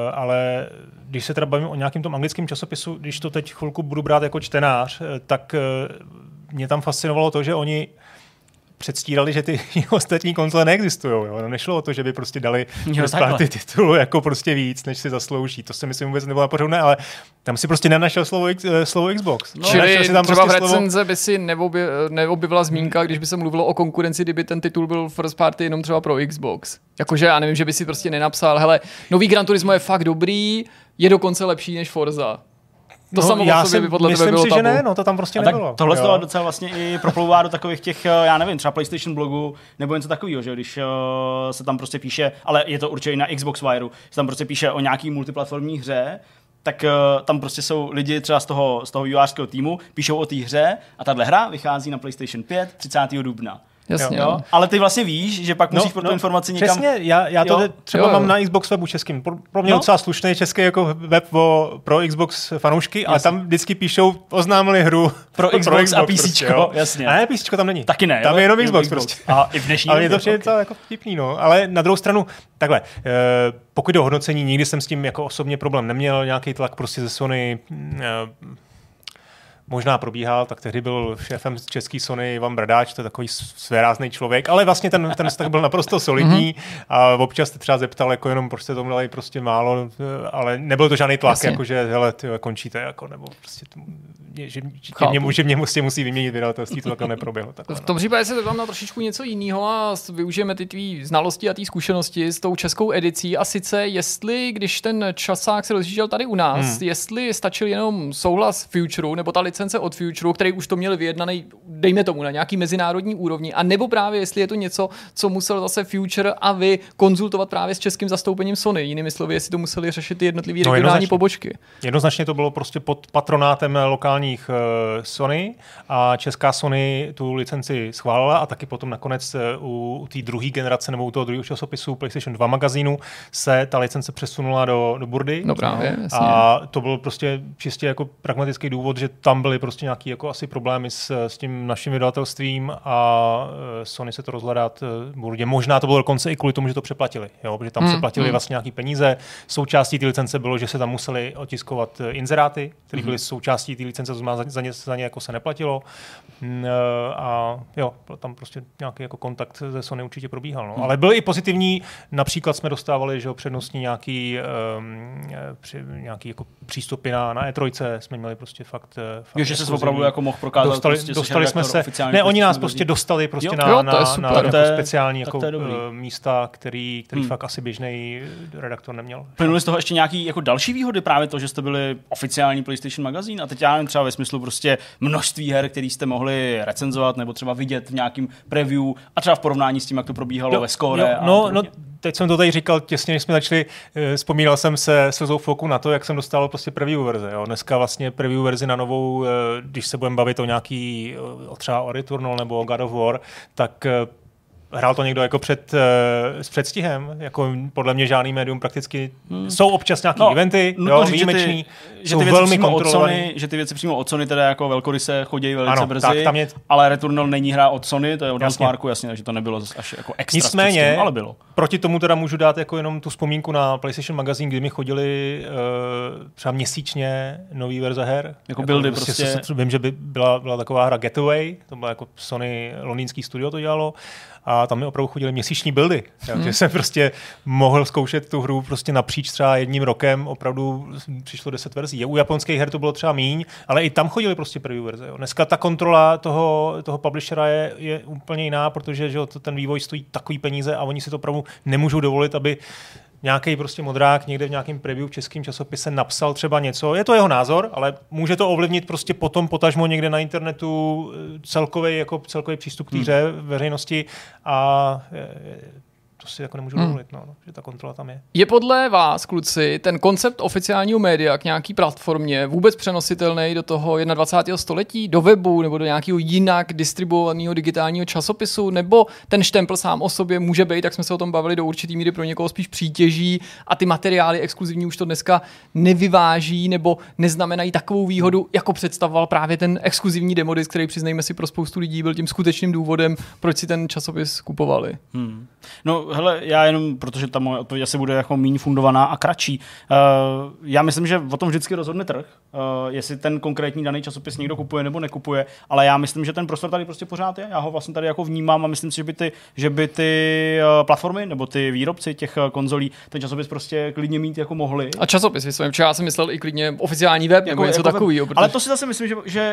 ale když se teda bavím o nějakém tom anglickém časopisu, když to teď chvilku budu brát jako čtenář, tak mě tam fascinovalo to, že oni předstírali, že ty ostatní konzole neexistují. Jo? Nešlo o to, že by prostě dali ty titulu jako prostě víc, než si zaslouží. To si myslím vůbec nebylo napořádné, ale tam si prostě nenašel slovo Xbox. No, čili si tam třeba prostě v recenze by si neobjevila zmínka, když by se mluvilo o konkurenci, kdyby ten titul byl first party jenom třeba pro Xbox. Jakože já nevím, že by si prostě nenapsal, hele, nový Gran Turismo je fakt dobrý, je dokonce lepší než Forza. To samo o sobě by podle tebe bylo tabu. Že ne, to tam prostě nebylo. Tohle to docela vlastně i proplouvá do takových těch, já nevím, třeba PlayStation blogu nebo něco takového, že když se tam prostě píše, ale je to určitě i na Xbox Wireu, se tam prostě píše o nějaký multiplatformní hře, tak tam prostě jsou lidi třeba z toho vývojářského týmu, píšou o té hře a tahle hra vychází na PlayStation 5 30. dubna. Jasně, jo. Ale ty vlastně víš, že pak musíš pro tu informaci někam... Přesně, já to třeba mám na Xbox webu českým. Pro mě docela slušný český jako web pro Xbox fanoušky, ale tam vždycky píšou, oznámili hru pro Xbox a PC, prostě, jasně. A ne, PC tam není. Taky ne. Tam je jenom Xbox prostě. A i v dnešní ale je to přijde okay. Jako vtipný, no. Ale na druhou stranu, takhle, pokud do hodnocení, nikdy jsem s tím jako osobně problém neměl, nějaký tlak prostě ze Sony... možná probíhal, tak tehdy byl šéfem český Sony Ivan Bradáč, to je takový svérázný člověk, ale vlastně ten vztah byl naprosto solidní a občas se třeba zeptal, jako jenom prostě tomu dali prostě málo, ale nebyl to žádný tlak, jako že hele, ty končíte, jako, nebo prostě že mě musí vyměnit vydavatelství, to takhle neproběhlo. V tom případě se vám na trošičku něco jiného a využijeme ty tvý znalosti a ty zkušenosti s tou českou edicí a sice jestli, když ten časák se rozjížděl tady u nás, jestli stačil jenom souhlas Futureu, nebo ta licence od Futureu, který už to měli vyjednaný, dejme tomu, na nějaký mezinárodní úrovni, a nebo právě jestli je to něco, co musel zase Future a vy konzultovat právě s českým zastoupením Sony. Jinými slovy, jestli to museli řešit ty jednotlivé regionální pobočky. Jednoznačně to bylo prostě pod patronátem lokálních Sony a česká Sony tu licenci schválila a taky potom nakonec u té druhé generace nebo u toho druhého časopisu PlayStation 2 magazínu se ta licence přesunula do Burdy. No právě, a to byl prostě čistě jako pragmatický důvod, že tam byly prostě nějaký jako asi problémy s tím naším vydavatelstvím a Sony se to rozhodla dát Burdě. Možná to bylo dokonce i kvůli tomu, že to přeplatili, jo? Protože tam se platili vlastně nějaký peníze. Součástí té licence bylo, že se tam museli otiskovat inzeráty, které byly součástí té licence, to znamená za ně jako se neplatilo. A jo, tam prostě nějaký jako kontakt ze Sony určitě probíhal. No. Ale byl i pozitivní, například jsme dostávali, že přednostní nějaký jako přístupy na E3, jsme měli prostě fakt jo, že se opravdu jako mohl prokázat. Dostali jsme se, ne, oni nás prostě dostali prostě na speciální jako místa, který fakt asi běžný redaktor neměl. Plynuly z toho ještě nějaký jako další výhody, právě to, že jste byli oficiální PlayStation magazín a teď já nevím, třeba ve smyslu prostě množství her, který jste mohli recenzovat nebo třeba vidět v nějakým preview a třeba v porovnání s tím, jak to probíhalo ve Score. No, teď jsem to tady říkal těsně, než jsme začali, vzpomínal jsem se slzou v oku na to, jak jsem dostal prostě preview verze. Jo. Dneska vlastně preview verzi na novou, když se budeme bavit o nějaký, třeba o Returnal nebo o God of War, tak hrál to někdo jako s předstihem, jako podle mě žádný médium prakticky. Jsou občas nějaký eventy, výjimeční, že ty velmi kontrolovaný. Že ty věci přímo od Sony teda jako velkoryse chodí velice brzy, ale Returnal není hra od Sony, to je od Marku, jasně, takže to nebylo až jako extra. Nicméně, ale bylo. Proti tomu teda můžu dát jako jenom tu vzpomínku na PlayStation Magazine, kdy mi chodili třeba měsíčně nový verze her. Jako buildy prostě. Vím, že by byla taková hra Getaway, to byla jako Sony londýnský studio to dělalo. a tam mi opravdu chodily měsíční buildy. Takže jsem prostě mohl zkoušet tu hru prostě napříč třeba jedním rokem, opravdu přišlo 10 verzí. U japonských her to bylo třeba míň, ale i tam chodily prostě preview verze. Jo. Dneska ta kontrola toho publishera je úplně jiná, protože že ten vývoj stojí takový peníze a oni si to opravdu nemůžou dovolit, aby nějaký prostě modrák někde v nějakém preview v českém časopise napsal třeba něco. Je to jeho názor, ale může to ovlivnit prostě potom potažmo někde na internetu celkový přístup k té hře veřejnosti a to si jako nemůžu dovolit, že ta kontrola tam je. Je podle vás, kluci, ten koncept oficiálního média k nějaký platformě vůbec přenositelný do toho 21. století, do webu nebo do nějakého jinak distribuovaného digitálního časopisu, nebo ten štempl sám o sobě může být, tak jsme se o tom bavili, do určitý míry pro někoho spíš přítěží a ty materiály exkluzivní už to dneska nevyváží nebo neznamenají takovou výhodu, jako představoval právě ten exkluzivní demodisk, který přiznejme si pro spoustu lidí byl tím skutečným důvodem, proč si ten časopis kupovali. No, hele, já jenom, protože ta moje odpověď asi bude jako méně fundovaná a kratší. Já myslím, že o tom vždycky rozhodne trh, jestli ten konkrétní daný časopis někdo kupuje nebo nekupuje, ale já myslím, že ten prostor tady prostě pořád je. Já ho vlastně tady jako vnímám a myslím si, že by ty platformy nebo ty výrobci těch konzolí ten časopis prostě klidně mít jako mohli. A časopis, já jsem myslel i klidně oficiální web nebo něco takového. Ale to si zase myslím,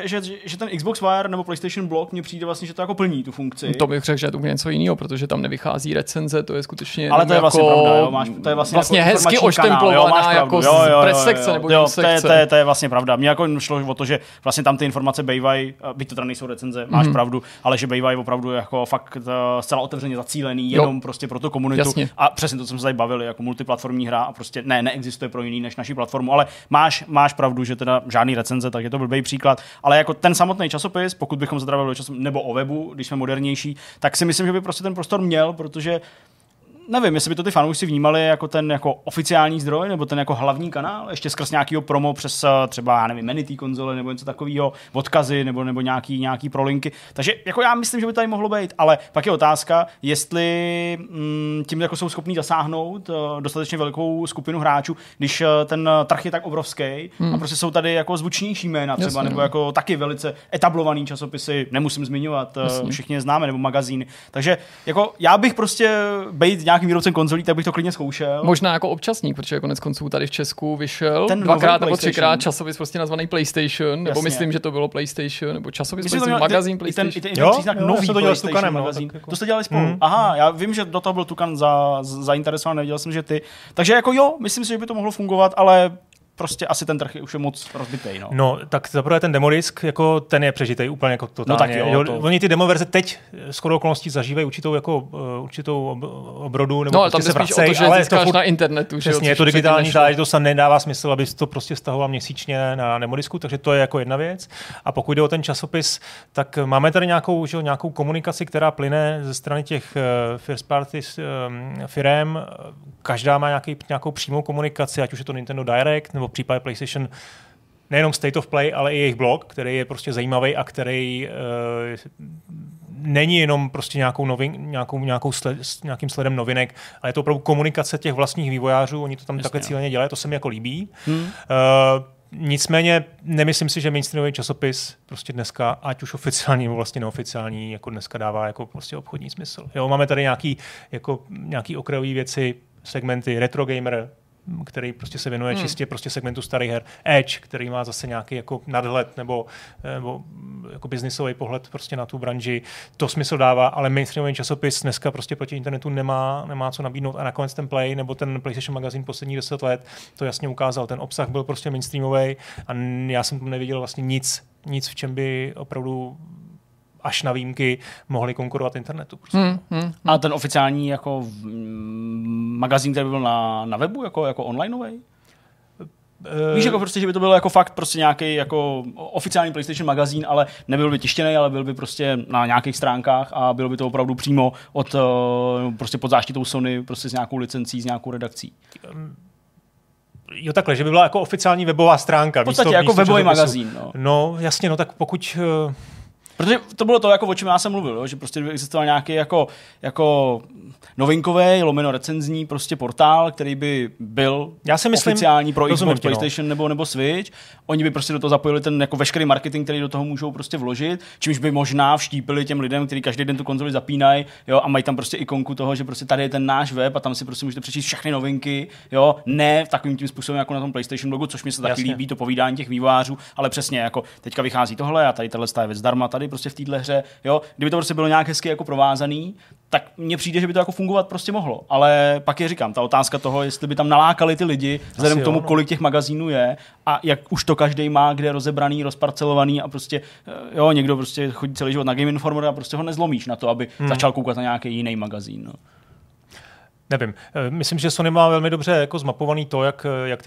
že ten Xbox Wire nebo PlayStation Blog mně přijde vlastně, že to jako plní tu funkci. To bych řekl, že je to něco jiného, protože tam nevychází recenze, to je skutečně. Ale to je vlastně pravda, jo, to je vlastně jako hezky oštemplovaná jako press sekce nebo news sekce. To je vlastně pravda. Mně jako šlo o to, že vlastně tam ty informace bejvají, byť to teda nejsou recenze, máš pravdu, ale že bejvají opravdu jako fakt zcela otevřeně zacílený, jenom prostě pro tu komunitu. Jasně. A přesně to, co jsme se tady bavili, jako multiplatformní hra a prostě neexistuje pro jiný než naší platformu, ale máš pravdu, že teda žádný recenze, tak je to blbý příklad, ale jako ten samotný časopis, pokud bychom zadravili do časopisu nebo o webu, když jsme modernější, tak si myslím, že by prostě ten prostor měl, protože nevím, jestli by to ty fanoušci vnímali jako ten jako oficiální zdroj, nebo ten jako hlavní kanál, ještě skrz nějakýho promo přes třeba, já nevím, menu té konzole, nebo něco takového, odkazy, nebo nějaký prolinky. Takže jako já myslím, že by tady mohlo být, ale pak je otázka, jestli tím jako jsou schopní zasáhnout dostatečně velkou skupinu hráčů, když ten trh je tak obrovský a prostě jsou tady jako zvučnější jména třeba, Jasně, nebo jako taky velice etablovaný časopisy, nemusím zmiňovat, všichni je známe, nebo magazíny. Takže jako já bych prostě být nějakým výrobcem konzolí, tak bych to klidně zkoušel. Možná jako občasník, protože konec konců tady v Česku vyšel ten 2x nebo 3x časopis prostě nazvaný PlayStation, nebo myslím, že to bylo PlayStation, nebo časopis, magazín PlayStation. I ten příznak nový PlayStation magazín. To jste dělali spolu. Aha, já vím, že do toho byl Tukan zainteresovaný, nevěděl jsem, že ty. Takže jako jo, myslím si, že by to mohlo fungovat, ale prostě asi ten trh už je moc rozbitej. No, tak zaprvé ten demodisk, jako ten je přežitej úplně jako totálně. No, tak oni ty demoverze teď skoro okolností zažívají určitou obrodu, nebo no, prostě se vracejí, ale to furt na internetu. Přesně, je to digitální záležitost a nedává smysl, aby to prostě stahoval měsíčně na demodisku, takže to je jako jedna věc. A pokud jde o ten časopis, tak máme tady nějakou komunikaci, která plyne ze strany těch first party firem. Každá má nějakou přímou komunikaci, ať už je to Nintendo Direct, nebo v případě PlayStation nejenom State of Play, ale i jejich blog, který je prostě zajímavý a který není jenom prostě nějakým sledem novinek, ale je to opravdu komunikace těch vlastních vývojářů, oni to tam takhle cíleně dělají, to se mi jako líbí. Nicméně nemyslím si, že mainstreamový časopis prostě dneska, ať už oficiální nebo vlastně neoficiální, jako dneska dává jako prostě obchodní smysl. Jo, máme tady nějaký okrajové věci, segmenty Retro Gamer, který prostě se věnuje čistě prostě segmentu starých her. Edge, který má zase nějaký jako nadhled nebo jako biznisový pohled prostě na tu branži. To smysl dává, ale mainstreamový časopis dneska prostě proti internetu nemá co nabídnout a nakonec ten Play nebo ten PlayStation magazín posledních 10 let to jasně ukázal. Ten obsah byl prostě mainstreamový a já jsem tam neviděl vlastně nic, v čem by opravdu až na výjimky mohli konkurovat internetu. Prostě. A ten oficiální jako magazín, který byl na webu, jako onlineový? Víš, jako prostě, že by to bylo jako fakt prostě nějaký jako oficiální PlayStation magazín, ale nebyl by tištěný, ale byl by prostě na nějakých stránkách a bylo by to opravdu přímo prostě pod záštitou Sony, prostě s nějakou licencí, s nějakou redakcí. Jo, takhle, že by byla jako oficiální webová stránka. V podstatě jako webový magazín. No jasně, no tak pokud Protože to bylo to, jako o čem já jsem mluvil, jo? Že prostě existoval nějaký jako novinkový, lomeno recenzní prostě portál, který by byl oficiální pro Xbox, PlayStation nebo Switch. Oni by prostě do toho zapojili ten jako veškerý marketing, který do toho můžou prostě vložit, čímž by možná vštípili těm lidem, kteří každý den tu konzoli zapínají, jo, a mají tam prostě ikonku toho, že prostě tady je ten náš web a tam si prostě můžete přečíst všechny novinky, jo, ne takovým tím způsobem jako na tom PlayStation blogu, což mi se taky líbí, to povídání těch vývojářů, ale přesně jako teďka vychází tohle a tady tahle je věc zdarma tady prostě v téhle hře, jo. Kdyby to prostě bylo nějak hezky jako provázaný, tak mně přijde, že by to jako fungovat prostě mohlo. Ale pak je říkám, ta otázka toho, jestli by tam nalákali ty lidi, vzhledem k tomu, kolik těch magazínů je a jak už to každý má, kde je rozebraný, rozparcelovaný a prostě jo, někdo prostě chodí celý život na Game Informer a prostě ho nezlomíš na to, aby začal koukat na nějaký jiný magazín. No. Nevím. Myslím, že Sony má velmi dobře jako zmapovaný to, jak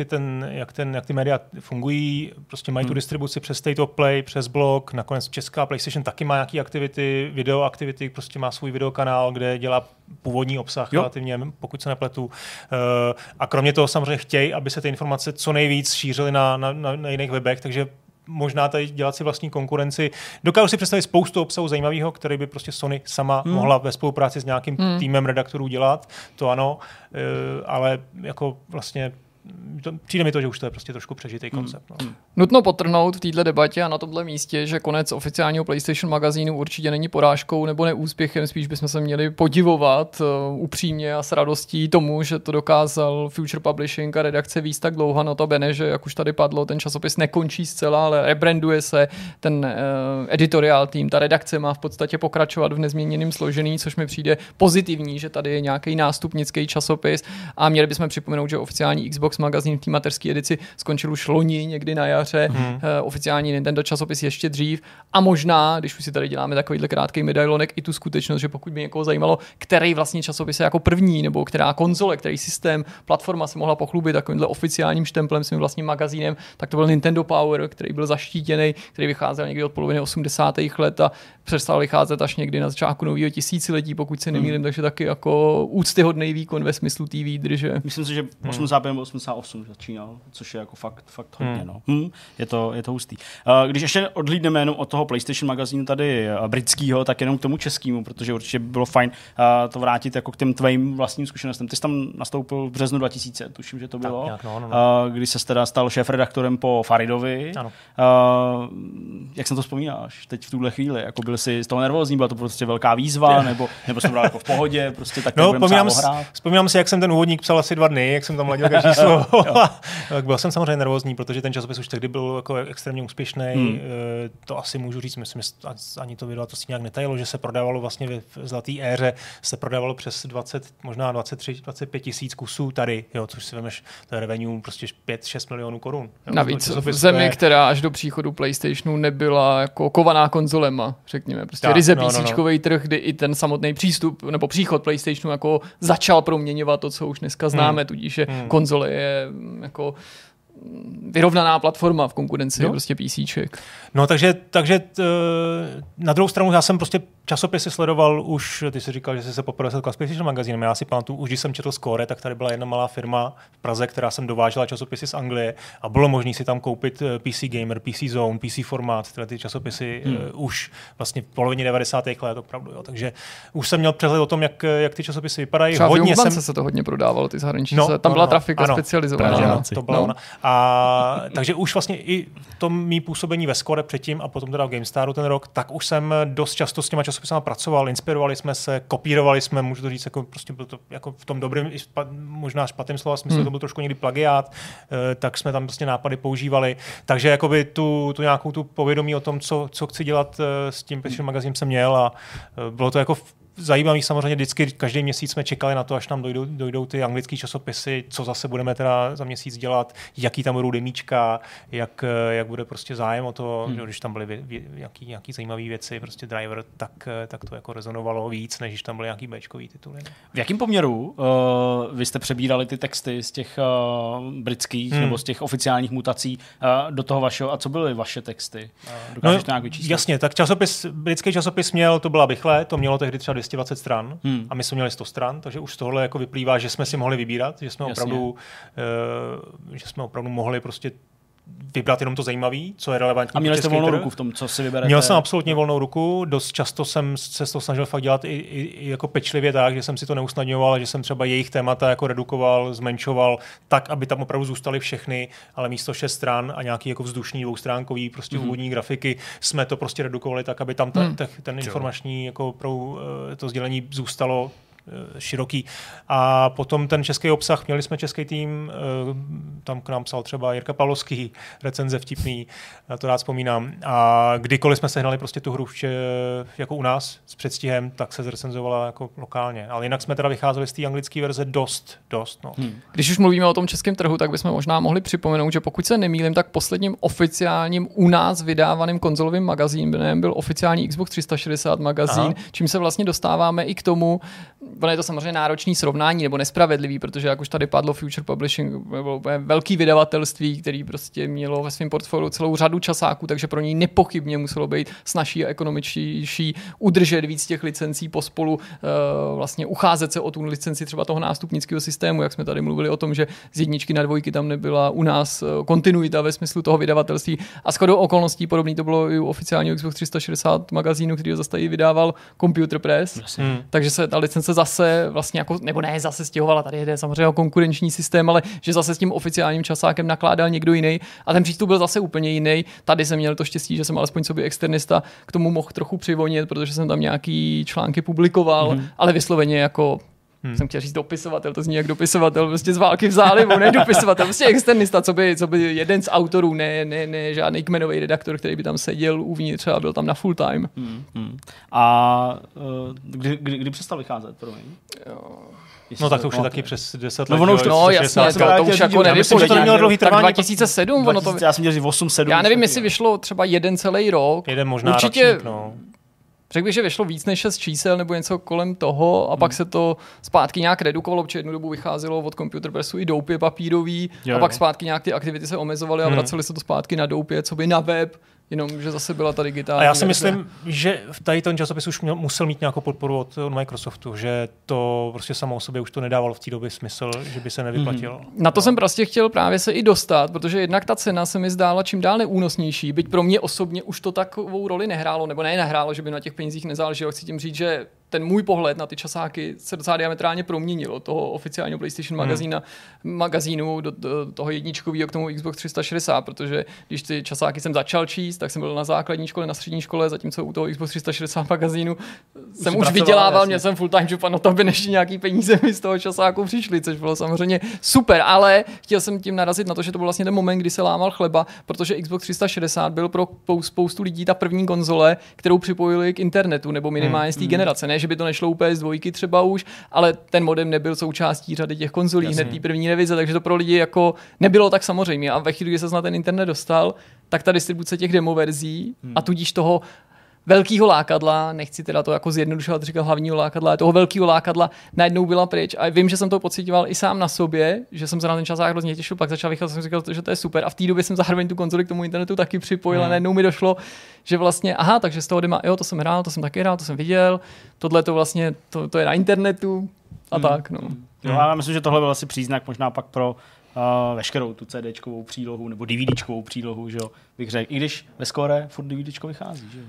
ty média fungují. Prostě mají tu distribuci přes State of Play, přes blog, nakonec česká PlayStation taky má nějaké aktivity, videoaktivity, prostě má svůj videokanál, kde dělá původní obsah relativně, pokud se nepletu. A kromě toho samozřejmě chtějí, aby se ty informace co nejvíc šířily na jiných webech, takže možná tady dělat si vlastní konkurenci. Dokážu si představit spoustu obsahu zajímavého, který by prostě Sony sama mohla ve spolupráci s nějakým týmem redaktorů dělat. To ano, ale jako vlastně přijde mi to, že už to je prostě trošku přežitý koncept. No. Nutno podtrhnout v této debatě a na tomhle místě, že konec oficiálního PlayStation magazínu určitě není porážkou nebo neúspěchem, spíš bychom se měli podivovat upřímně a s radostí tomu, že to dokázal Future Publishing a redakce víc tak dlouho, notabene, že jak už tady padlo, ten časopis nekončí zcela, ale rebranduje se, ten editorial tým, ta redakce má v podstatě pokračovat v nezměněném složení, což mi přijde pozitivní, že tady je nějaký nástupnický časopis a měli bychom připomenout, že oficiální Xbox magazín v té mateřské edici skončil už loni, někdy na jaře, oficiální Nintendo časopis ještě dřív a možná, když už si tady děláme takovýhle krátký medailonek, i tu skutečnost, že pokud by někoho zajímalo, který vlastně časopis je jako první, nebo která konzole, který systém, platforma se mohla pochlubit takovýmhle oficiálním štemplem, svým vlastním magazínem, tak to byl Nintendo Power, který byl zaštítěný, který vycházel někdy od poloviny 80. let a přestal vycházet až někdy na začátku nového tisíciletí, pokud se nemýlím, takže taky jako úctyhodný výkon ve smyslu té výdrže. Myslím si, že 85 nebo 88 začínal, což je jako fakt hodně. No. Je to hustý. Když ještě odhlídneme jenom od toho PlayStation magazínu tady britskýho, tak jenom k tomu českému, protože určitě bylo fajn to vrátit jako k těm tvým vlastním zkušenostem. Ty jsi tam nastoupil v březnu 2000, tuším, že to bylo. Tak, no. Kdy se teda stal šéfredaktorem po Faridovi. Ano. Jak se to vzpomínáš teď v tuhle chvíli? Jako byl jsi z toho nervózní, byla to prostě velká výzva, nebo jsi to bral jako v pohodě, prostě tak vzpomínám si, jak jsem ten úvodník psal asi 2 dny, jak jsem tam ladil každý slovo. Byl jsem samozřejmě nervózní, protože ten časopis už tehdy byl jako extrémně úspěšný. To asi můžu říct, myslím, že ani to video to si nějak netajilo, že se prodávalo vlastně v zlaté éře, se prodávalo přes 20, možná 23-25 tisíc kusů tady, jo, což si vemeš, to je revenue prostě 5-6 milionů korun. Jo, navíc v zemi, která až do příchodu PlayStationu nebyla jako kovaná konzolema, řekněme. Prostě ryze PCčkovej trh, kdy i ten samotný přístup nebo příchod PlayStationu jako začal proměňovat to, co už dneska známe, tudíž že konzole je jako vyrovnaná platforma v konkurenci prostě PCček. No takže na druhou stranu já jsem prostě časopisy sledoval už, ty jsi říkal, že jsi se poprvé setkal s PlayStation magazínem, já si pamatuju, už když jsem četl Score, tak tady byla jedna malá firma v Praze, která sem dovážela časopisy z Anglie a bylo možné si tam koupit PC Gamer, PC Zone, PC Format, tyhle ty časopisy už vlastně v polovině 90. let opravdu, jo. Takže už jsem měl přehled o tom, jak ty časopisy vypadají. Třeba hodně se to hodně prodávalo, ty zahraniční. Tam byla trafika specializovaná. To byla a takže už vlastně i v tom mý působení ve Score předtím a potom teda v GameStaru ten rok, tak už jsem dost často s těma časopisama pracoval, inspirovali jsme se, kopírovali jsme, můžu to říct, jako prostě byl to jako v tom dobrém, možná špatným slova smyslu, to byl trošku někdy plagiát, tak jsme tam prostě nápady používali. Takže jakoby tu nějakou tu povědomí o tom, co chci dělat s tím PlayStation magazínem jsem měl a bylo to jako zajímavý samozřejmě vždycky, každý měsíc jsme čekali na to, až nám dojdou ty anglické časopisy, co zase budeme teda za měsíc dělat, jaký tam budou demíčka, jak bude prostě zájem o to, že když tam byly nějaký zajímavé věci, prostě driver, tak to jako rezonovalo víc, než když tam byly nějaký béčkový tituly. V jakém poměru vy jste přebírali ty texty z těch britských nebo z těch oficiálních mutací do toho vašeho a co byly vaše texty? Dokážeš to nějak vyčíslit? Jasně, tak britský časopis měl, to byla Bychle, to mělo tehdy třeba 220 stran a my jsme měli 100 stran, takže už z tohohle jako vyplývá, že jsme si mohli vybírat, že jsme opravdu mohli prostě vybrat jenom to zajímavý, co je relevantní. A měli jste volnou ruku v tom, co si vyberete? Měl jsem absolutně volnou ruku, dost často jsem se to snažil fakt dělat i jako pečlivě tak, že jsem si to neusnadňoval, že jsem třeba jejich témata jako redukoval, zmenšoval, tak, aby tam opravdu zůstaly všechny, ale místo 6 stran a nějaký jako vzdušný dvoustránkový prostě úvodní grafiky jsme to prostě redukovali tak, aby tam ten informační jako to sdělení zůstalo široký. A potom ten český obsah, měli jsme český tým, tam k nám psal třeba Jirka Pavlovský, recenze vtipný, na to rád vzpomínám. A kdykoliv jsme sehnali prostě tu hru jako u nás s předstihem, tak se zrecenzovala jako lokálně. Ale jinak jsme teda vycházeli z té anglické verze dost. No. Když už mluvíme o tom českém trhu, tak bychom možná mohli připomenout, že pokud se nemýlím, tak posledním oficiálním u nás vydávaným konzolovým magazínem byl oficiální Xbox 360 magazín, čím se vlastně dostáváme i k tomu. Ono je to samozřejmě náročný srovnání nebo nespravedlivý, protože jak už tady padlo, Future Publishing bylo velký vydavatelství, který prostě mělo ve svém portfoliu celou řadu časáků, takže pro něj nepochybně muselo být snazší a ekonomičtější udržet víc těch licencí pospolu, vlastně ucházet se o tu licenci třeba toho nástupnického systému, jak jsme tady mluvili o tom, že z 1 na 2 tam nebyla u nás kontinuita ve smyslu toho vydavatelství. A shodou okolností podobný to bylo i u oficiálního Xbox 360 magazínu, který ho zase tady vydával Computer Press. Takže se ta licence zase vlastně jako, nebo ne zase stěhovala, tady je samozřejmě konkurenční systém, ale že zase s tím oficiálním časákem nakládal někdo jiný a ten přístup byl zase úplně jiný. Tady jsem měl to štěstí, že jsem alespoň sobě externista k tomu mohl trochu přivonit, protože jsem tam nějaký články publikoval, ale vysloveně jako jsem chtěl říct dopisovatel, to zní jak dopisovatel prostě z války v zálivu, ne dopisovatel, prostě externista, co by jeden z autorů, ne žádný kmenový redaktor, který by tam seděl uvnitř a byl tam na full time. A kdy přestal vycházet, promiň? No tak to už je taky přes 10 let. No ono už to jasně, to už jako nevyšlo. To nemělo dlouhý trvání. Tak 2007, ono to... Já jsem měl 8-7. Já nevím, jestli vyšlo třeba jeden celý rok. Jeden možná určitě, ročník, no. Řekl bych, že vyšlo víc než 6 čísel nebo něco kolem toho a pak se to zpátky nějak redukovalo, protože jednu dobu vycházelo od Computer Pressu i doupě papírový a pak zpátky nějak ty aktivity se omezovaly a vraceli se to zpátky na doupě, co by na web, jenom že zase byla ta digitální. A já si myslím, že tady ten časopis už musel mít nějakou podporu od Microsoftu, že to prostě samo o sobě už to nedávalo v té době smysl, že by se nevyplatilo. Na to jsem prostě chtěl právě se i dostat, protože jednak ta cena se mi zdála čím dál neúnosnější, byť pro mě osobně už to takovou roli nehrálo, nebo nehrálo, že by na těch penězích nezáleželo. Chci tím říct, že ten můj pohled na ty časáky se docela diametrálně proměnil od toho oficiálního PlayStation magazínu do toho jedničkového k tomu Xbox 360, protože když ty časáky jsem začal číst, tak jsem byl na základní škole, na střední škole, zatímco u toho Xbox 360 magazínu jsem už vydělával, měl jsem full time job a notabene ještě nějaký peníze mi z toho časáku přišly, což bylo samozřejmě super, ale chtěl jsem tím narazit na to, že to byl vlastně ten moment, kdy se lámal chleba, protože Xbox 360 byl pro spoustu lidí ta první konzole, kterou připojili k internetu nebo minimálně z té generace. Ne, že by to nešlo úplně z 2 třeba už, ale ten modem nebyl součástí řady těch konzolí, hned té první revize, takže to pro lidi jako nebylo tak samozřejmě. A ve chvíli, kdy se na ten internet dostal, tak ta distribuce těch demoverzí a tudíž toho velkého lákadla, nechci teda to jako zjednodušovat, říkal hlavního lákadla, ale toho velkého lákadla najednou byla pryč. A vím, že jsem to pocitoval i sám na sobě, že jsem se na ten časák hrozně těšil, pak začal vycházet, jsem říkal, že to je super. A v té době jsem zároveň tu konzoli k tomu internetu taky připojil a najednou mi došlo, že vlastně, takže z toho dema, jo, to jsem hrál, to jsem taky hrál, to jsem viděl, tohle to vlastně, to je na internetu a tak, no. Jo, já myslím, že tohle byl asi příznak možná pak pro veškerou tu CDčkovou přílohu nebo DVDčkovou přílohu, že jo, bych řekl. I když ve Score furt DVDčko vychází, že jo?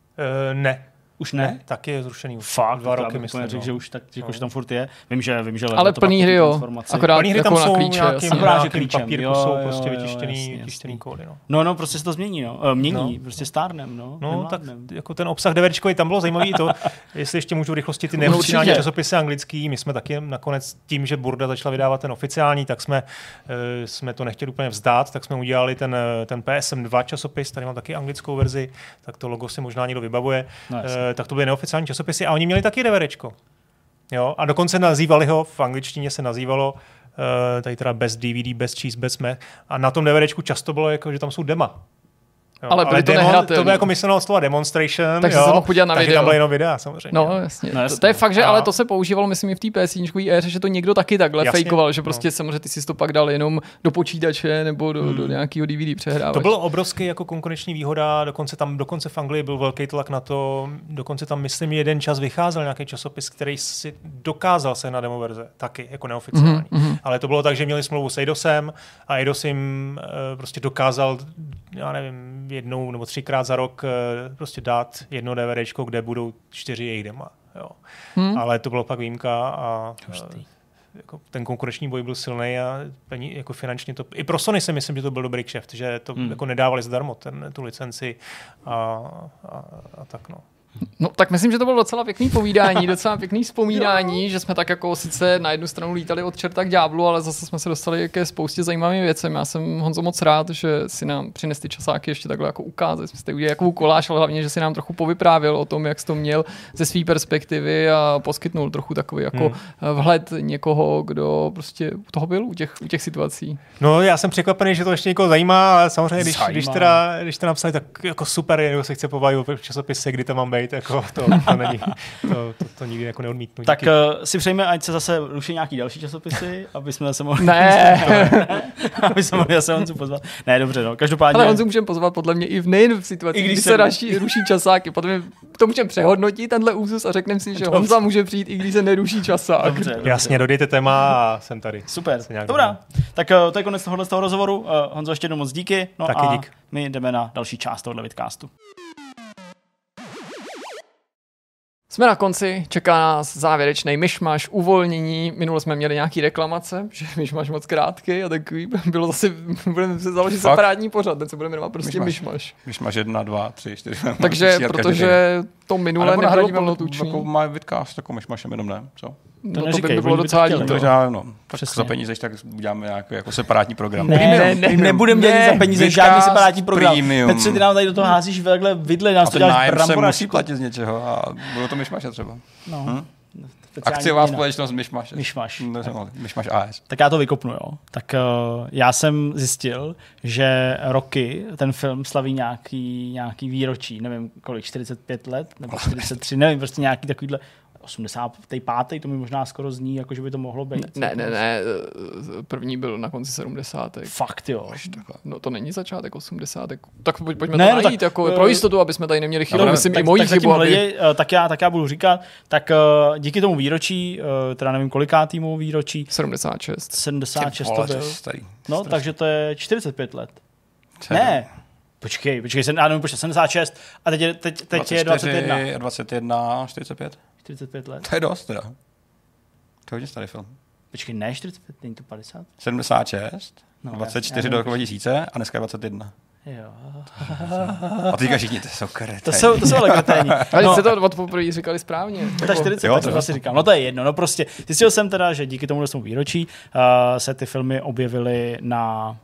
Ne. Už ne? Taky je zrušený. Fakt, 2 roky myslím. Řekl, že už tak, jako, že tam furt je. Vím, že ale plný hry, jo. Akorát plný hry tam jsou klíče, nějakým papírku jsou prostě vytištěný kódy. No, prostě se to změní, mění, prostě stárnem, No, tak jako ten obsah DVDčkový tam bylo zajímavý to, jestli ještě můžu v rychlosti ty neoficiální časopisy anglický, my jsme taky nakonec tím, že Burda začala vydávat ten oficiální, tak jsme to nechtěli úplně vzdát, tak jsme udělali ten PSM 2 časopis, tady mám taky anglickou verzi, tak to logo si možná někdo vybavuje. Tak to byly neoficiální časopisy a oni měli taky DVDčko. Jo? A dokonce nazývali ho, v angličtině se nazývalo tady teda bez DVD, bez cheese, bez mech. A na tom DVDčku často bylo, jako, že tam jsou dema. Jo. Ale byly to nehratelný. To bylo jako myšleno slova demonstration. Takže se mohl podívat na video. Tam byly jenom videa, samozřejmě. No, jasně. To je fakt, že ale to se používalo, myslím, i v té PSIčkové éře, že to někdo taky takhle fejkoval, že prostě samozřejmě ty si to pak dal jenom do počítače nebo do nějakého DVD přehrávače. To bylo obrovský jako konkurenční výhoda, dokonce v Anglii byl velký tlak na to, dokonce tam, myslím, jeden čas vycházel nějaký časopis, který si dokázal se na demo verze, taky, jako neoficiální. Ale to bylo tak, že měli smlouvu s Eidosem a Eidos jim prostě dokázal, já nevím, 1 nebo 3krát za rok prostě dát jedno DVDčko, kde budou 4 jejich dema. Jo. Ale to bylo pak výjimka a jako ten konkurenční boj byl silný a jako finančně to... I pro Sony si myslím, že to byl dobrý kšeft, že to jako nedávali zdarmo tu licenci a tak no. No, tak myslím, že to bylo docela pěkný povídání, docela pěkný vzpomínání, že jsme tak jako sice na jednu stranu lítali od čerta k ďáblu, ale zase jsme se dostali ke spoustě zajímavých věcem. Já jsem, Honzo, moc rád, že si nám přines ty časáky ještě takhle jako ukázat. Jsme si udělali jakou koláž, ale hlavně, že si nám trochu povyprávěl o tom, jak jsi to měl ze své perspektivy a poskytnul trochu takový jako vhled někoho, kdo prostě u toho byl u těch situací. No, já jsem překvapený, že to ještě někoho zajímá, ale samozřejmě, když to napsali, tak jako super, někdo se chce pobavit o časopise, kdy to mám být, jako to není, to nikdy jako neodmítnu. Tak si přejme, ať se zase ruší nějaký další časopisy, aby jsme zase mohli... aby jsme mohli zase Honzu pozvat. Ne, dobře, no, každopádně... Ale Honzu můžeme pozvat podle mě i nejen v situaci, když se ruší časáky. Potom to můžeme přehodnotit, tenhle úzus, a řekneme si, že Honza může přijít, i když se neruší časák. Dobře. Jasně, dodejte téma a jsem tady. Super, dobrá. Tak to je konec tohohle z toho rozhovoru. Honzo, ještě jednou moc díky. No taky a dík. my jdeme na další část tohohle vidcastu. Jsme na konci, čeká nás závěrečný myšmaš, uvolnění. Minule jsme měli nějaký reklamace, že myšmaš moc krátký a takový bylo zase, budeme se založit separátní pořad, ten se bude jmenovat prostě myšmaš. Myšmaš 1, 2, 3, 4. Takže, protože to minule nebylo plnotučný. Jako má vidcast, jako myšmašem jenom ne, co? To by bylo docela líto. Tak za peníze, tak uděláme nějaký jako separátní program. Ne, nebudeme dělat za peníze žádný separátní program. Petře, ty nám tady do toho házíš takhle vidle, nás to děláš brambora. Musí platit z něčeho a budou to myšmaše třeba. Akciová společnost Myšmaš. Myšmaš AS. Tak já to vykopnu, jo. Tak já jsem zjistil, že roky ten film slaví nějaký výročí, nevím kolik, 45 let, nebo 43, nevím, prostě nějaký takovýhle 85. To mi možná skoro zní, jako že by to mohlo být. Ne, první byl na konci 70. Fakt jo. No to není začátek 80. Tak pojďme to najít, tak, jako pro jistotu, aby jsme tady neměli chybu. Myslím i mojí chybu. Tak já budu říkat, tak díky tomu výročí, teda nevím kolikátýmu výročí. 76. 76 to byl. No, takže to je 45 let. Ne. Počkej, 76 a teď je 21. 21, 45. 45 let. To je dost, teda. To je hodně starý film. Počkej, ne 45, není to 50? 76, 24 do roku 2000 a dneska je 21. Jo. A teďka všichni, to jsou kreténi. To jsou ale kreténi. Ale jste to od poprvé říkali správně. To 40, tak jsem asi říkal. No to je jedno, no prostě. Zjistil jsem teda, že díky tomu výročí se ty filmy objevily na...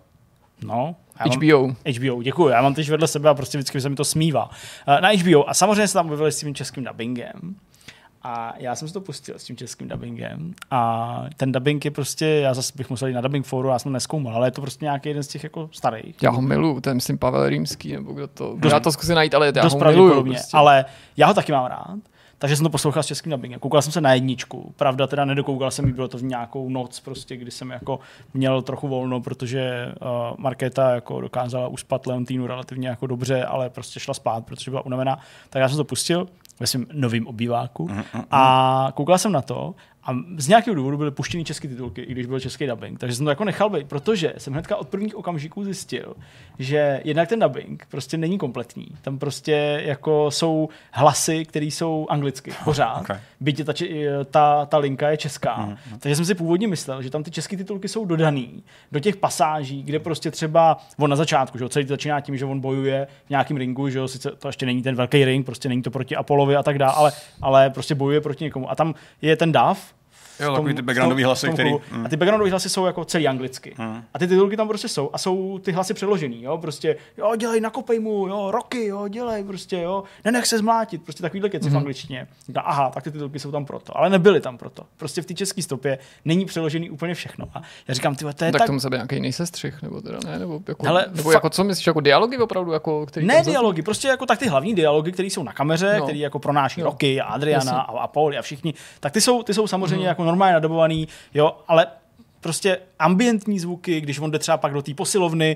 HBO, děkuju. Já mám teď vedle sebe a prostě vždycky se mi to smívá. Na HBO. A samozřejmě se tam objevili s tím českým dubbingem. A já jsem si to pustil s tím českým dubbingem. A ten dubbing je prostě, já zase bych musel jít na dubbing fóru, já jsem nezkoumal, ale je to prostě nějaký jeden z těch jako starých. Já ho miluju, to je myslím Pavel Rýmský, nebo kdo to... Já to zkusím najít, ale já ho miluju. Prostě. Ale já ho taky mám rád. Takže jsem to poslouchal s českým dubbingem. Koukal jsem se na jedničku. Pravda, teda nedokoukal jsem, bylo to v nějakou noc, prostě, kdy jsem jako měl trochu volno, protože Markéta jako dokázala uspat Leontýnu relativně jako dobře, ale prostě šla spát, protože byla unavená. Tak já jsem to pustil ve svém novým obýváku a koukal jsem na to a z nějakého důvodu byly puštěny české titulky, i když byl český dubbing. Takže jsem to jako nechal být, protože jsem hnedka od prvních okamžiků zjistil, že jednak ten dubbing prostě není kompletní. Tam prostě jako jsou hlasy, které jsou anglicky pořád. Okay. Byť ta linka je česká. Takže jsem si původně myslel, že tam ty české titulky jsou dodaný do těch pasáží, kde prostě třeba on na začátku, že celý to začíná tím, že on bojuje v nějakém ringu, že sice to ještě není ten velký ring, prostě není to proti Apollovi a tak dále, ale prostě bojuje proti někomu. A tam je ten dáv Jo, takový ty backgroundový hlasy, který... A ty backgroundový hlasy jsou jako celý anglicky. A ty titulky tam prostě jsou a jsou ty hlasy přeložený, jo, prostě jo, dělej, nakopej mu, jo, Rocky, jo, dělej, prostě, jo, nenech se zmlátit, prostě takovýhle keci v angličtině. Aha, tak ty titulky jsou tam proto, ale nebyly tam proto. Prostě v té české stopě není přeložený úplně všechno. A já říkám, ty, to je tak tomu se nějaký jiný sestřih, nebo teda ne, nebo jako co myslíš, jako dialogy opravdu, jako který ne dialogy, prostě jako tak ty hlavní dialogy, které jsou na kameře, který jako pronáší Rocky a Adriana a Paul a všichni, tak ty jsou samozřejmě jako normálně nadobovaný, jo, ale prostě ambientní zvuky, když on jde třeba pak do té posilovny,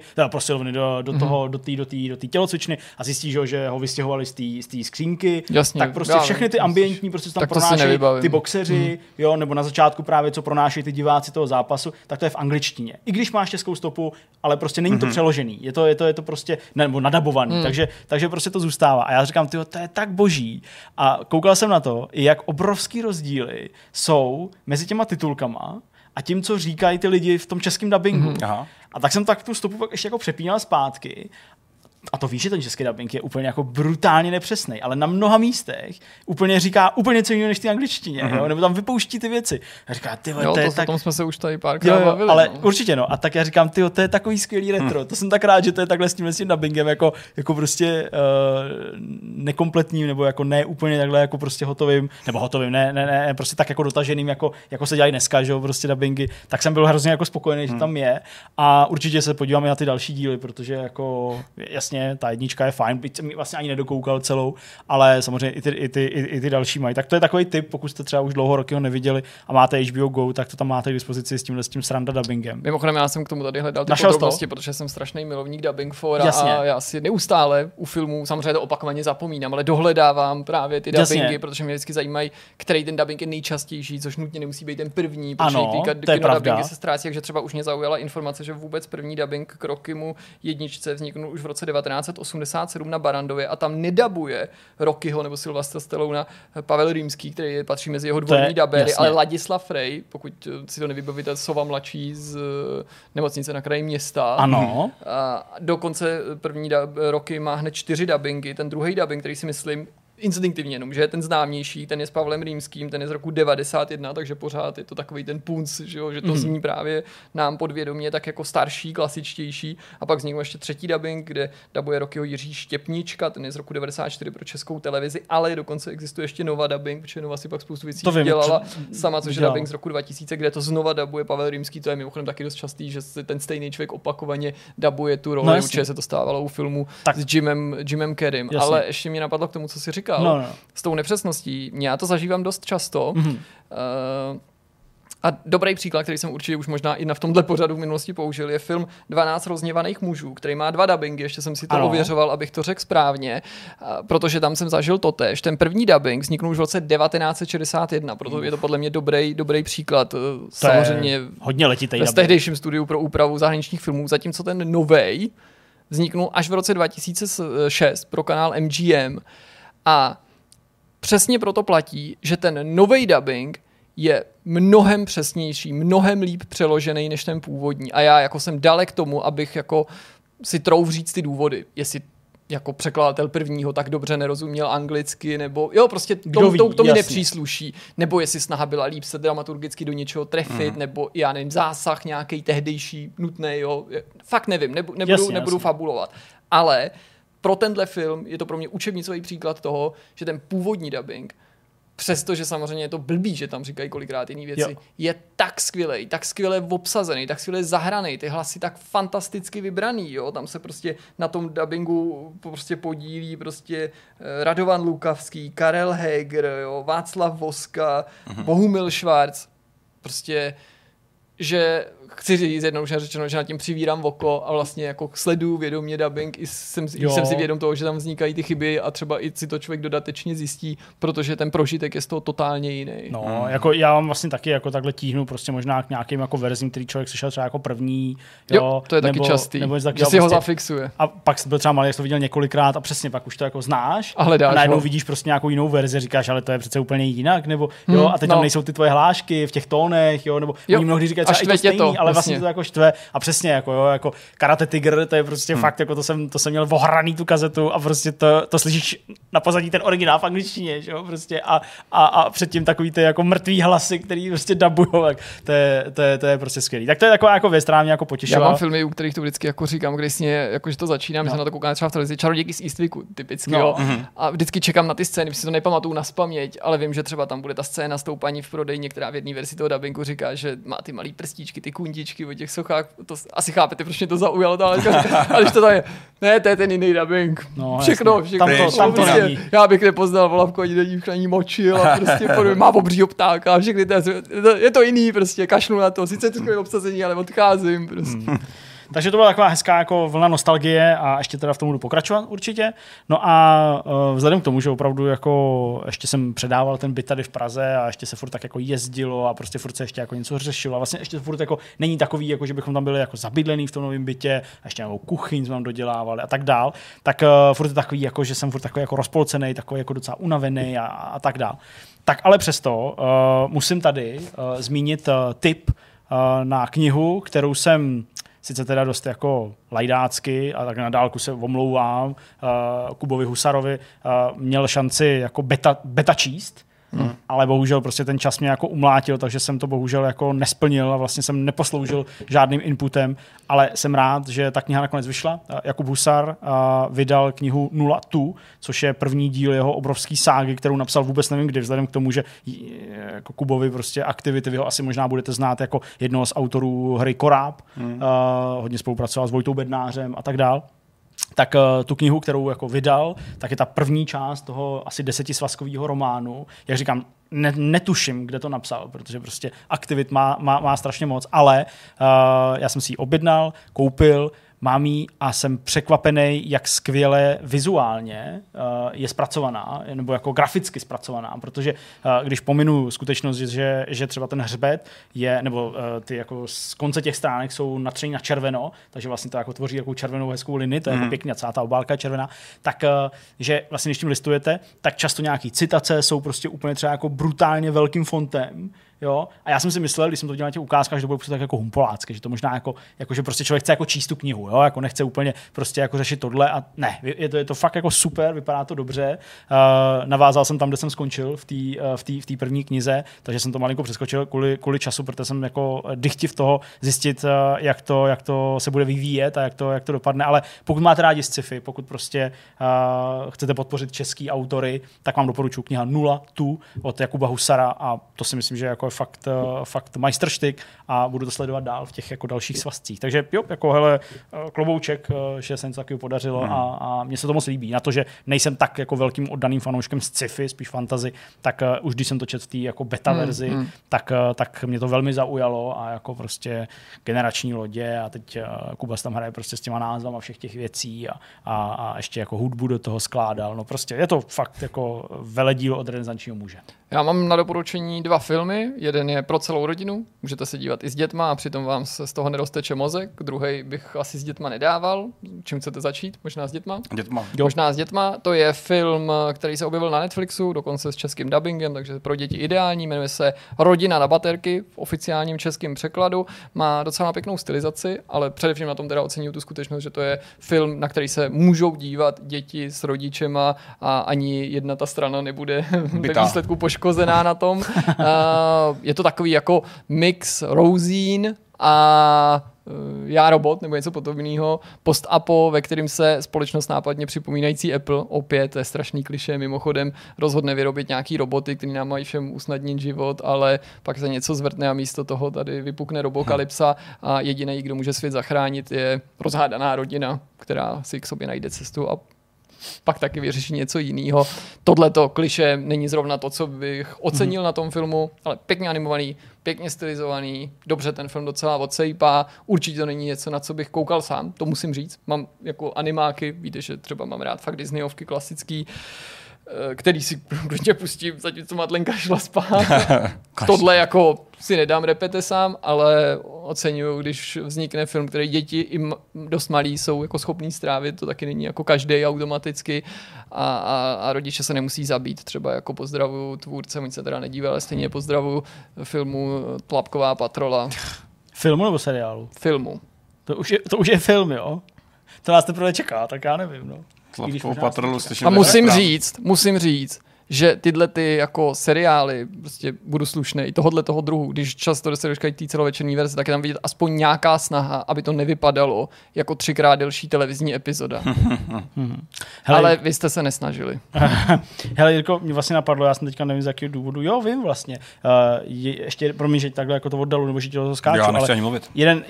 do té tělocvičny a zjistí, že ho vystěhovali z té skřínky, jasně, tak prostě všechny ty ambientní, prostě tam pronášejí ty boxeři, jo, nebo na začátku právě co pronášejí ty diváci toho zápasu, tak to je v angličtině. I když máš českou stopu, ale prostě není to přeložený. Je to prostě nebo nadabovaný, takže prostě to zůstává. A já říkám, tyjo, to je tak boží. A koukal jsem na to, jak obrovský rozdíly jsou mezi těma titulkama a tím, co říkají ty lidi v tom českém dabingu. A tak jsem tak tu stopu pak ještě jako přepínal zpátky. A to víš, že ten český dubbing je úplně jako brutálně nepřesný, ale na mnoha místech úplně říká úplně co jiného než ty angličtině, jo? Nebo tam vypouští ty věci. A říká, ty vole, to je tak... O tom jsme se už tady párkrát bavili. Ale určitě no. A tak já říkám, ty, to je takový skvělý retro. To jsem tak rád, že to je takhle s tím dubbingem jako prostě nekompletním nebo jako ne úplně takhle jako prostě hotovým, ne, prostě tak jako dotaženým, jako se dělají dneska, že jo, prostě dubbingy. Tak jsem byl hrozně jako spokojený, že tam je. A určitě se podíváme na ty další díly, protože jako jasně, ta jednička je fajn, byť jsem ji vlastně ani nedokoukal celou, ale samozřejmě i ty další mají. Tak to je takový tip, pokud jste třeba už dlouho roky ho neviděli a máte HBO Go, tak to tam máte k dispozici s tím sranda dubbingem. Mimochodem, já jsem k tomu tady hledal ty podrobnosti, protože jsem strašný milovník dubbing fora a já si neustále u filmů, samozřejmě to opakovaně zapomínám, ale dohledávám právě ty dubbingy, protože mě vždycky zajímají, který ten dubbing je nejčastější, což nutně nemusí být ten první, protože ty dubbingy se ztrácí, takže třeba už mě zaujala informace, že vůbec první dubbing k Rockymu jedničce vzniknul už v roce 1987 na Barrandově a tam nedabuje Rockyho nebo Sylvestra Stallona Pavel Rýmský, který patří mezi jeho dvorní dabery, ale Ladislav Frey, pokud si to nevybavíte, Sova mladší z Nemocnice na kraji města. Ano. A dokonce první Rocky má hned 4 dabingy, ten druhý dubbing, který si myslím instinktivně jenom, že je ten známější, ten je s Pavlem Rýmským, ten je z roku 91, takže pořád je to takový ten punc, že to zní právě nám podvědomě tak jako starší, klasičtější. A pak vznikl ještě třetí dubbing, kde dabuje Rockyho Jiří Štěpníčka, ten je z roku 94 pro Českou televizi, ale dokonce existuje ještě Nova dubbing, protože Nova si pak spoustu věcí dělala sama, což je dubbing z roku 2000, kde to znova dabuje Pavel Rýmský, to je mimochodem taky dost častý, že ten stejný člověk opakovaně dabuje tu roli, určitě se to stávalo u filmu s Jimem Carreym, ale ještě mě napadlo k tomu, co si říkal. S tou nepřesností. Já to zažívám dost často. A dobrý příklad, který jsem určitě už možná i v tomhle pořadu v minulosti použil, je film 12 rozhněvaných mužů, který má 2 dubbingy, ještě jsem si to ověřoval, abych to řekl správně, protože tam jsem zažil totéž. Ten první dubbing vzniknul už v roce 1961, proto je to podle mě dobrý příklad. To samozřejmě hodně letitý v tehdejším studiu pro úpravu zahraničních filmů, zatímco ten novej vzniknul až v roce 2006 pro kanál MGM. A přesně proto platí, že ten nový dubbing je mnohem přesnější, mnohem líp přeložený než ten původní. A já jako jsem dalek tomu, abych jako si trouf říct ty důvody, jestli jako překladatel prvního tak dobře nerozuměl anglicky, nebo jo, prostě to mi nepřísluší, nebo jestli snaha byla líp se dramaturgicky do něčeho trefit, nebo já nevím, zásah nějaký tehdejší nutný, jo, fakt nevím, nebudu fabulovat. Ale pro tenhle film je to pro mě učebnicový příklad toho, že ten původní dubbing, přestože samozřejmě je to blbý, že tam říkají kolikrát jiný věci, je tak skvělej, tak skvěle obsazený, tak skvěle zahraný, ty hlasy tak fantasticky vybraný, jo, tam se prostě na tom dubbingu prostě podílí prostě Radovan Lukavský, Karel Heger, jo, Václav Voska, Bohumil Švarc, prostě, že chci říct jednoduše řečeno, že nad tím přivírám oko a vlastně jako sleduju vědomě dubbing i jsem si vědom toho, že tam vznikají ty chyby a třeba i si to člověk dodatečně zjistí, protože ten prožitek je z toho totálně jiný. No, jako já vám vlastně taky jako takhle tíhnu prostě možná k nějakým jako verzím, který člověk slyšel třeba jako první. Jo, to je taky častý, že si ho zafixuje. A pak byl třeba malý, jak to viděl několikrát a přesně pak už to jako znáš a najednou vidíš prostě nějakou jinou verzi, říkáš, ale to je přece úplně jinak, nebo jo, a teď tam nejsou ty tvoje hlášky v těch tónech, jo, nebo oni mnohdy říkají třeba i to stejný, ale vlastně to jako štve a přesně jako Karate Tiger, to je prostě fakt, jako to jsem měl ohraný tu kazetu a prostě to slyšíš na pozadí ten originál v angličtině, že jo, prostě a předtím takový ty jako mrtvý hlasy, který prostě dabujou, tak to je prostě skvělý. Tak to je taková jako věc, která mě jako potěšila. Já mám filmy, u kterých to vždycky jako říkám, když že to začíná, my se na to koukáme třeba v televizi, Čarodějky z Eastwicku, typicky, jo. A vždycky čekám na ty scény, když si to nepamatuju nazpaměť, ale vím, že třeba tam bude ta scéna s tou paní v prodejně, která v jedné verzi toho dabingu říká, že má ty malý prstíčky, ty kundičky o těch sochách, to asi chápete, proč mě to zaujalo, ale když to tam je, ne, to je ten jiný dubbing. No, všechno. Tam to není. Já bych nepoznal Volavku, ani do ní ani močil a prostě má obřího ptáka a všechny je to jiný, prostě kašlu na to, sice je to skvělé obsazení, ale odcházím prostě. Takže to byla taková hezká jako vlna nostalgie a ještě teda v tom budu pokračovat určitě. No a vzhledem k tomu, že opravdu jako ještě jsem předával ten byt tady v Praze a ještě se furt tak jako jezdilo a prostě furt se ještě jako něco řešilo a vlastně ještě furt jako není takový, jako že bychom tam byli jako zabydlený v tom novém bytě a ještě nějakou kuchyň jsme tam dodělávali a tak dál. Tak furt je takový, jako, že jsem furt takový jako rozpolcený, takový jako docela unavený a tak dál. Tak ale přesto musím tady zmínit tip na knihu, kterou jsem sice teda dost jako lajdácky a tak na dálku se omlouvám Kubovi Husarovi, měl šanci jako beta číst, ale bohužel prostě ten čas mě jako umlátil, takže jsem to bohužel jako nesplnil a vlastně jsem neposloužil žádným inputem, ale jsem rád, že ta kniha nakonec vyšla. Jakub Husar vydal knihu 0-2, což je první díl jeho obrovský ságy, kterou napsal vůbec nevím kdy, vzhledem k tomu, že jako Kubovi prostě aktivity, vy ho asi možná budete znát jako jednoho z autorů hry Koráb, hodně spolupracoval s Vojtou Bednářem a tak dál. Tak tu knihu, kterou jako vydal, tak je ta první část toho asi 10svazkového románu. Jak říkám, netuším, kde to napsal, protože prostě aktivit má strašně moc, ale já jsem si ji objednal, koupil, mám ji a jsem překvapený, jak skvěle vizuálně je zpracovaná, nebo jako graficky zpracovaná, protože když pominu skutečnost, že třeba ten hřbet je, nebo ty jako z konce těch stránek jsou natřený na červeno, takže vlastně to jako tvoří takovou červenou hezkou linii, to je jako pěkně, celá ta obálka je červená, tak že vlastně když tím listujete, tak často nějaký citace jsou prostě úplně třeba jako brutálně velkým fontem. Jo? A já jsem si myslel, když jsem to dělal na těch ukázkách, že to bude prostě tak jako humpolácky, že to možná jako že prostě člověk chce jako číst tu knihu, jo? Jako nechce úplně prostě jako řešit tohle a ne, je to fakt jako super, vypadá to dobře. Navázal jsem tam, kde jsem skončil v té první knize, takže jsem to malinko přeskočil kvůli času, protože jsem jako dychtiv toho zjistit, jak to se bude vyvíjet a jak to dopadne, ale pokud máte rádi sci-fi, pokud prostě chcete podpořit český autory, tak vám doporučuji kniha 0-2 od Jakuba Husara a to si myslím, že jako je fakt majstrštyk a budu to sledovat dál v těch jako dalších svazcích. Takže jo, jako hele, klobouček, že se něco takového podařilo a mně se to moc líbí. Na to, že nejsem tak jako velkým oddaným fanouškem sci-fi, spíš fantasy, tak už když jsem to četl v té jako beta verzi, tak mě to velmi zaujalo a jako prostě generační lodě a teď Kuba tam hraje prostě s těma názvama všech těch věcí a ještě jako hudbu do toho skládal. No prostě je to fakt jako veledíl od renesančního muže. Já mám na doporučení 2 filmy. Jeden je pro celou rodinu, můžete se dívat i s dětma a přitom vám se z toho nerozteče mozek. Druhý bych asi s dětma nedával. Čím chcete začít? Možná s dětma? Možná s dětma. To je film, který se objevil na Netflixu, dokonce s českým dubbingem, takže pro děti ideální. Jmenuje se Rodina na baterky v oficiálním českém překladu. Má docela pěknou stylizaci, ale především na tom teda oceňuji tu skutečnost, že to je film, na který se můžou dívat děti s rodičema a ani jedna ta strana nebude ve výsledku poškozená na tom. Je to takový jako mix Rosín a Já robot nebo něco podobného, post-apo, ve kterým se společnost nápadně připomínající Apple, opět to je strašný klišé, mimochodem rozhodne vyrobit nějaký roboty, který nám mají všem usnadnit život, ale pak se něco zvrtne a místo toho tady vypukne robokalypsa a jediný, kdo může svět zachránit, je rozhádaná rodina, která si k sobě najde cestu a pak taky vyřeší něco jiného. Tohleto klišé není zrovna to, co bych ocenil na tom filmu, ale pěkně animovaný, pěkně stylizovaný, dobře ten film docela odsejpá, určitě to není něco, na co bych koukal sám, to musím říct. Mám jako animáky, víte, že třeba mám rád fakt Disneyovky klasický, který si klidně pustím, zatímco Madlenka šla spát. Tohle jako si nedám repete sám, ale oceňuju, když vznikne film, který děti i dost malí jsou jako schopní strávit, to taky není jako každý automaticky a rodiče se nemusí zabít. Třeba jako pozdravuju tvůrce, oni se teda nedívají, ale stejně pozdravuju filmu Tlapková patrola. Filmu nebo seriálu? Filmu. To už je film, jo? To nás teprve čeká, tak já nevím, no. A musím říct, že tyhle ty jako seriály, prostě budu slušnej, tohodle toho druhu, když často se dočkají té celovečerní verze, tak je tam vidět aspoň nějaká snaha, aby to nevypadalo jako 3x delší televizní epizoda. Ale vy jste se nesnažili. Hele, Jirko, mě vlastně napadlo, já jsem teďka nevím z jakého důvodu, jo, vím vlastně. Ještě, promiň, že takhle jako to oddalu, nebo že ti to skáču, já nechci ani mluvit.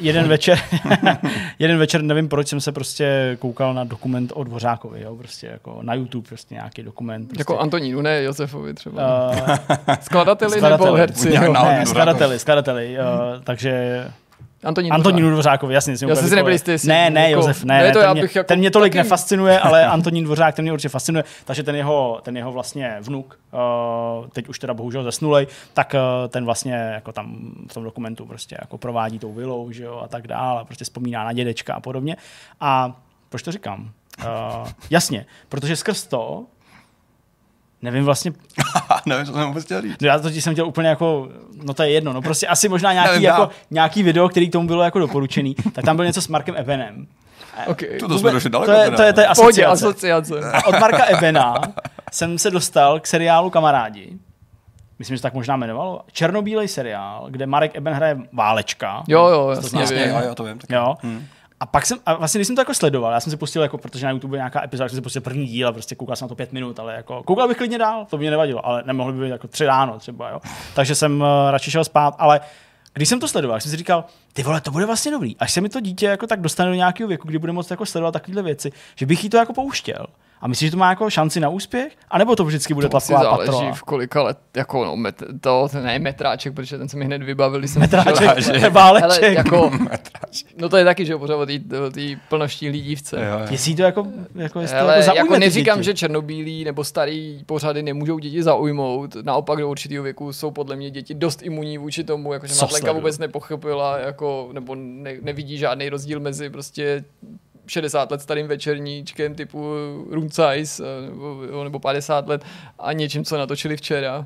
Jeden večer, nevím proč, jsem se prostě koukal na dokument o Dvořákovi, jo, prostě jako na YouTube prostě nějaký dokument. Prostě. Jako Antonínu, ne Josefovi třeba. Skladateli nebo herci? Ne, skladateli. Takže Antonínu Dvořákovi, jasně. Já jsem si nebyl jistý. Ne, Josef, ne. Ten mě tolik nefascinuje, ale Antonín Dvořák, ten mě určitě fascinuje. Takže ten jeho vlastně vnuk, teď už teda bohužel zesnulej, tak ten vlastně jako tam v tom dokumentu prostě jako provádí tou vilou, že jo, a tak dále, prostě vzpomíná na dědečka a podobně. A proč to říkám? Jasně, protože skrz to nevím vlastně. Nevím, co jsem vůbec chtěl říct. Já totiž jsem chtěl úplně jako, no to je jedno, no prostě asi možná nějaký video, který k tomu bylo jako doporučený, tak tam byl něco s Markem Ebenem. Okay. To jsme došli daleko. To je asociace. A od Marka Ebena jsem se dostal k seriálu Kamarádi. Myslím, že tak možná jmenovalo. Černobílej seriál, kde Marek Eben hraje válečka. Jo, jasně. Jo, to vím. Jo. A vlastně, když jsem to jako sledoval, já jsem si pustil, jako, protože na YouTube nějaká epizoda, jsem si pustil první díl a prostě koukal jsem na to 5 minut, ale jako, koukal bych klidně dál, to by mě nevadilo, ale nemohlo by být jako 3 ráno třeba, jo. Takže jsem radši šel spát, ale když jsem to sledoval, jsem si říkal, ty vole, to bude vlastně dobrý, až se mi to dítě jako tak dostane do nějakého věku, kdy bude moct jako sledovat takovéhle věci, že bych jí to jako pouštěl. A myslíš, že to má jako šanci na úspěch? A nebo to vždycky bude taková patrola? To záleží v kolika let, jako ne metráček, protože ten se mi hned vybavil, když jsem metráček, váleček. Hele, jako, no to je taky, že pořád o té plnoštíhlý dívce. Jestli to jako jako neříkám, že černobílí nebo starý pořady nemůžou děti zaujmout. Naopak do určitého věku jsou podle mě děti dost imunní vůči tomu, jakože Matlenka vůbec nepochopila, jako, nebo nevidí žádný rozdíl mezi prostě 60 let starým večerníčkem typu Room Size nebo 50 let a něčím, co natočili včera.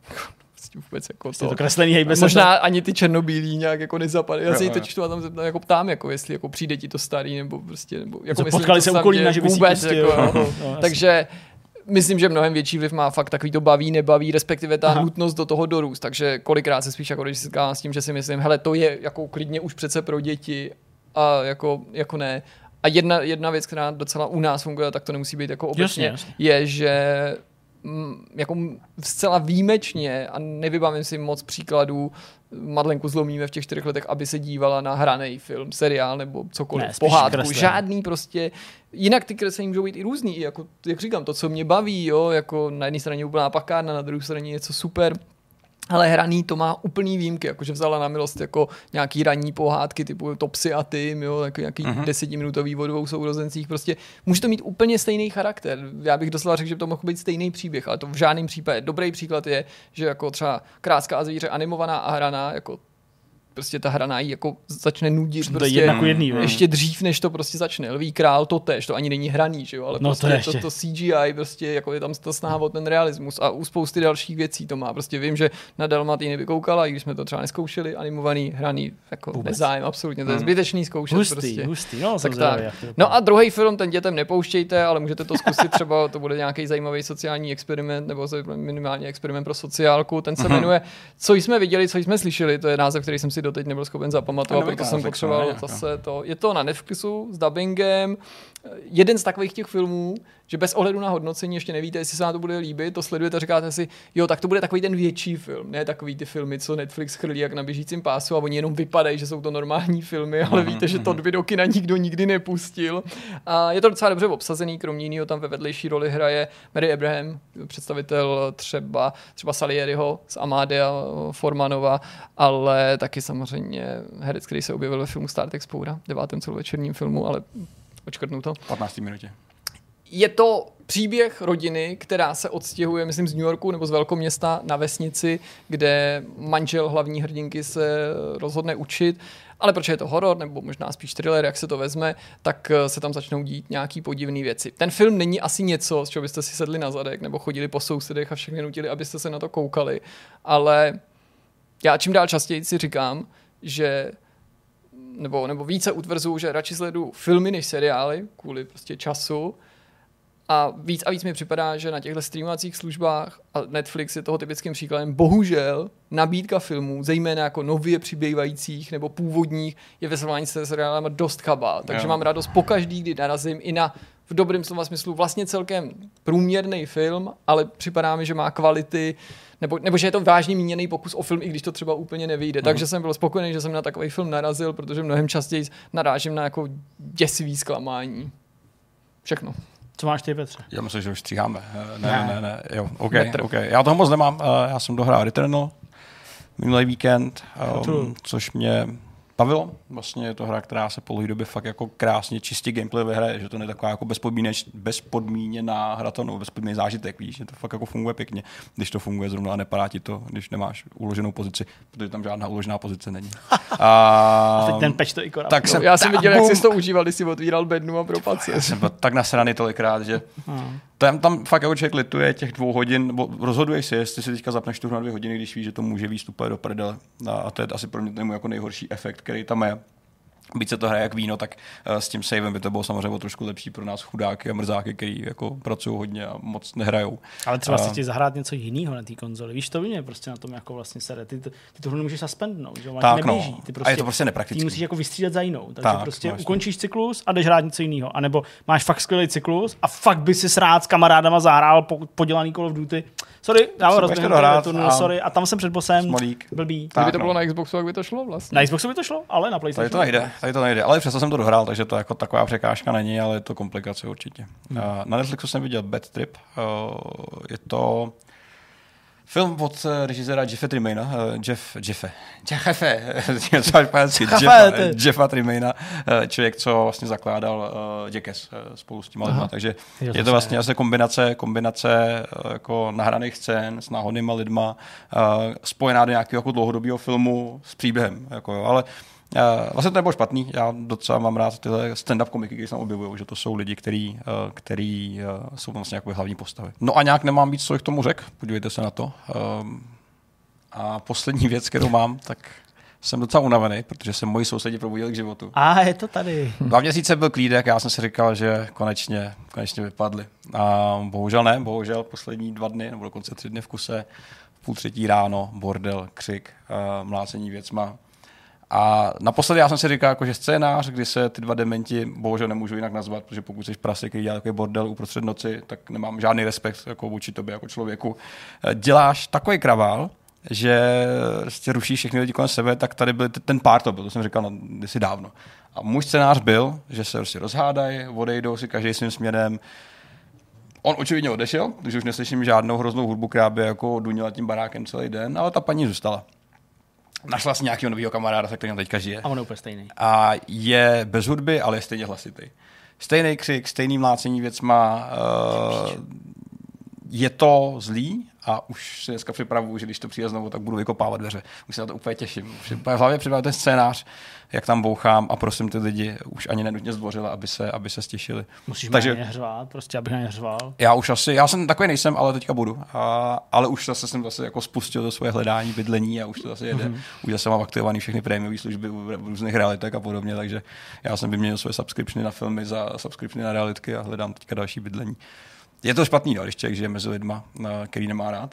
Vůbec jako to kreslení hejbe se. Možná ani ty černobílí nějak jako nezapadají. Já se jí teď to tam jako ptám, jako jestli jako přijde ti to starý nebo prostě nebo jako myslím, potkali se u kolína, že by si jako, takže myslím, že mnohem větší vliv má fakt takový to baví, nebaví, respektive ta nutnost do toho dorůst. Takže kolikrát se spíš jako když se setkávám s tím, že si myslím, hele, to je jako klidně už přece pro děti a jako ne. A jedna věc, která docela u nás funguje, tak to nemusí být jako obecně, jasně. Je, že jako zcela výjimečně, a nevybavím si moc příkladů, Madlenku zlomíme v těch 4 letech, aby se dívala na hraný film, seriál nebo cokoliv, pohádku. Kreslení. Žádný prostě. Jinak ty kreslení můžou být i různý, i jako, jak říkám, to, co mě baví, jo, jako na jedné straně úplná pakárna, na druhé straně něco super. Ale hraný to má úplný výjimky, jakože vzala na milost jako nějaký ranní pohádky typu Topsy a Tim, jo, jako nějaký 10minutový o 2 sourozencích, prostě může to mít úplně stejný charakter. Já bych doslova řekl, že to mohl být stejný příběh, ale to v žádném případě. Dobrý příklad je, že jako třeba Kráska a zvíře animovaná a hraná, jako prostě ta hraná jí jako začne nudit prostě ještě dřív, než to prostě začne. Lví král to tež, to ani není hraný, že jo, ale no prostě to CGI, prostě jako je tam ta snaha o ten realismus a u spousty dalších věcí to má. Prostě vím, že na Dalmatiny vykoukala, i když jsme to třeba neskoušeli, animovaný, hraný, jako nezájem, absolutně, to je zbytečný zkoušet. Hustý, no, tak. No a druhý film, ten dětem nepouštějte, ale můžete to zkusit, třeba to bude nějaký zajímavý sociální experiment, nebo minimálně experiment pro sociálku, ten se jmenuje Co jsme viděli, co jsme slyšeli, to je název, který jsem si doteď nebyl schopen zapamatovat, proto jsem potřeboval zase to. Je to na Netflixu s dubbingem. Jeden z takových těch filmů, že bez ohledu na hodnocení ještě nevíte, jestli se vám to bude líbit, to sledujete a říkáte si, jo, tak to bude takový ten větší film, ne takový ty filmy, co Netflix chrlí jak na běžícím pásu a oni jenom vypadají, že jsou to normální filmy, ale víte, že to do kina nikdo nikdy nepustil. A je to docela dobře obsazený, kromě jiného tam ve vedlejší roli hraje Mary Abraham, představitel třeba Salieriho z Amadea Formanova, ale taky samozřejmě herec, který se objevil ve filmu Star Trek Spoura, 9. celovečerním filmu, ale očkrtnu to. 15 minutě. Je to příběh rodiny, která se odstěhuje, myslím, z New Yorku nebo z velkoměsta na vesnici, kde manžel hlavní hrdinky se rozhodne učit, ale protože je to horor, nebo možná spíš thriller, jak se to vezme, tak se tam začnou dít nějaký podivné věci. Ten film není asi něco, z čeho byste si sedli na zadek nebo chodili po sousedech a všechny nutili, abyste se na to koukali, ale já čím dál častěji si říkám, že nebo více utvrzuju, že radši sleduju filmy než seriály, kvůli prostě času. A víc mi připadá, že na těchto streamovacích službách, a Netflix je toho typickým příkladem, bohužel nabídka filmů, zejména jako nově přibývajících nebo původních, je ve srovnání se seriálama dost kabál. Takže mám radost pokaždý, kdy narazím i na v dobrém slova smyslu vlastně celkem průměrný film, ale připadá mi, že má kvality, nebo že je to vážně míněný pokus o film, i když to třeba úplně nevyjde. Takže jsem byl spokojený, že jsem na takový film narazil, protože mnohem častěji narážím na jako děsivý zklamání. Všechno. Co máš ty, Petře? Já myslím, že už stříháme. Ne. Jo, okay. Já toho moc nemám. Já jsem dohrál Returnal minulý víkend, což mě bavilo. Vlastně je to hra, která se po dlouhé době fakt jako krásně čistě gameplay vyhraje, že to není taková jako bezpodmíněná hra, nebo bezpodmíněný zážitek, víš, že to fakt jako funguje pěkně, když to funguje zrovna a nepadá ti to, když nemáš uloženou pozici, protože tam žádná uložená pozice není. A teď ten peč to i korá. Já jsem viděl, jak jsi to užíval, když jsi otvíral bednu a propad se. Já jsem byl tak nasraný tolikrát, že tam fakt jako člověk lituje těch 2 hodin, nebo rozhoduješ si, jestli si teďka zapneš tu hru na 2 hodiny, když víš, že to může výst úplně do prdele. A to je asi pro mě ten jako nejhorší efekt, který tam je. Byť se to hraje jak víno, tak s tím savem by to bylo samozřejmě o trošku lepší pro nás chudáky a mrzáky, kteří jako pracují hodně a moc nehrajou. Ale třeba si chtějí zahrát něco jiného na té konzoli. Víš, to mě prostě na tom jako vlastně sere. Ty tu hru nemůžeš suspendnout, že tak, neběží. Ty prostě, a je to prostě nepraktický. Ty musíš jako vystřídat za jinou. Takže tak, prostě ukončíš cyklus a jdeš hrát něco jiného. A nebo máš fakt skvělý cyklus a fakt by si rád s kamarádama zahrál podělaný Call of Duty. Sorry, já ho rozběhnu, sorry. A tam jsem před bossem blbý. Kdyby to bylo na Xboxu, jak by to šlo vlastně. Na Xboxu by to šlo, ale na PlayStationu. Tady to nejde. Ale přesto jsem to dohrál, takže to jako taková překážka není, ale je to komplikace určitě. Na Netflixu jsem viděl Bad Trip. Je to film od režiséra Jeffa Tremaina. Jeffa Tremaina, člověk, co vlastně zakládal Jackass spolu s těma lidma. Takže je to vlastně asi kombinace jako nahraných scén s náhodnýma lidma, spojená do nějakého jako dlouhodobého filmu s příběhem. Jako jo. Ale vlastně to nebylo špatný, já docela mám rád tyhle stand-up komiky, které se tam objevují, že to jsou lidi, který jsou vlastně jako hlavní postavy. No a nějak nemám víc, co jich tomu řek, podívejte se na to. A poslední věc, kterou mám, tak jsem docela unavený, protože se moji sousedi probudili k životu. A je to tady. 2 měsíce byl klídek, já jsem si říkal, že konečně vypadli. A bohužel poslední 2 dny, nebo dokonce 3 dny v kuse, 2:30 ráno, bordel, křik, mlácení věcma. A naposledy já jsem si říkal, jako, že scénář, kdy se ty 2 dementi bohužel nemůžu jinak nazvat, protože pokud jsi prase, který dělá takový bordel uprostřed noci, tak nemám žádný respekt jako vůči tobě jako člověku. Děláš takový kravál, že prostě rušíš všechny lidi kolem sebe, tak tady byl ten pár to jsem říkal kdysi dávno. A můj scénář byl, že se prostě rozhádají, odejdou si každý svým směrem. On očividně odešel, takže už neslyším žádnou hroznou hudbu, která by jako dunila tím barákem celý den, ale ta paní zůstala. Našla si nějakého nového kamaráda, se kterým teďka žije. A on je úplně stejný. A je bez hudby, ale je stejně hlasitý. Stejný křik, stejný mlácení věcma. Je to zlý a už si dneska připravuju, že když to přijde znovu, tak budu vykopávat dveře. Už se na to úplně těším. V hlavě připravím ten scénář, jak tam bouchám a prosím ty lidi už ani nenutně zdvořila, aby se stěšili. Musíš na ně řvát, prostě abych na ně řval. Já jsem takový nejsem, ale teďka budu. Ale už jsem zase jako spustil do svoje hledání, bydlení a už to zase jede. Už zase mám aktivovaný všechny prémiové služby v různých realitech a podobně, takže já jsem vyměnil svoje subscriptiony na filmy za subscriptiony na realitky a hledám teďka další bydlení. Je to špatný, když člověk žije mezi lidma, který nemá rád.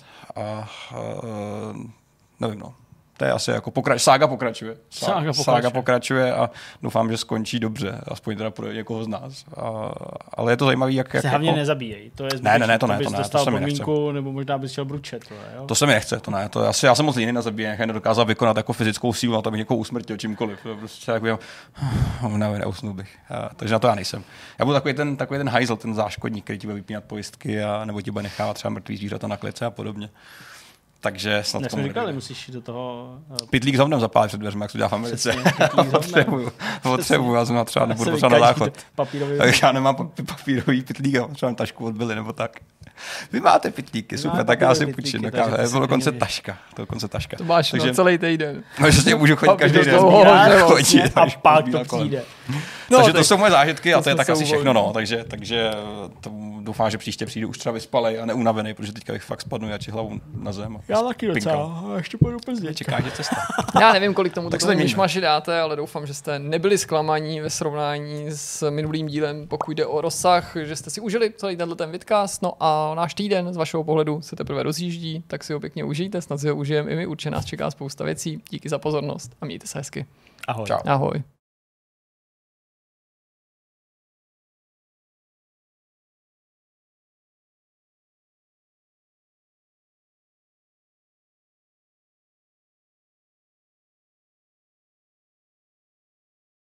Nevím, no. To je asi jako sága pokračuje. Sága pokračuje a doufám, že skončí dobře, aspoň teda pro někoho z nás. Ale je to zajímavé, jak se hlavně jako nezabíjej. To je ne, to bys ne, dostal to se mi nechce. Nebo možná bys chtěl bručet. Jo? To se mi nechce, to ne. Já jsem moc líný na zabíjení, jak nedokázal vykonat jako fyzickou sílu, na to bych někoho usmrtil čímkoliv. Prostě tak bych neusnul bych. Takže na to já nejsem. Já budu takový ten hajzl, ten záškodník, který ti bude vypínat pojistky a nebo ti bude nechávat třeba mrtvý zvířata na klece a podobně. Takže snad tomu říkali, musíš do toho... Pytlík s hovnem zapálit před dveřmi, jak se dělá v Americe. Potřebuju, já jsem třeba nebudu potřeba na záchod. Já nemám papírový pytlík, třeba tašku odbyli, nebo tak. Vy máte pytlíky, super, tak já si půjčím. Je to dokonce taška. To máš na celý týden. No, že s tím můžu chodit každý den. A pak to přijde. Takže to jsou moje zážitky a to je tak asi všechno. Takže doufám, že příště přijdu už třeba vyspalej a neunavený, protože teďka bych fakt spadnu jači hlavou na zem. Já taky docela, ještě půjdu Plzně. Čeká, že cesta. Já nevím, kolik tomu Tak takovým myšmaši dáte, ale doufám, že jste nebyli zklamaní ve srovnání s minulým dílem, pokud jde o rozsah, že jste si užili celý ten vidcast, no a náš týden z vašeho pohledu se teprve rozjíždí, tak si ho pěkně užijte, snad si ho užijeme i my, určitě nás čeká spousta věcí. Díky za pozornost a mějte se hezky. Ahoj. Čau. Ahoj.